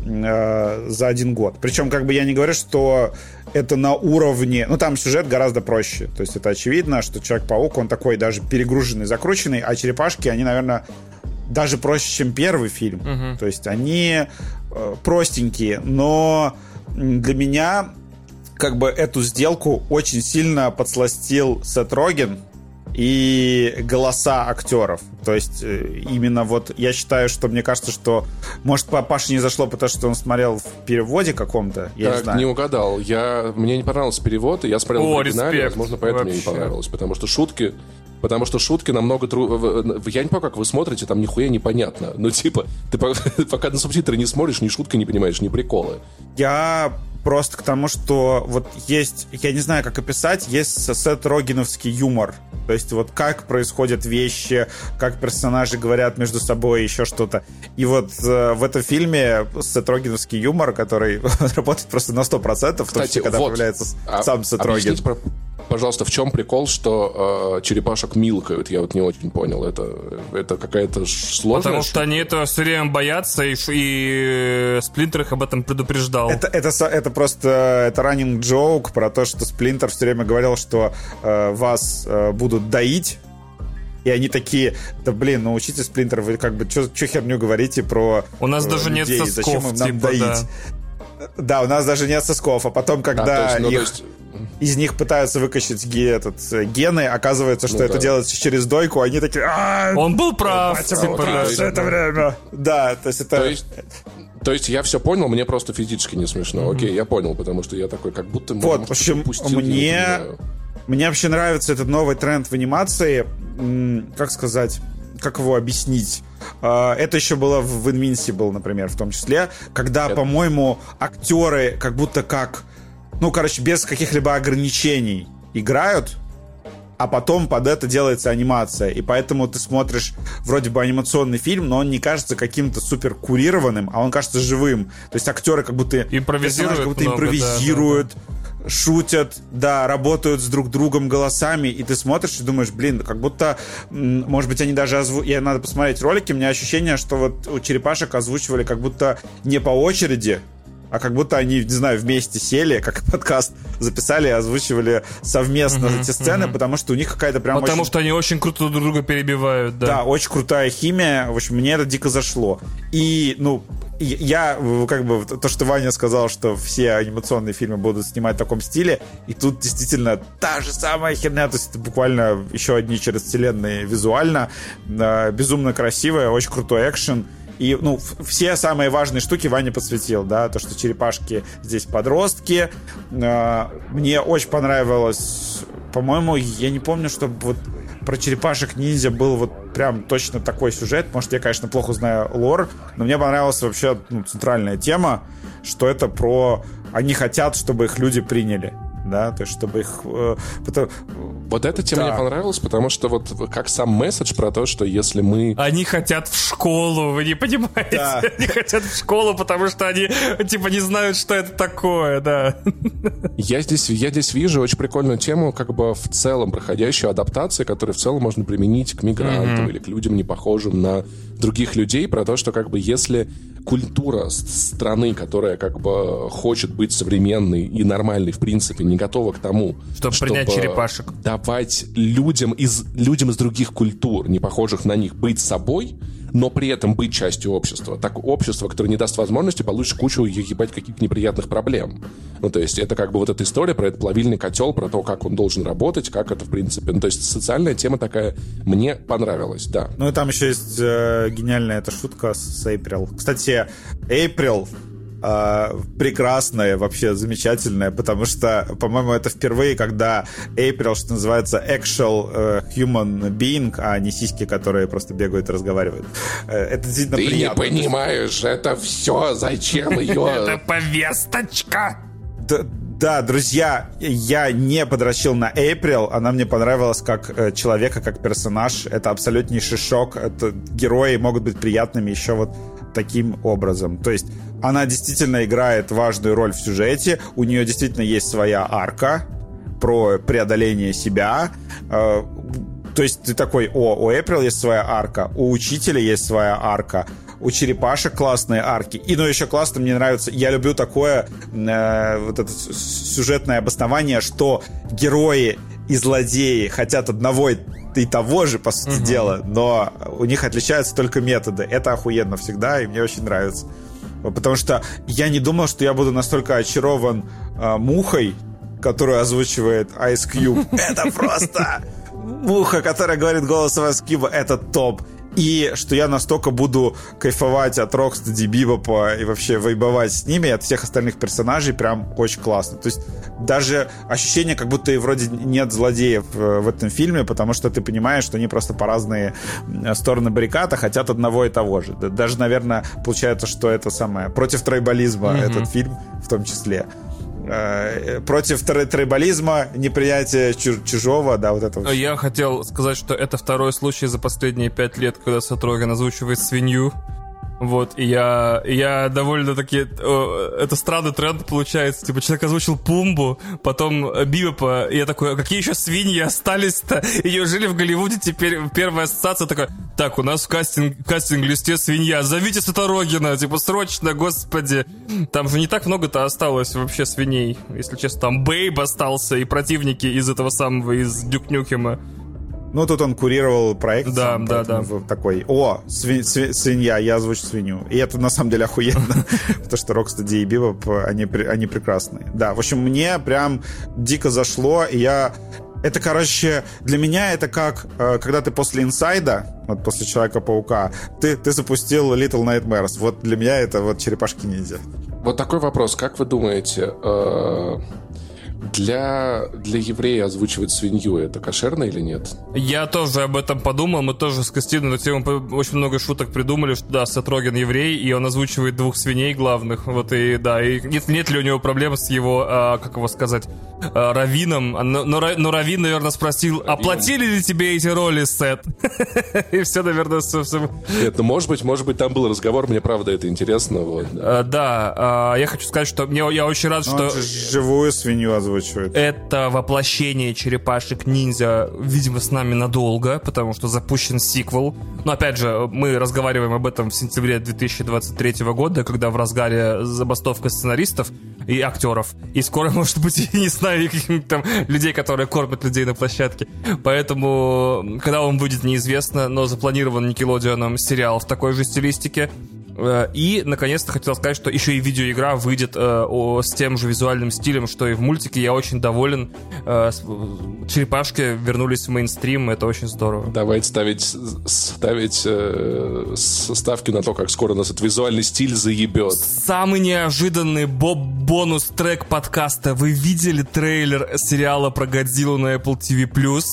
за 1 год. Причем я не говорю, что это на уровне... там сюжет гораздо проще. То есть это очевидно, что Человек-паук, он такой даже перегруженный, закрученный, а черепашки, они, наверное, даже проще, чем первый фильм. То есть они простенькие, но для меня как бы эту сделку очень сильно подсластил Сет Роген и голоса актеров. То есть именно вот я считаю, что мне кажется, что может Паше не зашло, потому что он смотрел в переводе каком-то, я не знаю. Не угадал. Мне не понравился перевод, и я смотрел в оригинале, респект. Возможно, поэтому мне не понравилось. Потому что шутки намного Я не понимаю, как вы смотрите, там нихуя непонятно. Ну, типа, ты пока на субтитры не смотришь, ни шутки не понимаешь, ни приколы. Я просто к тому, что вот есть, я не знаю, как описать, есть Сет Рогеновский юмор. То есть вот как происходят вещи, как персонажи говорят между собой, еще что-то. И вот в этом фильме Сет Рогеновский юмор, который работает просто на 100%, в том числе, когда появляется сам Сет Роген. Пожалуйста, в чем прикол, что черепашек милкают? Я вот не очень понял. Это какая-то сложная... Потому что они этого все время боятся, и Сплинтер их об этом предупреждал. Это просто running joke про то, что Сплинтер все время говорил, что вас будут доить. И они такие, да блин, ну учите Сплинтер, вы как бы что херню говорите про у нас даже людей, нет сосков, зачем им нам типа, доить? Да, у нас даже нет сосков, а потом, когда из них пытаются выкачать гены, оказывается, что это делается через дойку, они такие... Он был прав, все это время. Да, то есть это... То есть я все понял, мне просто физически не смешно. Окей, я понял, потому что я такой, как будто... Вот, в общем, мне вообще нравится этот новый тренд в анимации. Как сказать... Как его объяснить? Это еще было в Invincible, например, в том числе, когда, по-моему, актеры как будто без каких-либо ограничений играют, а потом под это делается анимация. И поэтому ты смотришь вроде бы анимационный фильм, но он не кажется каким-то супер курированным, а он кажется живым. То есть актеры как будто импровизируют, шутят, да, работают с друг другом голосами, и ты смотришь и думаешь, блин, как будто, может быть, они даже надо посмотреть ролики, у меня ощущение, что вот у черепашек озвучивали как будто не по очереди, а как будто они, не знаю, вместе сели, как подкаст записали и озвучивали совместно эти сцены, потому что у них какая-то прям что они очень круто друг друга перебивают, да. Да, очень крутая химия, в общем, мне это дико зашло. И, я, как бы, то, что Ваня сказал, что все анимационные фильмы будут снимать в таком стиле, и тут действительно та же самая херня, то есть это буквально еще одни через вселенные визуально, безумно красивая, очень крутой экшен. И, все самые важные штуки Ваня подсветил, да, то, что черепашки здесь подростки. Мне очень понравилось, по-моему, я не помню, что вот про черепашек-ниндзя был вот прям точно такой сюжет. Может, я, конечно, плохо знаю лор, но мне понравилась вообще центральная тема, что это про... Они хотят, чтобы их люди приняли. Да, то есть, чтобы их... Вот эта тема мне понравилась, потому что вот как сам месседж про то, что если мы... Они хотят в школу, вы не понимаете? Да. Они хотят в школу, потому что они, типа, не знают, что это такое, да. Я здесь вижу очень прикольную тему, как бы в целом проходящую адаптации, которую в целом можно применить к мигрантам или к людям, не похожим на других людей, про то, что как бы если культура страны, которая как бы хочет быть современной и нормальной, в принципе, не готова к тому, чтобы принять черепашек, давать людям из других культур, не похожих на них, быть собой, но при этом быть частью общества. Так общество, которое не даст возможности, получит кучу, ебать, каких-то неприятных проблем. То есть это как бы вот эта история про этот плавильный котел, про то, как он должен работать, как это, в принципе... то есть социальная тема такая мне понравилась, да. И там еще есть гениальная эта шутка с Эйприл. Кстати, Эйприл прекрасная, вообще замечательная, потому что, по-моему, это впервые, когда Эйприл, что называется, actual human being, а не сиськи, которые просто бегают и разговаривают. Это действительно приятно. Ты не понимаешь, это все, зачем ее... Это повесточка! Да, друзья, я не подрочил на Эйприл, она мне понравилась как человека, как персонаж. Это абсолютнейший шок. Это герои могут быть приятными еще вот таким образом. То есть она действительно играет важную роль в сюжете, у нее действительно есть своя арка про преодоление себя. То есть ты такой, у Эйприл есть своя арка, у учителя есть своя арка, у черепашек классные арки. И, еще классно, мне нравится, я люблю такое вот это сюжетное обоснование, что герои и злодеи хотят одного и того же, по сути дела, но у них отличаются только методы. Это охуенно всегда, и мне очень нравится. Потому что я не думал, что я буду настолько очарован мухой, которую озвучивает Ice Cube. Это просто муха, которая говорит голосом Ice Cube. Это топ. И что я настолько буду кайфовать от Rocksteady, Бибопа и вообще вайбовать с ними, от всех остальных персонажей, прям очень классно. То есть даже ощущение, как будто и вроде нет злодеев в этом фильме, потому что ты понимаешь, что они просто по разные стороны баррикад, а хотят одного и того же. Даже, наверное, получается, что это самое против тройболизма этот фильм в том числе. Против тройболизма, неприятия чужого, да, вот это вот. Я хотел сказать, что это второй случай за последние 5 лет, когда Сет Роген озвучивает свинью. Вот, и я довольно-таки... Это странный тренд получается. Типа, человек озвучил Пумбу, потом Бибопа, и я такой, а какие еще свиньи остались-то? И неужели в Голливуде теперь первая ассоциация такая, так, у нас в кастинг-листе свинья, зовите Сета Рогена, типа, срочно, господи. Там же не так много-то осталось вообще свиней, если честно. Там Бейб остался, и противники из этого самого, из Дюк Нюкема. Ну, тут он курировал проект. Да. Такой, свинья, я озвучу свинью. И это, на самом деле, охуенно. Потому что Rocksteady и Бибоп, они прекрасные. Да, в общем, мне прям дико зашло. И это, короче, для меня это как, когда ты после Инсайда, вот после Человека-паука, ты запустил Little Nightmares. Вот для меня это вот черепашки-ниндзя. Вот такой вопрос. Как вы думаете, для еврея озвучивать свинью это кошерно или нет? Я тоже об этом подумал. Мы тоже с Костиной на тему очень много шуток придумали, что да, Сет Роген еврей, и он озвучивает 2 свиней главных. Вот и да, и нет ли у него проблем с его, как его сказать, раввином? Но раввин, наверное, спросил, оплатили ли тебе эти роли, Сет? И все, наверное, совсем... Нет, ну может быть там был разговор, мне правда это интересно. Вот. Да, я хочу сказать, что я очень рад, что... Живую свинью озвучивает. Это воплощение черепашек-ниндзя, видимо, с нами надолго, потому что запущен сиквел. Но, опять же, мы разговариваем об этом в сентябре 2023 года, когда в разгаре забастовка сценаристов и актеров. И скоро, может быть, и не знаю, каких-нибудь там людей, которые кормят людей на площадке. Поэтому, когда он выйдет, неизвестно, но запланирован Никелодеоном сериал в такой же стилистике. И, наконец-то, хотел сказать, что еще и видеоигра выйдет с тем же визуальным стилем, что и в мультике. Я очень доволен. Черепашки вернулись в мейнстрим, это очень здорово. Давайте ставить ставки на то, как скоро нас этот визуальный стиль заебет. Самый неожиданный бонус-трек подкаста. Вы видели трейлер сериала про Годзиллу на Apple TV+.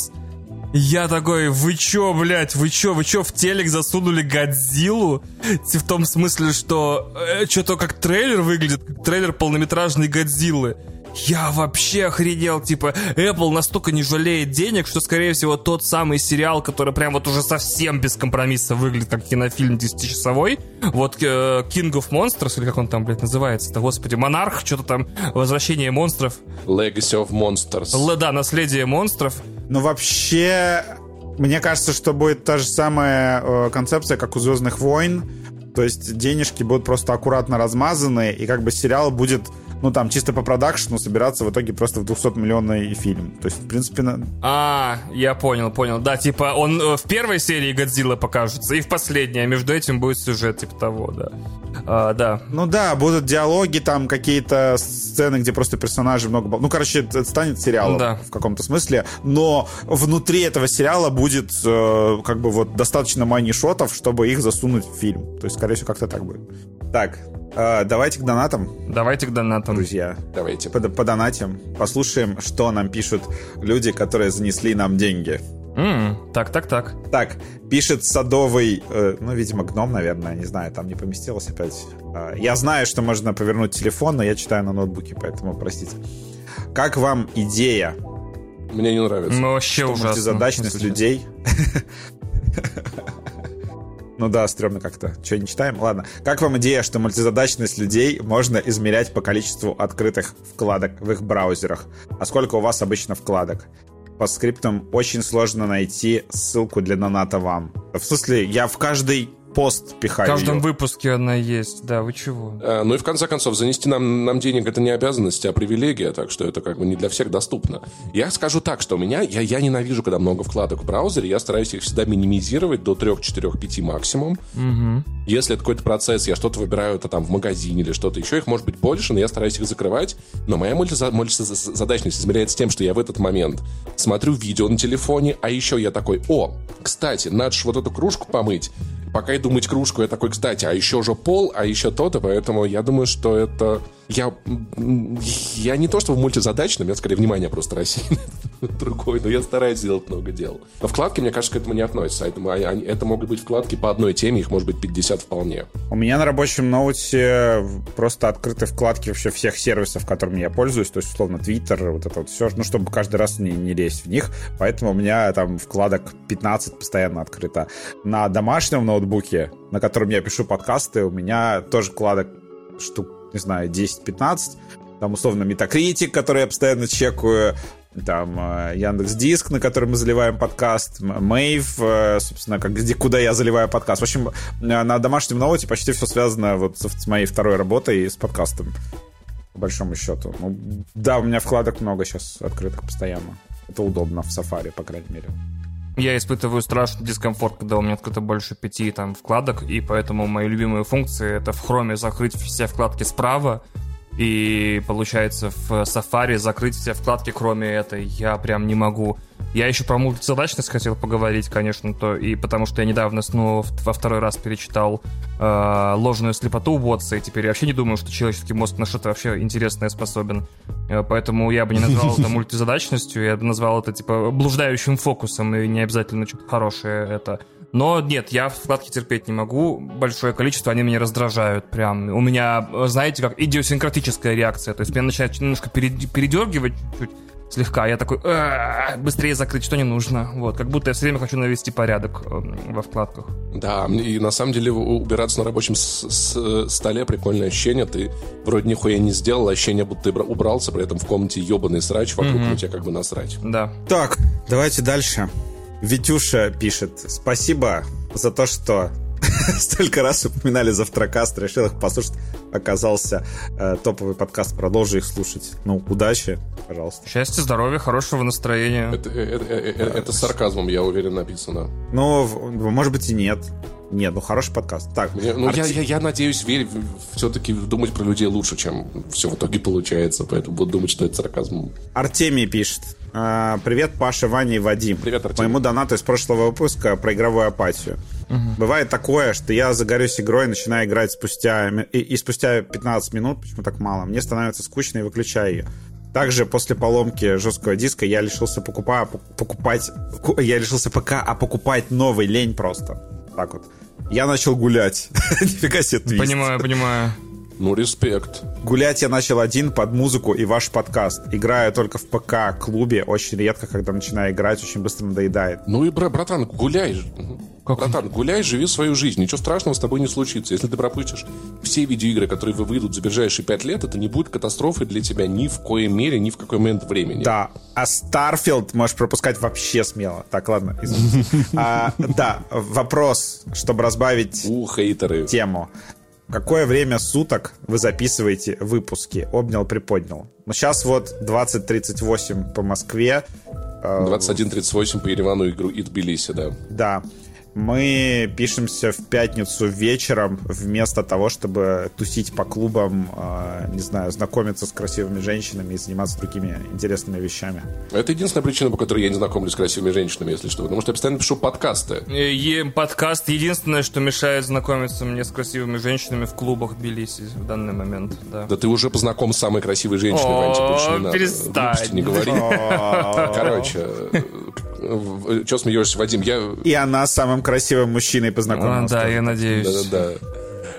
Я такой, вы чё, блядь, вы чё, в телек засунули Годзиллу? В том смысле, что что-то как трейлер выглядит, как трейлер полнометражной Годзиллы. Я вообще охренел, типа, Apple настолько не жалеет денег, что, скорее всего, тот самый сериал, который прям вот уже совсем без компромисса выглядит, как кинофильм 10-часовой, вот King of Monsters, или как он там, блядь, называется-то, господи, Монарх, что-то там, Возвращение монстров. Legacy of Monsters. Да, Наследие монстров. Ну, вообще, мне кажется, что будет та же самая концепция, как у «Звездных войн». То есть денежки будут просто аккуратно размазаны, и как бы сериал будет, ну, там, чисто по продакшену собираться в итоге просто в 200-миллионный фильм. То есть, в принципе... Я понял. Да, типа, он в первой серии Годзилла покажется, и в последней, а между этим будет сюжет, типа того, да. Да. Ну да, будут диалоги, там, какие-то сцены, где просто персонажи много... Ну, короче, это станет сериалом в каком-то смысле, но внутри этого сериала будет, как бы, вот, достаточно мани-шотов, чтобы их засунуть в фильм. То есть, скорее всего, как-то так будет. Так, давайте к донатам. Друзья. Давайте. Подонатим. Послушаем, что нам пишут люди, которые занесли нам деньги. Так. Так, пишет Садовый, ну, видимо, гном, наверное, не знаю, там не поместилось опять. Я знаю, что можно повернуть телефон, но я читаю на ноутбуке, поэтому простите. Как вам идея? Мне не нравится. Ну, вообще ужасно. Мультизадачность людей... Ну да, стрёмно как-то. Что, не читаем? Ладно. Как вам идея, что мультизадачность людей можно измерять по количеству открытых вкладок в их браузерах? А сколько у вас обычно вкладок? По скриптам очень сложно найти ссылку для доната вам. В смысле, я в каждой пост пихаю. В каждом её. выпуске она есть, да, вы чего? Ну и в конце концов, занести нам денег — это не обязанность, а привилегия, так что это как бы не для всех доступно. Я скажу так, что у меня, я ненавижу, когда много вкладок в браузере, я стараюсь их всегда минимизировать до 3, 4, 5 максимум. Если это какой-то процесс, я что-то выбираю, это там в магазине или что-то еще, их может быть больше, но я стараюсь их закрывать. Но моя мультизадачность измеряется тем, что я в этот момент смотрю видео на телефоне, а еще я такой: о, кстати, надо же вот эту кружку помыть. Пока иду мыть кружку, я такой: кстати, а еще же пол, а еще то-то, поэтому я думаю, что это... Я не то чтобы мультизадачным, я скорее внимание просто рассеян другой, но я стараюсь делать много дел. Но вкладки, мне кажется, к этому не относятся. Это могут быть вкладки по одной теме, их может быть 50 вполне. У меня на рабочем ноуте просто открыты вкладки вообще всех сервисов, которыми я пользуюсь, то есть, условно, Twitter, вот это вот все, ну, чтобы каждый раз не лезть в них, поэтому у меня там вкладок 15 постоянно открыто. На домашнем ноутбуке, на котором я пишу подкасты, у меня тоже вкладок штук, не знаю, 10-15. Там, условно, Metacritic, который я постоянно чекаю. Там Яндекс.Диск, на который мы заливаем подкаст. Mave, собственно, куда я заливаю подкаст. В общем, на домашнем ноуте почти все связано вот с моей второй работой и с подкастом. По большому счету. Ну, да, у меня вкладок много сейчас открытых постоянно. Это удобно в Safari, по крайней мере. Я испытываю страшный дискомфорт, когда у меня открыто больше 5 там вкладок, и поэтому мои любимые функции — это в Chrome закрыть все вкладки справа, и получается в Safari закрыть все вкладки, кроме этой, я прям не могу. Я еще про мультизадачность хотел поговорить, конечно, и потому что я недавно снова во второй раз перечитал «Ложную слепоту» Уотса, и теперь я вообще не думаю, что человеческий мозг на что-то вообще интересное способен. Поэтому я бы не назвал это мультизадачностью, я бы назвал это типа блуждающим фокусом, и не обязательно что-то хорошее это. Но нет, я вкладки терпеть не могу. Большое количество, они меня раздражают прям. У меня, знаете, как идиосинкратическая реакция. То есть меня начинает немножко передергивать чуть-чуть слегка. Я такой: быстрее закрыть, что не нужно. Вот, как будто я все время хочу навести порядок во вкладках. Да, и на самом деле убираться на рабочем столе — прикольное ощущение. Ты вроде нихуя не сделал, ощущение, будто ты убрался, при этом в комнате ебаный срач, вокруг на тебя как бы насрать. Да. Так, давайте дальше. Витюша пишет: спасибо за то, что столько раз упоминали Завтракаст, решил их послушать. Оказался топовый подкаст, продолжу их слушать. Ну, удачи, пожалуйста. Счастья, здоровья, хорошего настроения. Это с сарказмом, я уверен, написано. Ну, может быть и нет. Нет, ну хороший подкаст. Так, я надеюсь, все-таки думать про людей лучше, чем все в итоге получается, поэтому буду думать, что это сарказм. Артемий пишет: привет, Паша, Ваня и Вадим. Привет, Артемий. Моему донату из прошлого выпуска про игровую апатию. Бывает такое, что я загорюсь игрой, начинаю играть спустя 15 минут, почему так мало, мне становится скучно и выключаю ее. Также после поломки жесткого диска я лишился ПК, а покупать новый лень просто. Так вот. Я начал гулять. Нифига себе твист. Понимаю. Ну, респект. Гулять я начал один под музыку и ваш подкаст. Играю только в ПК-клубе. Очень редко, когда начинаю играть, очень быстро надоедает. Ну и, братан, гуляй. Братан, гуляй, живи свою жизнь. Ничего страшного с тобой не случится. Если ты пропустишь все видеоигры, которые выйдут за ближайшие 5 лет, это не будет катастрофой для тебя ни в коей мере, ни в какой момент времени. Да, а Starfield можешь пропускать вообще смело. Так, ладно, извините. Да, вопрос, чтобы разбавить тему. Какое время суток вы записываете выпуски? Обнял, приподнял. Ну, сейчас вот 20:38 по Москве. 21:38 по Еревану и Тбилиси, да. Да. Мы пишемся в пятницу вечером вместо того, чтобы тусить по клубам, не знаю, знакомиться с красивыми женщинами и заниматься другими интересными вещами. Это единственная причина, по которой я не знакомлюсь с красивыми женщинами, если что. Потому что я постоянно пишу подкасты. Подкаст — единственное, что мешает знакомиться мне с красивыми женщинами в клубах Тбилиси в данный момент. Да ты уже познаком с самой красивой женщиной, Вань, тебе больше не надо. Перестань. Не говори. Короче, что смеешься, Вадим? И она с самым красивым мужчиной познакомилась. Да, я надеюсь. Да.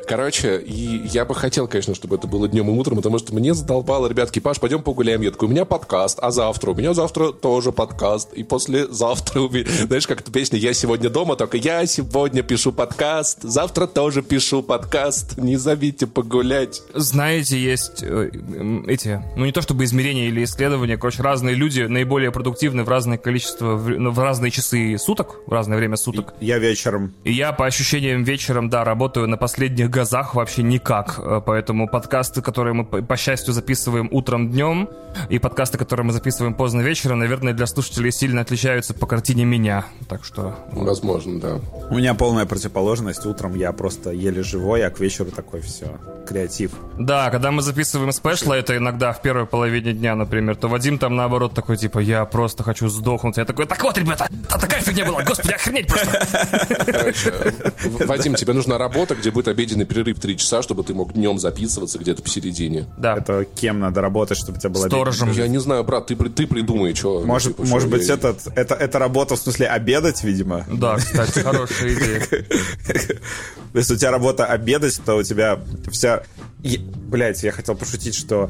Короче, и я бы хотел, конечно, чтобы это было днем и утром, потому что мне задолбало, ребятки, Паш, пойдем погуляем. Я такой, у меня подкаст, а завтра? У меня завтра тоже подкаст, и послезавтра, знаешь, как эта песня «Я сегодня дома», только я сегодня пишу подкаст, завтра тоже пишу подкаст, не зовите погулять. Знаете, есть эти, ну не то чтобы измерения или исследования, короче, разные люди наиболее продуктивны в разное количество, в разные часы суток, в разное время суток. Я вечером. И я, по ощущениям, вечером, да, работаю на последних газах вообще никак. Поэтому подкасты, которые мы, по счастью, записываем утром, днем, и подкасты, которые мы записываем поздно вечером, наверное, для слушателей сильно отличаются по картине меня. Так что... Возможно, да. У меня полная противоположность. Утром я просто еле живой, а к вечеру такой все. Креатив. Да, когда мы записываем спешлы, это иногда в первой половине дня, например, то Вадим там, наоборот, такой, типа, я просто хочу сдохнуть. Я такой, так вот, ребята, там такая фигня была, господи, охренеть просто. Короче, Вадим, тебе нужна работа, где будет обеденный перерыв 3 часа, чтобы ты мог днем записываться где-то посередине. Да. Это кем надо работать, чтобы у тебя было... Сторожем. Я не знаю, брат, ты придумай, что... Может быть, это работа, в смысле, обедать, видимо? Да, кстати, хорошая идея. Если у тебя работа обедать, то у тебя вся... Блять, я хотел пошутить, что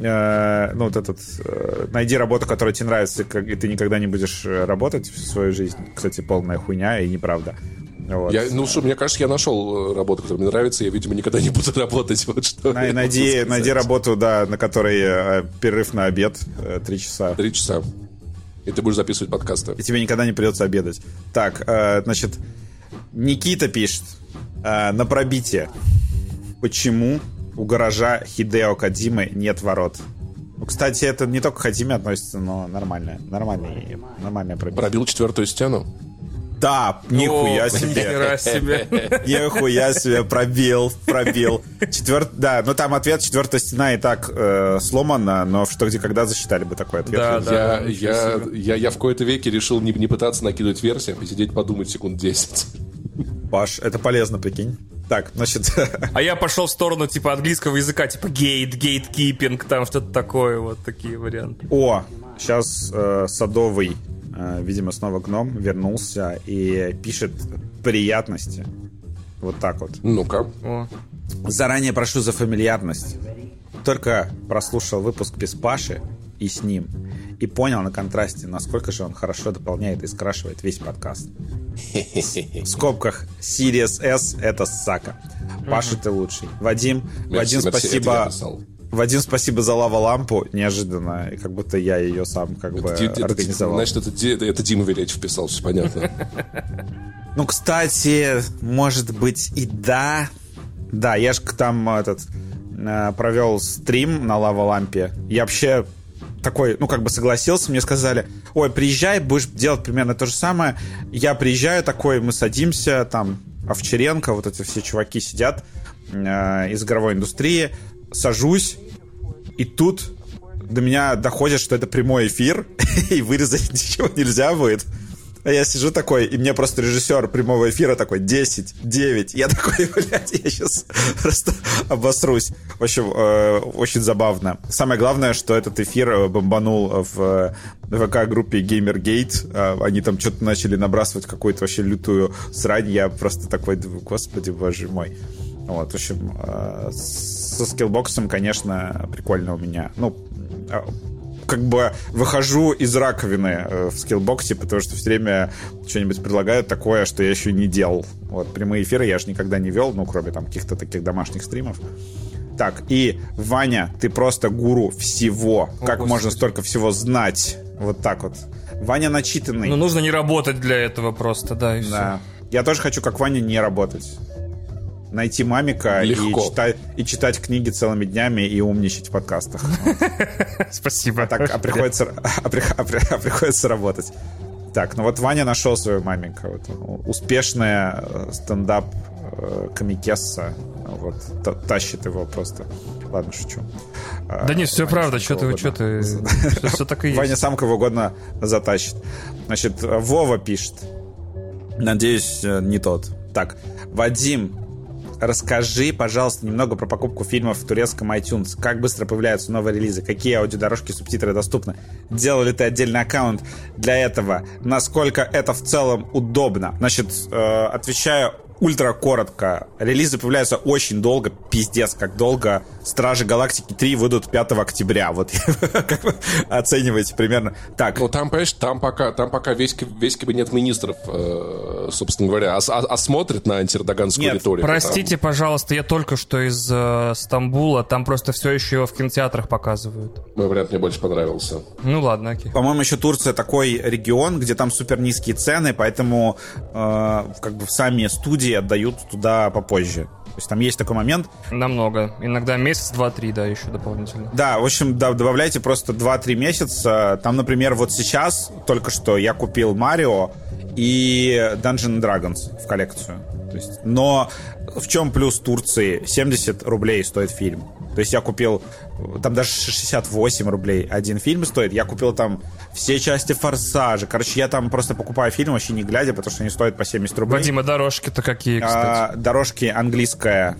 найди работу, которая тебе нравится, и ты никогда не будешь работать всю свою жизнь. Кстати, полная хуйня и неправда. Вот. Мне кажется, я нашел работу, которая мне нравится, я, видимо, никогда не буду работать. Вот что найди работу, да, на которой перерыв на обед 3 часа. 3 часа. И ты будешь записывать подкасты. И тебе никогда не придется обедать. Так, значит, Никита пишет на пробитие. Почему у гаража Хидео Кодзимы нет ворот? Ну, кстати, это не только к Кодзиме относится, но нормальное пробитие. Пробил 4-ю стену? Да, нихуя себе. Нихуя себе, пробил. Да, ну там ответ, 4-я стена и так сломана, но в «Что, где, когда» засчитали бы такой ответ. Да, я в кои-то веки решил не пытаться накидывать версии, а посидеть подумать секунд 10. Паш, это полезно, прикинь. Так, значит... А я пошел в сторону, типа, английского языка, типа, гейткипинг, там что-то такое, вот такие варианты. О, сейчас Садовый, видимо, снова гном, вернулся и пишет приятности. Вот так вот. Ну-ка. О. Заранее прошу за фамильярность. Только прослушал выпуск без Паши и с ним, и понял на контрасте, насколько же он хорошо дополняет и скрашивает весь подкаст. В скобках Sirius S — это Сака. Паша, ты лучший. Вадим, спасибо. Вадим, спасибо за лава-лампу. Неожиданно, как будто я ее сам организовал. Значит, это Дима Велечев писал, все понятно. Ну, кстати, может быть и да. Да, я же там провел стрим на лава-лампе. Я вообще такой, согласился, мне сказали, ой, приезжай, будешь делать примерно то же самое. Я приезжаю такой, мы садимся, там Овчаренко, вот эти все чуваки сидят из игровой индустрии, сажусь, и тут до меня доходит, что это прямой эфир, и вырезать ничего нельзя будет. А я сижу такой, и мне просто режиссер прямого эфира такой 10, 9. Я такой, блядь, я сейчас просто обосрусь. В общем, очень забавно. Самое главное, что этот эфир бомбанул в ВК-группе GamerGate. Они там что-то начали набрасывать какую-то вообще лютую срань. Я просто такой думаю, господи, боже мой. Вот, в общем, со скиллбоксом, конечно, прикольно у меня. Как бы выхожу из раковины в скиллбоксе, потому что все время что-нибудь предлагают такое, что я еще не делал. Вот, прямые эфиры я же никогда не вел, кроме там каких-то таких домашних стримов. Так, и, Ваня, ты просто гуру всего. Как можно столько всего знать? Вот так вот. Ваня начитанный. Ну, нужно не работать для этого просто, да, и да. Все. Я тоже хочу, как Ваня, не работать. Найти мамика и читать книги целыми днями и умничать в подкастах. Спасибо. А приходится работать. Так, ну вот Ваня нашел свою мамика. Успешная стендап-комикесса. Вот, тащит его просто. Ладно, шучу. Да нет, все правда. Что ты? Все так и есть. Ваня сам кого угодно затащит. Значит, Вова пишет. Надеюсь, не тот. Так, Вадим, расскажи, пожалуйста, немного про покупку фильмов в турецком iTunes. Как быстро появляются новые релизы? Какие аудиодорожки, субтитры доступны? Делал ли ты отдельный аккаунт для этого? Насколько это в целом удобно? Значит, отвечаю ультра коротко. Релизы появляются очень долго, пиздец, как долго. Стражи Галактики 3 выйдут 5 октября. Вот как вы оцениваете примерно. Так. Ну, там, понимаешь, там пока весь кабинет министров, собственно говоря, осмотрит на антиэрдоганскую риторику. Простите, пожалуйста, я только что из Стамбула, там просто все еще его в кинотеатрах показывают. Мой вариант мне больше понравился. Ну ладно, окей. По-моему, еще Турция такой регион, где там супер низкие цены, поэтому как бы сами студии отдают туда попозже. То есть там есть такой момент. Намного. Иногда месяц, 2-3, да, еще дополнительно. Да, в общем, добавляйте просто 2-3 месяца. Там, например, вот сейчас, только что я купил Марио и Dungeons & Dragons в коллекцию. То есть, но в чем плюс Турции? 70 рублей стоит фильм. То есть я купил, там даже 68 рублей один фильм стоит. Я купил там все части «Форсажа». Короче, я там просто покупаю фильм вообще не глядя, потому что они стоят по 70 рублей. Вадим, а дорожки-то какие, кстати? Дорожки английская,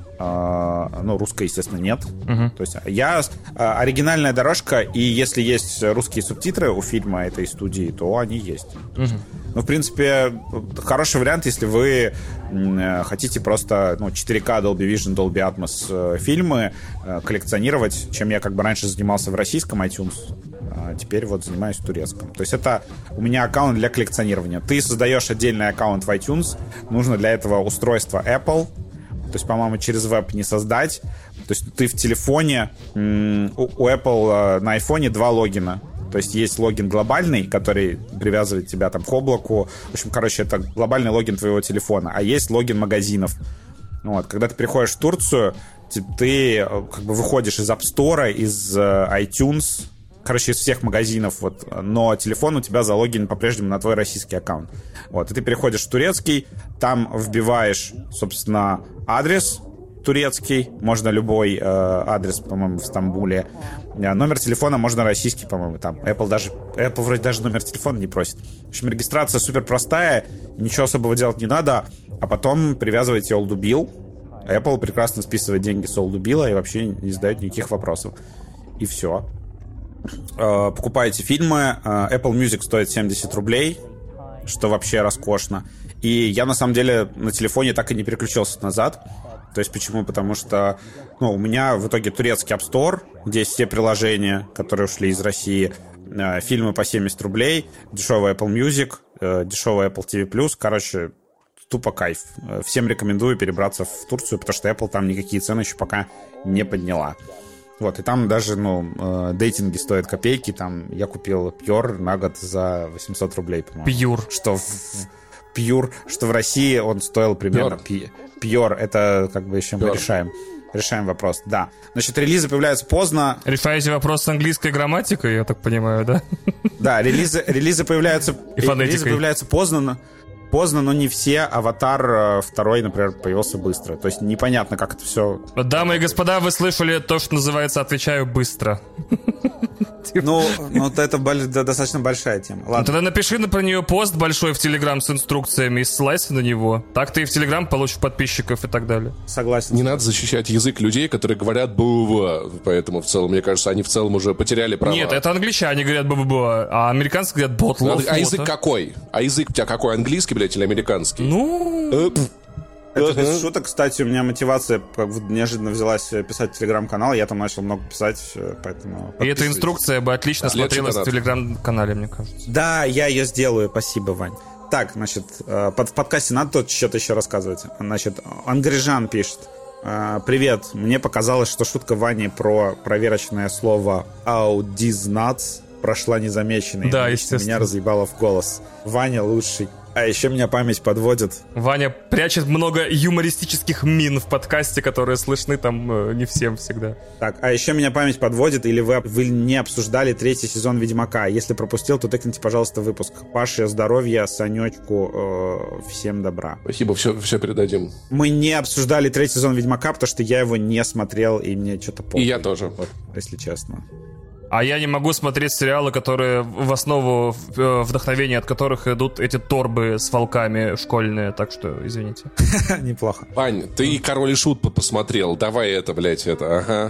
ну, русская, естественно, нет. То есть оригинальная дорожка, и если есть русские субтитры у фильма этой студии, то они есть. Ну, в принципе, хороший вариант, если вы хотите просто 4К, Dolby Vision, Dolby Atmos фильмы коллекционировать, чем я как бы раньше занимался в российском iTunes, а теперь вот занимаюсь в турецком. То есть это у меня аккаунт для коллекционирования. Ты создаешь отдельный аккаунт в iTunes, нужно для этого устройство Apple. То есть, по-моему, через веб не создать. То есть ты в телефоне, у Apple на iPhone 2 логина. То есть есть логин глобальный, который привязывает тебя там к облаку. В общем, короче, это глобальный логин твоего телефона. А есть логин магазинов. Вот. Когда ты приходишь в Турцию, ты как бы выходишь из App Store, из iTunes, короче, из всех магазинов, вот, но телефон у тебя залогин по-прежнему на твой российский аккаунт. Вот, и ты переходишь в турецкий, там вбиваешь, собственно, адрес турецкий, можно любой адрес, по-моему, в Стамбуле. Номер телефона можно российский, по-моему, там. Apple вроде даже номер телефона не просит. В общем, регистрация супер простая, ничего особого делать не надо, а потом привязываете Олдубил. Apple прекрасно списывает деньги с Олдубила и вообще не задает никаких вопросов. И все. Покупаете фильмы. Apple Music стоит 70 рублей, что вообще роскошно. И я, на самом деле, на телефоне так и не переключился назад. То есть почему? Потому что у меня в итоге турецкий App Store, где есть все приложения, которые ушли из России, фильмы по 70 рублей, дешевый Apple Music, дешевый Apple TV+. Короче, тупо кайф. Всем рекомендую перебраться в Турцию, потому что Apple там никакие цены еще пока не подняла. Вот, и там даже, дейтинги стоят копейки. Там я купил Pure на год за 800 рублей, по-моему. Pure, что в России он стоил примерно... Pure, это как бы еще мы решаем вопрос, да. Значит, релизы появляются поздно. Решаете вопрос с английской грамматикой, я так понимаю, да? Да, релизы появляются поздно, но не все. Аватар 2, например, появился быстро. То есть непонятно, как это все... Дамы и господа, вы слышали то, что называется «отвечаю быстро». Это достаточно большая тема. Ладно. Тогда напиши про нее пост большой в Телеграм с инструкциями и ссылайся на него. Так ты и в Телеграм получишь подписчиков и так далее. Согласен. Не надо защищать язык людей, которые говорят «бу-бу-бу». Поэтому в целом, мне кажется, они в целом уже потеряли права. Нет, это англичане говорят «бу-бу-бу», а американцы говорят «ботлов». А язык какой? А язык у тебя какой? Английский, блядь, или американский? Это без шуток, кстати, у меня мотивация неожиданно взялась писать телеграм-канал, я там начал много писать, поэтому... И эта инструкция бы отлично смотрелась в телеграм-канале, мне кажется. Да, я ее сделаю, спасибо, Вань. Так, значит, в подкасте надо тут что-то еще рассказывать. Значит, Ангрижан пишет. Привет, мне показалось, что шутка Вани про проверочное слово «audизнats» прошла незамеченной. Да, естественно. Меня разъебало в голос. Ваня лучший. А еще меня память подводит. Ваня прячет много юмористических мин в подкасте, которые слышны там не всем всегда. Так, а еще меня память подводит, или вы не обсуждали 3-й сезон Ведьмака. Если пропустил, то тыкните, пожалуйста, выпуск. Паше здоровья, Санечку, всем добра. Спасибо, все передадим. Мы не обсуждали 3-й сезон Ведьмака, потому что я его не смотрел, и мне что-то похуй. И я тоже. Вот, если честно. А я не могу смотреть сериалы, которые в основу вдохновения от которых идут эти торбы с волками школьные, так что извините. Неплохо. Вань, ты «Король и Шут» посмотрел. Давай это, блядь, ага.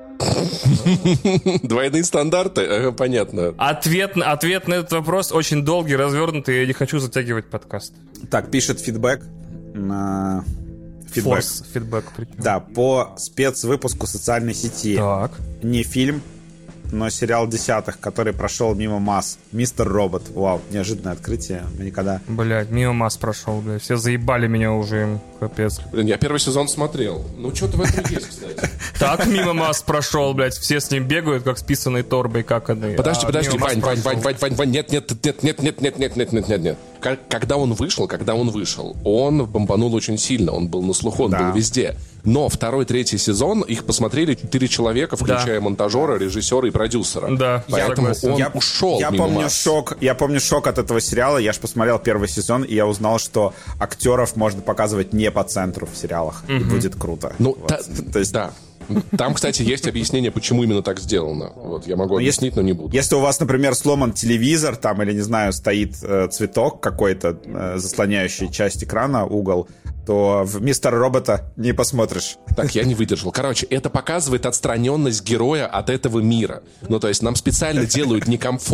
Двойные стандарты? Ага, понятно. Ответ на этот вопрос очень долгий, развернутый, я не хочу затягивать подкаст. Так, пишет фидбэк. Фидбэк. Да, по спецвыпуску социальной сети. Так. Не фильм, но сериал десятых, который прошел мимо масс. Мистер Робот. Вау, неожиданное открытие. Мы никогда... Блядь, мимо масс прошел, блядь. Все заебали меня уже им. Капец. Блин, я первый сезон смотрел. Ну, что-то в этом есть, кстати. Так мимо масс прошел, блядь. Все с ним бегают, как с писаной торбой, как они. Подожди, Вань, нет. Когда он вышел, он бомбанул очень сильно. Он был на слуху, он был везде. Но второй, третий сезон их посмотрели 4 человека, включая монтажера, режиссера и продюсера. Да, поэтому он ушел мимо масс. Я помню шок от этого сериала. Я ж посмотрел первый сезон, и я узнал, что актеров можно показывать не по центру в сериалах. И будет круто. Ну, то есть, да. Там, кстати, есть объяснение, почему именно так сделано. Вот, я могу объяснить, но не буду. Если у вас, например, сломан телевизор, там, или, не знаю, стоит цветок какой-то, заслоняющий часть экрана, угол, то в «Мистера Робота» не посмотришь. Так, я не выдержал. Короче, это показывает отстраненность героя от этого мира. Ну, то есть нам специально делают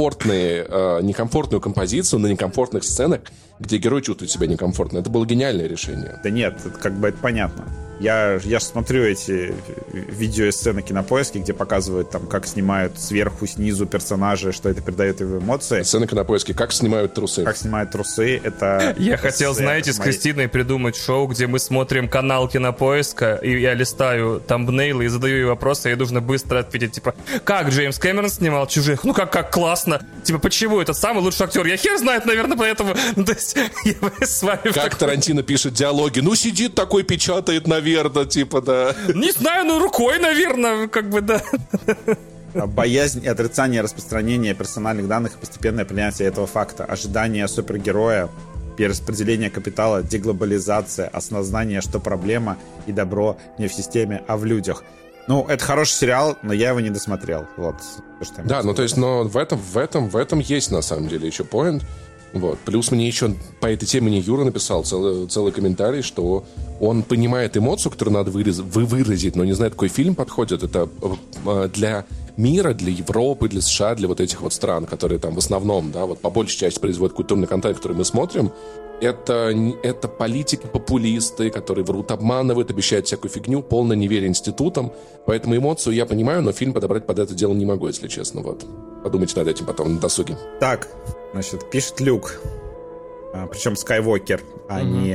некомфортную композицию на некомфортных сценах, где герой чувствует себя некомфортно. Это было гениальное решение. Да нет, как бы это понятно. Я смотрю эти видео и сцены Кинопоиски, где показывают, там, как снимают сверху, снизу персонажи, что это передает его эмоции. Сцены Кинопоиски, как снимают трусы. Как снимают трусы, это... Я хотел, знаете, с Кристиной придумать шоу, где мы смотрим канал Кинопоиска, и я листаю тамбнейлы и задаю ей вопросы, и нужно быстро ответить, типа, как Джеймс Кэмерон снимал «Чужих»? Ну как классно! Типа, почему? Это самый лучший актер. Я хер знает, наверное, поэтому... Ну, то есть, я с вами... Как Тарантино пишет диалоги. Ну, сидит такой, печатает, наверное, типа, да. Не знаю, ну, рукой, наверное, как бы, да. Боязнь и отрицание распространения персональных данных и постепенное принятие этого факта. Ожидание супергероя, перераспределение капитала, деглобализация, осознание, что проблема и добро не в системе, а в людях. Ну, это хороший сериал, но я его не досмотрел. Вот. Да, ну, то есть, но в этом есть, на самом деле, еще поинт. Вот. Плюс мне еще по этой теме мне Юра написал целый комментарий, что он понимает эмоцию, которую надо выразить, но не знает, какой фильм подходит. Это для мира, для Европы, для США, для вот этих вот стран, которые там в основном, да, вот по большей части производят культурный контент, который мы смотрим. Это политики-популисты, которые врут, обманывают, обещают всякую фигню, полное неверие институтам. Поэтому эмоцию я понимаю, но фильм подобрать под это дело не могу, если честно. Вот. Подумайте над этим потом на досуге. Так, значит, пишет Люк. Причем Скайуокер, а не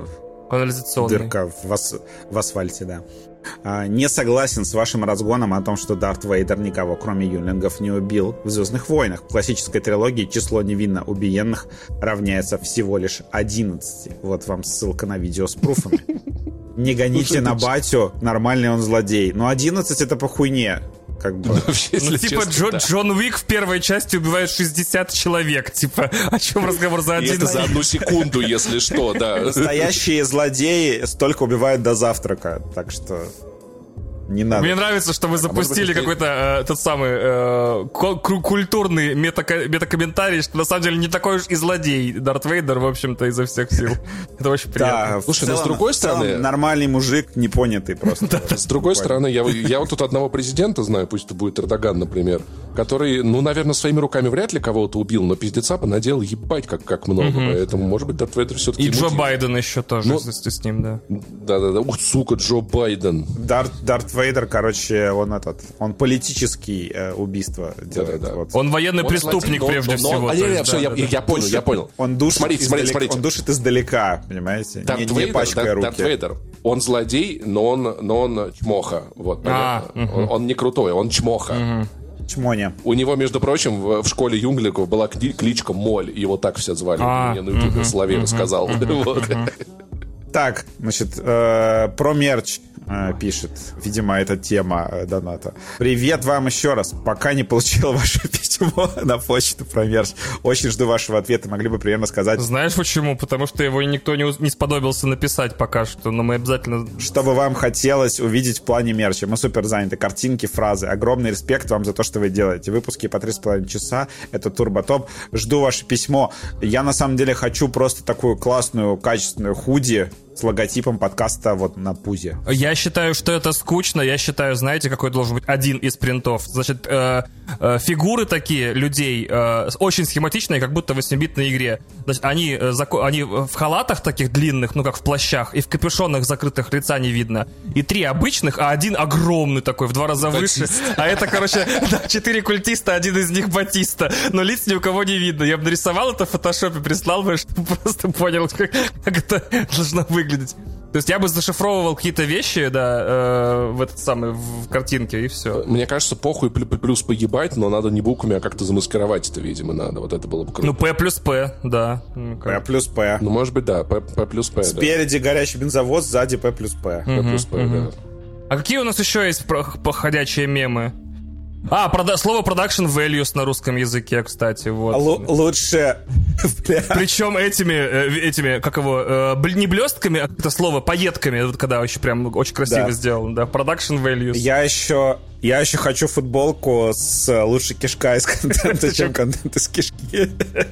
дырка в асфальте, да. Не согласен с вашим разгоном о том, что Дарт Вейдер никого, кроме юнглингов, не убил в «Звездных войнах». В классической трилогии число невинно убиенных равняется всего лишь 11. Вот вам ссылка на видео с пруфами. Не гоните на батю, нормальный он злодей. Но 11 это по хуйне. Как бы. Ну, типа, Джон Уик в первой части убивает 60 человек. Типа, о чем разговор за один? Это за одну секунду, если что, да. Настоящие злодеи столько убивают до завтрака. Так что не надо. Мне нравится, что вы запустили какой-то тот самый культурный метакомментарий, что на самом деле не такой уж и злодей Дарт Вейдер, в общем-то, изо всех сил. Это очень приятно. Да, слушай, но с другой стороны... Нормальный мужик, непонятый просто. С другой стороны, я вот тут одного президента знаю, пусть это будет Эрдоган, например, который, ну, наверное, своими руками вряд ли кого-то убил, но пиздеца понаделал ебать как много. Поэтому, может быть, Дарт Вейдер все-таки... И Джо Байден еще тоже с ним, да. Да-да-да. Ух, сука, Джо Байден. Дарт Вейдер, короче, он политический убийство делает. Да. Вот. Он военный преступник, прежде всего. Я понял. Он душит, смотрите. Он душит издалека, понимаете? Не пачкая руки. Дарт Вейдер, он злодей, но он чмоха. Вот, понятно. Он не крутой, он чмоха. Чмоня. У него, между прочим, в школе юнгликов была кличка Моль. Его так все звали. Мне на ютубе Соловей рассказал. Так, значит, про мерч пишет. Видимо, это тема доната. Привет вам еще раз. Пока не получил ваше письмо на почту про мерч. Очень жду вашего ответа. Могли бы примерно сказать. Знаешь почему? Потому что его никто не сподобился написать пока что. Но мы обязательно... Что бы вам хотелось увидеть в плане мерча? Мы супер заняты. Картинки, фразы. Огромный респект вам за то, что вы делаете. Выпуски по 3,5 часа. Это турботоп. Жду ваше письмо. Я на самом деле хочу просто такую классную, качественную худи с логотипом подкаста вот на пузе. Я считаю, что это скучно. Я считаю, знаете, какой должен быть один из принтов. Значит, фигуры такие людей очень схематичные, как будто в 8-битной игре. Значит, они в халатах таких длинных, ну как в плащах, и в капюшонах закрытых лица не видно. И 3 обычных, а один огромный такой, в 2 раза выше. А это, короче, 4 культиста, один из них Батиста. Но лиц ни у кого не видно. Я бы нарисовал это в фотошопе, прислал бы, чтобы просто понял, как это должно выглядеть. То есть я бы зашифровывал какие-то вещи, да, в этот самый, в картинке, и все. Мне кажется, похуй плюс поебать, но надо не буквами, а как-то замаскировать это, видимо, надо. Вот это было бы круто. Ну, П плюс П, да. П плюс П. Ну, может быть, да, П плюс П. Спереди горящий бензовоз, сзади П плюс П. П плюс П, да. А какие у нас еще есть ходячие мемы? Слово production values на русском языке, кстати, вот. Лучше... Причем этими, как его, не блестками, а это слово, пайетками, вот когда очень прям очень красиво сделано, да, production values. Я еще хочу футболку с лучше кишка из контента, чем контент из кишки.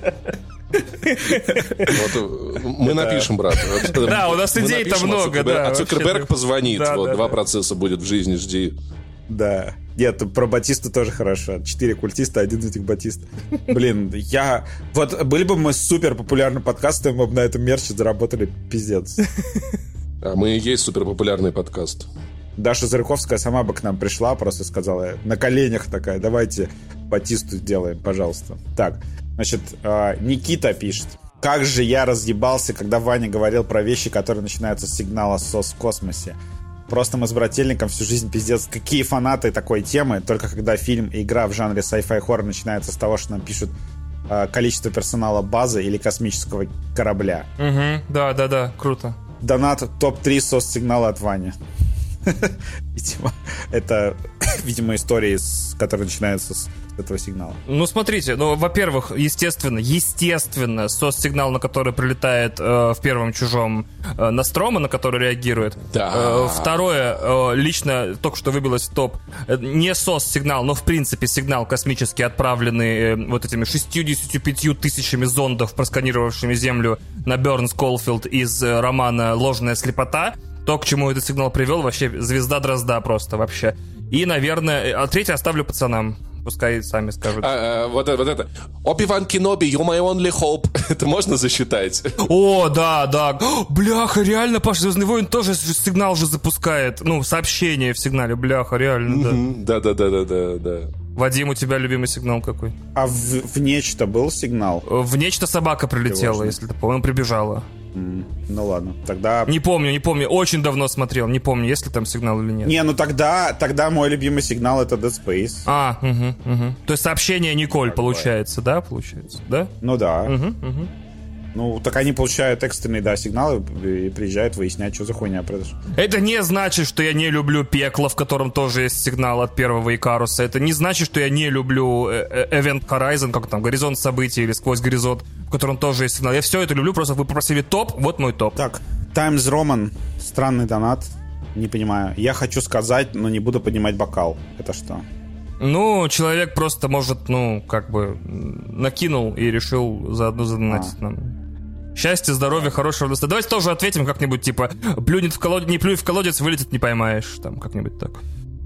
Мы напишем, брат. Да, у нас идей-то много, да. А Цукерберг позвонит, вот, 2 процесса будет в жизни, жди. Да. Нет, про Батисту тоже хорошо. 4 культиста, 1 из них Батист. Блин, Вот были бы мы супер популярным подкастом, мы бы на этом мерче заработали пиздец. А мы и есть супер популярный подкаст. Даша Зарыковская сама бы к нам пришла, просто сказала на коленях такая: давайте Батисту сделаем, пожалуйста. Так, значит, Никита пишет: как же я разъебался, когда Ваня говорил про вещи, которые начинаются с сигнала СОС в космосе. Просто мы с брательником всю жизнь пиздец. Какие фанаты такой темы. Только когда фильм и игра в жанре sci-fi хоррор начинается с того, что нам пишут количество персонала базы или космического корабля. Угу, да, круто. Донат топ-3 сос-сигнала от Вани. Это, видимо, истории, которые начинаются с этого сигнала. Ну, смотрите, во-первых, естественно, сос-сигнал, на который прилетает в первом чужом Нострома, на который реагирует. Да. Второе, лично только что выбилось в топ, не сос-сигнал, но в принципе сигнал космический, отправленный вот этими 65 тысячами зондов, просканировавшими Землю на Берн Сколфилд из романа «Ложная слепота». То, к чему этот сигнал привел, вообще звезда Дрозда просто вообще. И, наверное, третье оставлю пацанам. Пускай сами скажут. Вот это. Оби-Ван Кеноби, you're my only hope. Это можно засчитать? О, да. Бляха, реально, Паша, Звездный воин тоже сигнал же запускает. Ну, сообщение в сигнале, бляха, реально, да. Да. Вадим, у тебя любимый сигнал какой? А в нечто был сигнал? В нечто собака прилетела, если ты помнишь, прибежала. Ну ладно, тогда... Не помню, очень давно смотрел, не помню, есть ли там сигнал или нет. Не, ну тогда мой любимый сигнал — это Dead Space. То есть сообщение Николь получается, да? Ну да. Ну, так они получают экстренные, сигналы и приезжают выяснять, что за хуйня произошла. Это не значит, что я не люблю пекло, в котором тоже есть сигнал от первого Икаруса. Это не значит, что я не люблю Event Horizon, как там, Горизонт событий или Сквозь горизонт, в котором тоже есть сигнал. Я все это люблю, просто вы попросили топ, вот мой топ. Так, Times Roman, странный донат, не понимаю. Я хочу сказать, но не буду поднимать бокал. Это что? Ну, человек просто, может, накинул и решил заодно задонатить нам. Счастья, здоровья, хорошего настроения. Давайте тоже ответим как-нибудь, типа, не плюй в колодец, вылетит, не поймаешь. Там, как-нибудь так.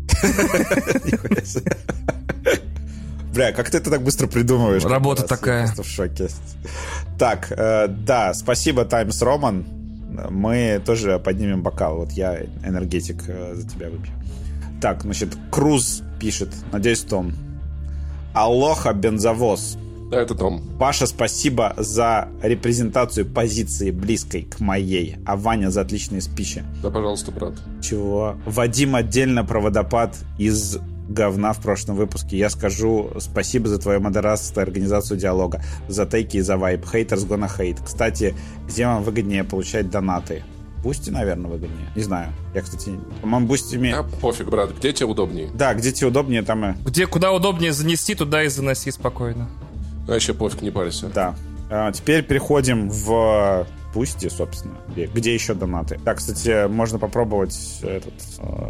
Бля, как ты это так быстро придумываешь? Работа такая. Я просто в шоке. Так, да, спасибо, Times Roman. Мы тоже поднимем бокал. Вот я энергетик за тебя выпью. Так, значит, Круз пишет. Надеюсь, Том. Алоха, бензовоз. Да, это Том. Паша, спасибо за репрезентацию позиции близкой к моей, а Ваня за отличные спичи. Да, пожалуйста, брат. Чего? Вадим отдельно про водопад из говна в прошлом выпуске. Я скажу спасибо за твою модерацию и организацию диалога, за тейки и за вайб. Haters gonna hate. Кстати, где вам выгоднее получать донаты? Бусти, наверное, выгоднее. Не знаю. Я, кстати, по-моему, Бусти имеет... Пофиг, брат. Где тебе удобнее? Да, где тебе удобнее, там и... Куда удобнее занести, туда и заноси спокойно. Вообще пофиг, не парься. Да. Теперь переходим в Бусти, собственно, где еще донаты. Так, кстати, можно попробовать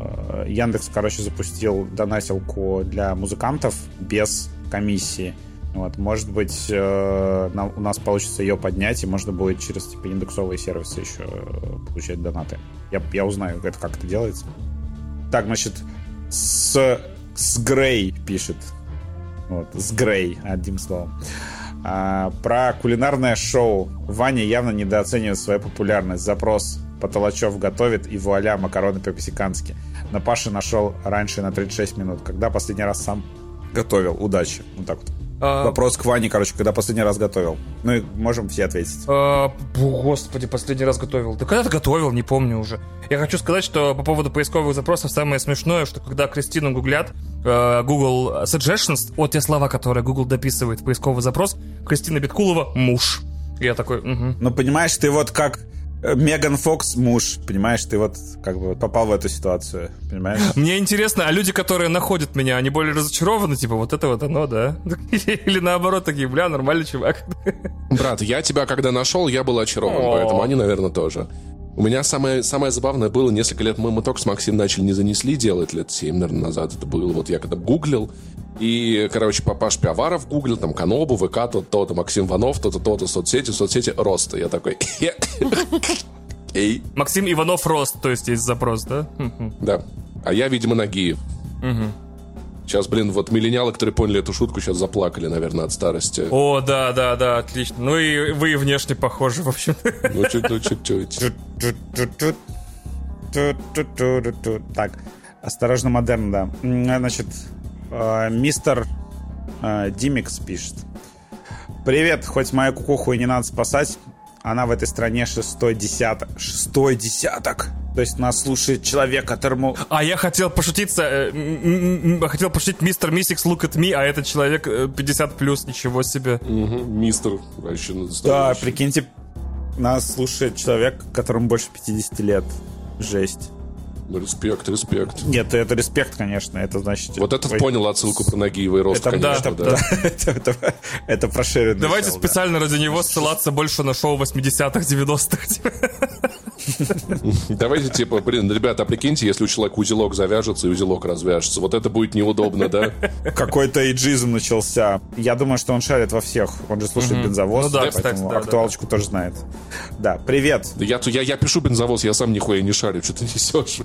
Яндекс, запустил донатилку для музыкантов без комиссии. Вот, может быть, у нас получится ее поднять, и можно будет через типа индексовые сервисы еще получать донаты. Я узнаю, как это делается. Так, значит, с Грей пишет. Вот, с Грей, одним словом. Про кулинарное шоу. Ваня явно недооценивает свою популярность. Запрос: Потолочев готовит, и вуаля, макароны по-мексикански. Но Паша нашел раньше на 36 минут. Когда последний раз сам готовил? Удачи. Вот так вот. Вопрос к Ване, короче, когда последний раз готовил. Ну и можем все ответить. Господи, последний раз готовил. Да когда-то готовил, не помню уже. Я хочу сказать, что по поводу поисковых запросов самое смешное, что когда Кристину гуглят, Google Suggestions, вот те слова, которые Google дописывает в поисковый запрос, Кристина Биткулова — муж. Я такой, угу. Ну, понимаешь, ты вот как Меган Фокс муж, понимаешь, ты вот как бы попал в эту ситуацию, понимаешь? Мне интересно, а люди, которые находят меня, они более разочарованы, типа, вот это вот оно, да? Или наоборот, такие, бля, нормальный чувак. Брат, я тебя когда нашел, я был очарован, поэтому они, наверное, тоже. У меня самое забавное было несколько лет, мы только с Максимом начали «Не занесли» делать, лет 7, наверное, назад это было. Вот я когда гуглил, и, короче, Паш Пиаваров гуглил, там, Канобу, ВК, то-то, Максим Иванов, то-то, соцсети, роста. Я такой... Максим Иванов рост, то есть есть запрос, да? Да. А я, видимо, Нагиев. Сейчас, блин, вот миллениалы, которые поняли эту шутку, сейчас заплакали, наверное, от старости. О, да, отлично. Ну и вы внешне похожи, в общем. Ну, чуть-чуть. Так, осторожно, модерн, да. Значит, мистер Димикс пишет. Привет, хоть мою кукуху и не надо спасать, она в этой стране шестой десяток. То есть нас слушает человек, которому... А я хотел пошутить мистер Мисикс, look at me, а этот человек 50+, ничего себе. Мистер вообще настоящий. Да, прикиньте, нас слушает человек, которому больше 50 лет. Жесть. Респект. Нет, это респект, конечно. Это значит... Вот этот понял отсылку про Нагиева и рост, конечно. Да. Это прошеренный. Давайте специально ради него ссылаться больше на шоу 80-х, 90-х. Давайте, типа, блин, ребята, прикиньте, если у человека узелок завяжется и узелок развяжется. Вот это будет неудобно, да? Какой-то эйджизм начался. Я думаю, что он шарит во всех. Он же слушает бензовоз, ну, да, поэтому кстати, актуалочку тоже знает. Да, привет. Я пишу бензовоз, я сам нихуя не шарю. Что ты несешь?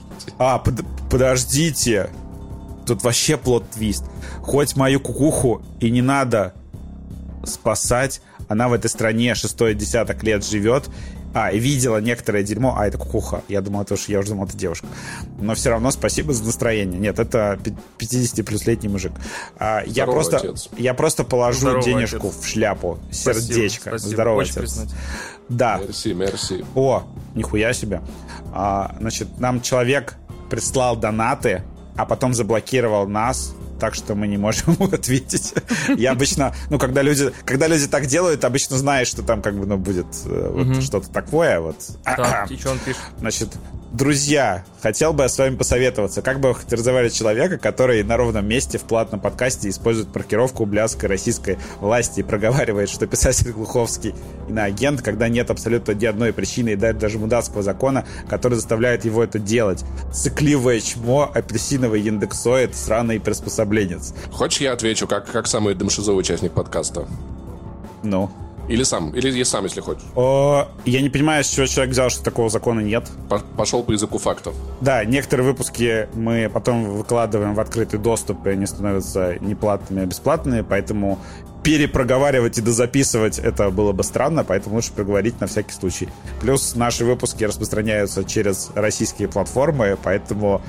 Подождите. Тут вообще плот-твист. Хоть мою кукуху и не надо спасать, она в этой стране шестой десяток лет живет. И видела некоторое дерьмо. Это кукуха. Я уже думал, это девушка. Но все равно спасибо за настроение. Нет, это 50+-летний мужик. Я просто положу Здорово, денежку отец. В шляпу. Сердечко. Спасибо. Здорово, Очень отец. признательно. Да. Мерси. О, нихуя себе. Значит, нам человек прислал донаты, а потом заблокировал нас, так что мы не можем ему ответить. Я обычно, когда люди так делают, обычно знаешь, что там будет вот что-то такое. Вот. Так, и что он пишет? Значит, друзья, хотел бы я с вами посоветоваться, как бы вы характеризовали человека, который на ровном месте в платном подкасте использует маркировку блядской российской власти и проговаривает, что писатель Глуховский иноагент, когда нет абсолютно ни одной причины и даже мудацкого закона, который заставляет его это делать. Цикливое чмо, апельсиновый индексоид, сраный приспособленец. Хочешь, я отвечу, как самый демшизовый участник подкаста? Ну? Или сам, если хочешь. Я не понимаю, с чего человек взял, что такого закона нет. Пошел по языку фактов. Да, некоторые выпуски мы потом выкладываем в открытый доступ, и они становятся не платными, а бесплатными, поэтому перепроговаривать и дозаписывать это было бы странно, поэтому лучше проговорить на всякий случай. Плюс наши выпуски распространяются через российские платформы, поэтому,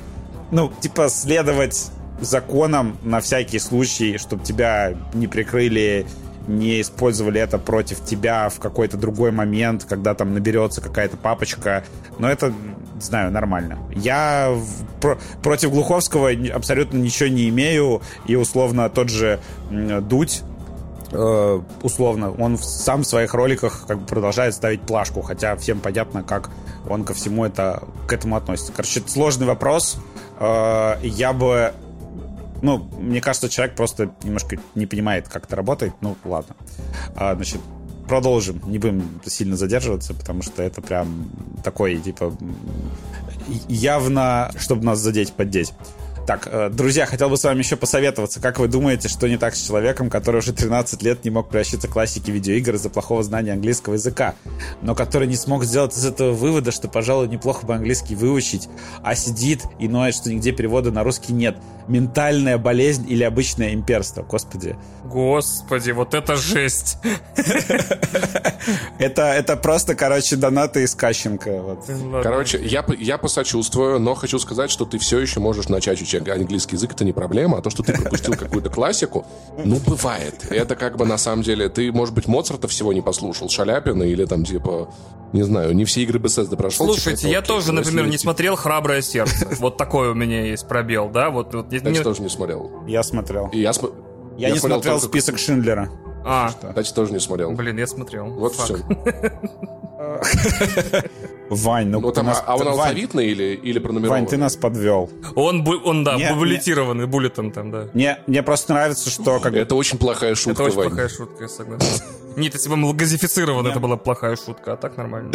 следовать законам на всякий случай, чтобы тебя не прикрыли, не использовали это против тебя в какой-то другой момент, когда там наберется какая-то папочка. Но это, не знаю, нормально. Я против Глуховского абсолютно ничего не имею. И условно тот же Дудь, условно, он сам в своих роликах продолжает ставить плашку, хотя всем понятно, как он ко всему к этому относится. Короче, это сложный вопрос. Я бы... мне кажется, человек просто немножко не понимает, как это работает. Ладно. Значит, продолжим. Не будем сильно задерживаться, потому что это прям такой, явно, чтобы нас задеть, поддеть. Так, друзья, хотел бы с вами еще посоветоваться. Как вы думаете, что не так с человеком, который уже 13 лет не мог приобщиться к классике видеоигр из-за плохого знания английского языка, но который не смог сделать из этого вывода, что, пожалуй, неплохо бы английский выучить, а сидит и ноет, что нигде перевода на русский нет? Ментальная болезнь или обычное имперство? Господи. Господи, вот это жесть. Это просто, короче, донаты из Кащенко. Короче, я посочувствую, но хочу сказать, что ты все еще можешь начать учить английский язык, это не проблема, а то, что ты пропустил какую-то классику, ну, бывает. Это как бы, на самом деле, ты, может быть, Моцарта всего не послушал, Шаляпина или там, типа, не знаю, не все игры Bethesda прошел. Слушайте, я тоже, например, не смотрел «Храброе сердце». Вот такой у меня есть пробел, да? Кстати, тоже не смотрел. Я смотрел. Я не смотрел список Шиндлера. Кстати, тоже не смотрел. Блин, я смотрел. Вот все. Вань, ну там, он алфавитный или пронумерованный? Вань, ты нас подвел. Он буллетированный, буллетом там, да. Мне просто нравится, что... Это очень плохая шутка, Это очень Вань. плохая шутка, я согласен. Нет, если бы он был газифицирован, это была плохая шутка, а так нормально.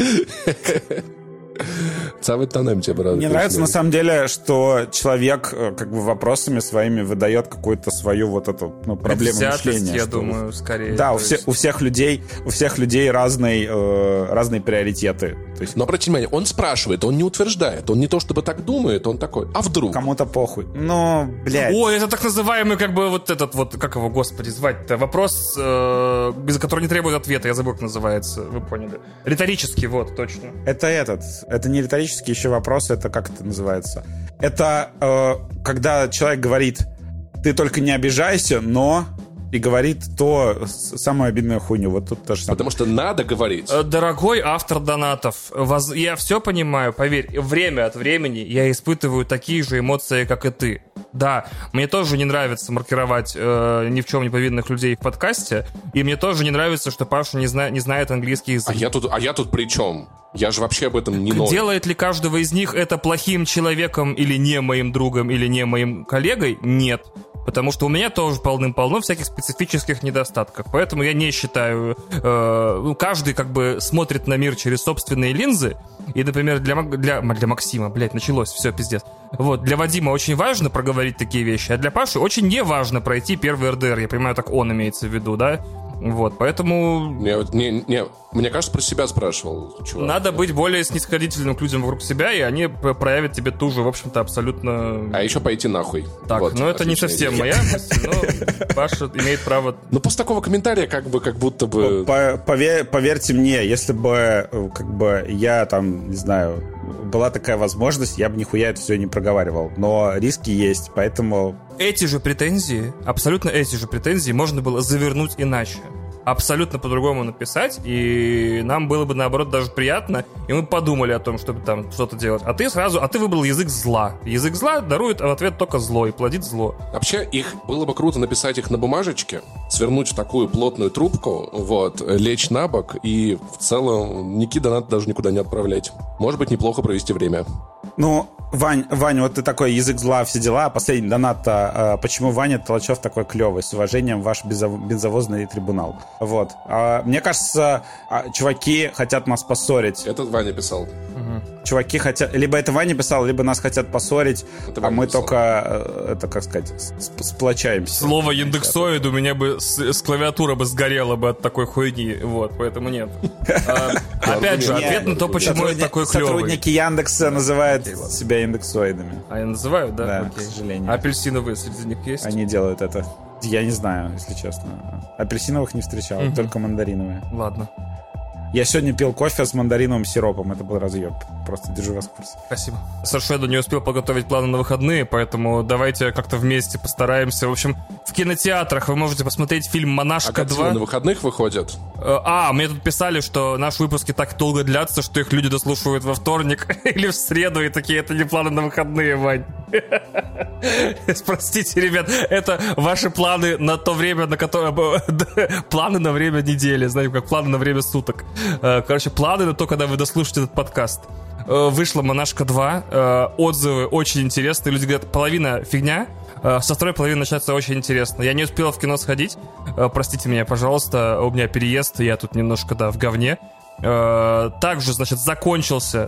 Мне нравится, на самом деле, что человек как бы вопросами своими выдает какую-то свою вот эту проблему мышления. Я думаю, скорее. Да, у всех людей разные приоритеты. Но обратите внимание, он спрашивает, он не утверждает, он не то чтобы так думает, он такой, а вдруг? Кому-то похуй. Ну, блядь. Ой, это так называемый, как бы, вот этот вот, как его, господи, звать-то? Вопрос, без которого не требует ответа, я забыл, как называется, вы поняли. Риторический, вот, точно. Это не риторический еще вопрос, это как это называется? Это когда человек говорит, ты только не обижайся, но... И говорит то самую обидную хуйню. Вот тут тоже самое. Потому что надо говорить. Дорогой автор донатов, я все понимаю, поверь, время от времени я испытываю такие же эмоции, как и ты. Да, мне тоже не нравится маркировать ни в чем не повинных людей в подкасте, и мне тоже не нравится, что Паша не знает английский язык. А я тут при чем? Я же вообще об этом не ною. Делает ли каждого из них это плохим человеком или не моим другом, или не моим коллегой? Нет. Потому что у меня тоже полным-полно всяких специфических недостатков. Поэтому я не считаю... каждый как бы смотрит на мир через собственные линзы. И, например, для Максима, блядь, началось, все, пиздец. Вот, для Вадима очень важно проговорить такие вещи, а для Паши очень не важно пройти первый РДР. Я понимаю, так он имеется в виду, да? Вот, поэтому... Мне кажется, про себя спрашивал, чувак. Надо быть более снисходительным к людям вокруг себя, и они проявят тебе ту же, в общем-то, абсолютно... А еще пойти нахуй. Так, вот, это не совсем моя мысль, но Паша имеет право... Ну, после такого комментария, как будто бы... Поверьте мне, если бы, как бы, я там, не знаю, была такая возможность, я бы нихуя это все не проговаривал. Но риски есть, поэтому... Эти же претензии, абсолютно эти же претензии можно было завернуть иначе. Абсолютно по-другому написать, и нам было бы, наоборот, даже приятно, и мы подумали о том, чтобы там что-то делать. А ты выбрал язык зла. Язык зла дарует в ответ только зло и плодит зло. Вообще, было бы круто написать их на бумажечке, свернуть в такую плотную трубку, вот, лечь на бок, и в целом никакие донаты даже никуда не отправлять. Может быть, неплохо провести время. Ну, Вань, вот ты такой язык зла, все дела, а последний донат, почему Ваня Толочев такой клевый? С уважением, ваш бензовозный трибунал. Вот. Мне кажется, чуваки хотят нас поссорить. Это Ваня писал. Угу. Чуваки хотят... Либо это Ваня писал, либо нас хотят поссорить, а мы писал. Только, это, как сказать, сплочаемся. Слово индексоид у меня бы с клавиатура бы сгорела бы от такой хуйни. Вот, поэтому нет. Опять же, ответ на то, почему это такой клевый. Сотрудники Яндекса называют себя индексоидами. А называют, да? Да, к сожалению. Апельсиновые среди них есть? Они делают это. Я не знаю, если честно. Апельсиновых не встречал, только мандариновые. Ладно. Я сегодня пил кофе с мандариновым сиропом. Это был разъеб. Просто держу вас в курсе. Спасибо. Саршеду не успел подготовить планы на выходные, поэтому давайте как-то вместе постараемся. В общем, в кинотеатрах вы можете посмотреть фильм «Монашка 2». А на выходных выходят? Мне тут писали, что наши выпуски так долго длятся, что их люди дослушивают во вторник или в среду, и такие, это не планы на выходные, Вань. Простите, ребят, это ваши планы на то время, на которое... Планы на время недели, знаете, как планы на время суток. Короче, планы на то, когда вы дослушаете этот подкаст. Вышла «Монашка 2», отзывы очень интересные, люди говорят, половина фигня, со второй половины начинается очень интересно. Я не успел в кино сходить, простите меня, пожалуйста, у меня переезд, я тут немножко, в говне. Также, значит, закончился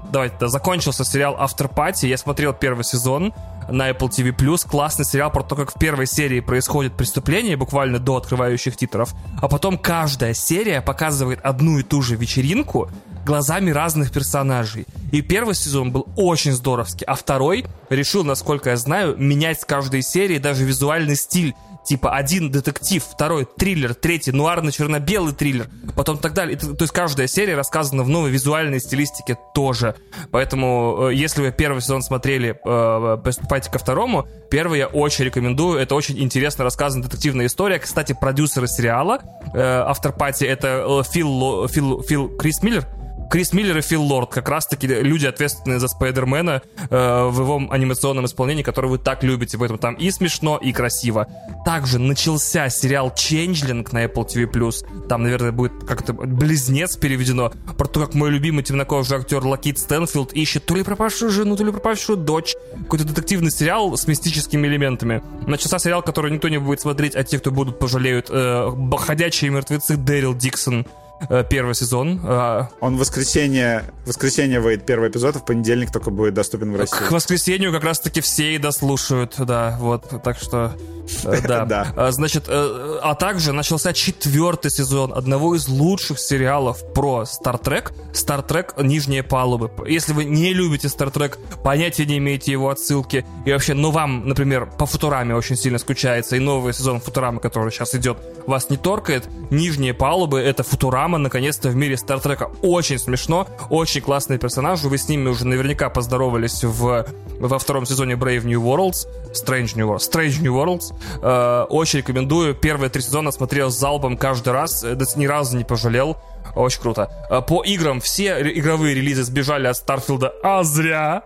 сериал After Party. Я смотрел первый сезон на Apple TV+. Классный сериал про то, как в первой серии происходит преступление, буквально до открывающих титров. А потом каждая серия показывает одну и ту же вечеринку глазами разных персонажей. И первый сезон был очень здоровский, а второй решил, насколько я знаю, менять с каждой серии даже визуальный стиль. Типа один детектив, второй триллер, третий нуарно-черно-белый триллер, потом так далее. То есть каждая серия рассказана в новой визуальной стилистике тоже. Поэтому, если вы первый сезон смотрели, приступайте ко второму. Первый я очень рекомендую. Это очень интересно рассказанная детективная история. Кстати, продюсеры сериала After Party — это Крис Миллер и Фил Лорд, как раз-таки люди, ответственные за Спайдермена в его анимационном исполнении, который вы так любите. Поэтому там и смешно, и красиво. Также начался сериал «Ченджлинг» на Apple TV+. Там, наверное, будет как-то «Близнец» переведено. Про то, как мой любимый темнокожий актер Лакит Стэнфилд ищет то ли пропавшую жену, то ли пропавшую дочь. Какой-то детективный сериал с мистическими элементами. Начался сериал, который никто не будет смотреть, а те, кто будут, пожалеют. «Ходячие мертвецы» Дэрил Диксон. Первый сезон. Он в воскресенье выйдет первый эпизод, а в понедельник только будет доступен в России. К воскресенью как раз-таки все и дослушают, да, вот, так что... Да. Значит, а также начался 4-й сезон одного из лучших сериалов про Star Trek «Нижние палубы». Если вы не любите Star Trek, понятия не имеете его отсылки, и вообще, вам, например, по Футураме очень сильно скучается, и новый сезон Футурамы, который сейчас идет, вас не торкает, «Нижние палубы» — это Футурама, наконец-то, в мире Star Trek. Очень смешно, очень классные персонажи, вы с ними уже наверняка поздоровались во втором сезоне Brave New Worlds, Strange New Worlds. Очень рекомендую. Первые 3 сезона смотрел залпом каждый раз, ни разу не пожалел. Очень круто. По играм все игровые релизы сбежали от Старфилда, а зря.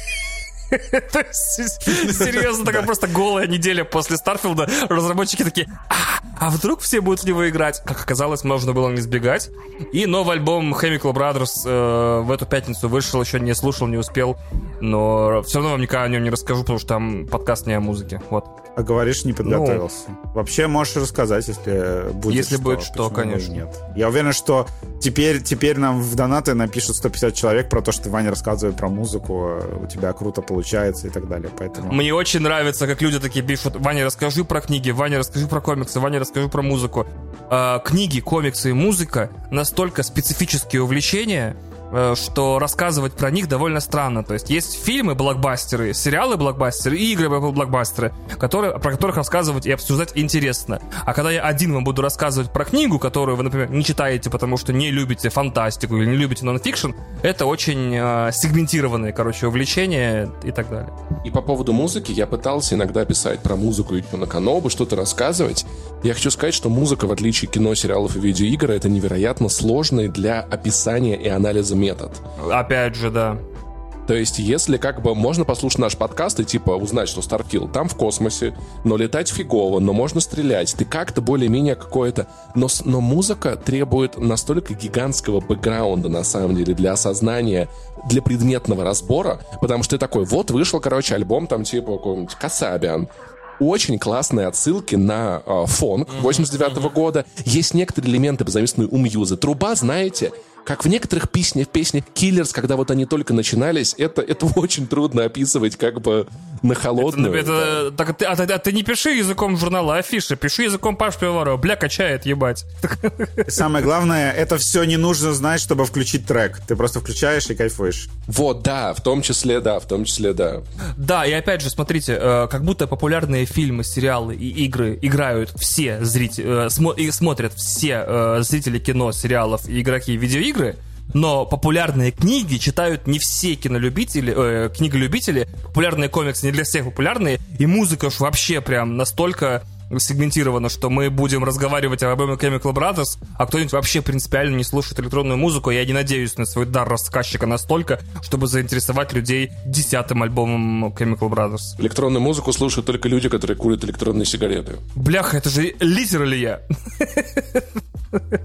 Серьезно, такая просто голая неделя после Старфилда. Разработчики такие: а вдруг все будут в него играть? Как оказалось, можно было не сбегать. И новый альбом Chemical Brothers в эту пятницу вышел. Еще не слушал, не успел. Но все равно вам никогда о нем не расскажу, потому что там подкаст не о музыке. Вот. А говоришь, не подготовился. Вообще можешь рассказать, если будет Если будет что, конечно. Нет. Я уверен, что теперь нам в донаты напишут 150 человек про то, что Ваня рассказывает про музыку, у тебя круто получается и так далее. Поэтому... Мне очень нравится, как люди такие пишут: Ваня, расскажи про книги, Ваня, расскажи про комиксы, Ваня, расскажи про музыку. Книги, комиксы и музыка настолько специфические увлечения, что рассказывать про них довольно странно. То есть фильмы-блокбастеры, сериалы-блокбастеры и игры-блокбастеры, про которых рассказывать и обсуждать интересно. А когда я один вам буду рассказывать про книгу, которую вы, например, не читаете, потому что не любите фантастику или не любите нон-фикшн, это очень сегментированные, увлечения и так далее. И по поводу музыки я пытался иногда писать про музыку и на Канобу, что-то рассказывать. Я хочу сказать, что музыка, в отличие от кино, сериалов и видеоигр, это невероятно сложный для описания и анализа метод. Опять же, да. То есть, если можно послушать наш подкаст и узнать, что Starfield там в космосе, но летать фигово, но можно стрелять, ты как-то более-менее какое-то... Но музыка требует настолько гигантского бэкграунда, на самом деле, для осознания, для предметного разбора, потому что ты такой: вышел, альбом какой-нибудь Касабиан. Очень классные отсылки на фонк 89-го года. Есть некоторые элементы, позаимствованные у Мьюза. Труба, знаете, как в некоторых песнях Killers, когда они только начинались, это очень трудно описывать на холодную. Ты не пиши языком журнала Афиша, пиши языком Паш Пивоварова. Бля, качает, ебать. Самое главное, это все не нужно знать, чтобы включить трек. Ты просто включаешь и кайфуешь. Да, в том числе, да. Да, и опять же, смотрите, как будто популярные фильмы, сериалы и игры играют все зрители, смотрят все зрители кино, сериалов и игроки видеоигр, но популярные книги читают не все книголюбители, популярные комиксы не для всех популярные, и музыка уж вообще прям настолько сегментирована, что мы будем разговаривать об альбоме Chemical Brothers, а кто-нибудь вообще принципиально не слушает электронную музыку. Я не надеюсь на свой дар рассказчика настолько, чтобы заинтересовать людей 10-м альбомом Chemical Brothers. Электронную музыку слушают только люди, которые курят электронные сигареты. Бляха, это же литерально я.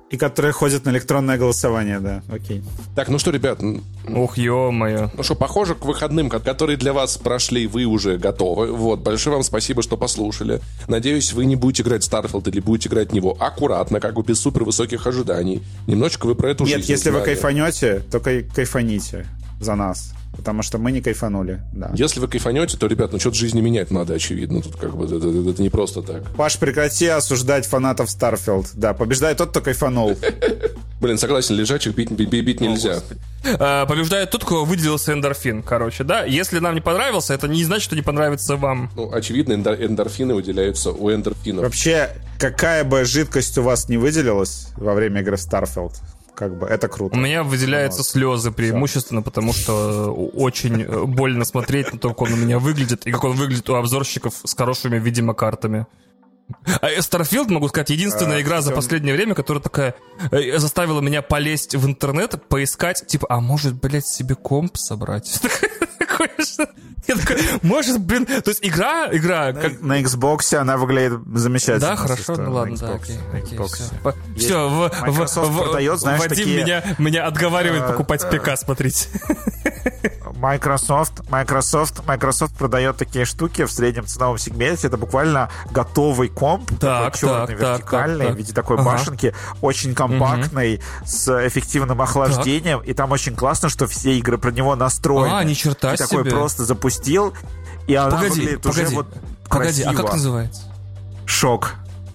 И которые ходят на электронное голосование, да, окей. Так, ну что, ребят, Ух, ё-моё. ну что, похоже, к выходным, которые для вас прошли, вы уже готовы. Вот, большое вам спасибо, что послушали. Надеюсь, вы не будете играть в Starfield или будете играть в него аккуратно, как бы без супер высоких ожиданий. Немножечко вы про эту жизнь Нет, если узнали. вы кайфанете, то кайфаните за нас. Потому что мы не кайфанули, да. Если вы кайфанете, то, ребят, ну что-то жизни менять надо, очевидно. Тут как бы это не просто так. Паш, прекрати осуждать фанатов Starfield. Да, побеждает тот, кто кайфанул. Блин, согласен, лежачих бить нельзя. Побеждает тот, кого выделился эндорфин, короче, да? Если нам не понравился, это не значит, что не понравится вам. Ну, очевидно, эндорфины выделяются у эндорфинов. Вообще, какая бы жидкость у вас не выделилась во время игры в Starfield, как бы, это круто. У меня выделяются слезы преимущественно, потому что очень больно смотреть на то, как он у меня выглядит, и как он выглядит у обзорщиков с хорошими, видимо, картами. А Starfield, могу сказать, единственная игра за последнее время, которая такая заставила меня полезть в интернет, поискать, типа, а может, блядь, себе комп собрать? Я такой, может, блин, то есть игра... На Xbox она выглядит замечательно. Да, хорошо, ну ладно, да, окей, все. Microsoft продает, знаешь, Вадим такие... меня отговаривает покупать ПК, смотрите. Microsoft продает такие штуки в среднем ценовом сегменте. Это буквально готовый комп, такой черный, вертикальный, в виде такой башенки, очень компактный, с эффективным охлаждением. И там очень классно, что все игры про него настроены. Ни черта Ты себе. такой просто запустил, и она выглядит уже вот красиво. А как называется? Шок.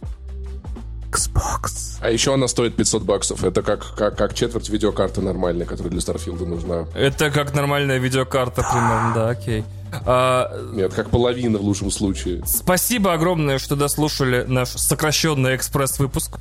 Xbox. А еще она стоит $500. Это как четверть видеокарты нормальной, которая для Старфилда нужна. Это как нормальная видеокарта примерно, да, окей. Нет, как половина в лучшем случае. Спасибо огромное, что дослушали наш сокращенный экспресс-выпуск.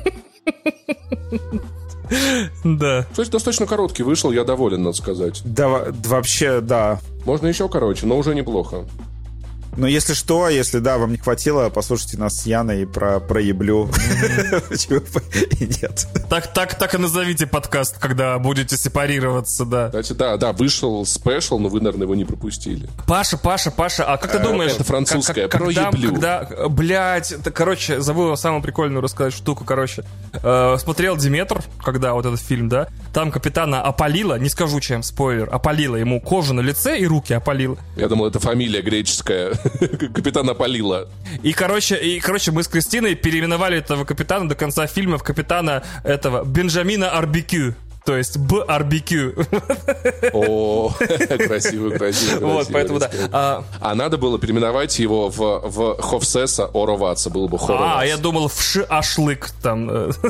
Да. Кстати, достаточно короткий вышел, я доволен, надо сказать. Да, вообще, да. Можно еще короче, но уже неплохо. Но если что, если да, вам не хватило, послушайте нас с Яной про еблю. Почему бы и нет? Так и назовите подкаст, когда будете сепарироваться, да. Кстати, да, вышел спешл, но вы, наверное, его не пропустили. Паша, а как ты думаешь... Это французское, про еблю. Блядь, короче, забыл самую прикольную рассказать штуку, короче. Смотрел Диметр, когда вот этот фильм, да, там капитана опалило, не скажу чем, спойлер, опалило ему кожу на лице и руки опалило. Я думал, это фамилия греческая. Капитана Полила. И, короче, мы с Кристиной переименовали этого капитана до конца фильма в капитана этого Бенджамина Арбикю. То есть Барбекю. О, красиво. Вот, поэтому да. А надо было переименовать его в Ховсеса Ороваца, было бы Хоровац. Я думал в Шашлык там.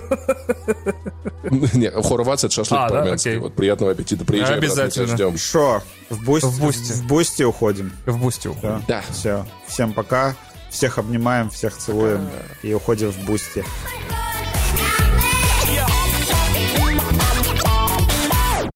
Не, Хоровац — это шашлык по-армянски. Вот, приятного аппетита, приезжай, обязательно. брат, мы тебя ждем. Шо? В Бусти уходим. В Бусти уходим. Да. Все. Всем пока. Всех обнимаем, всех целуем и уходим в Бусти.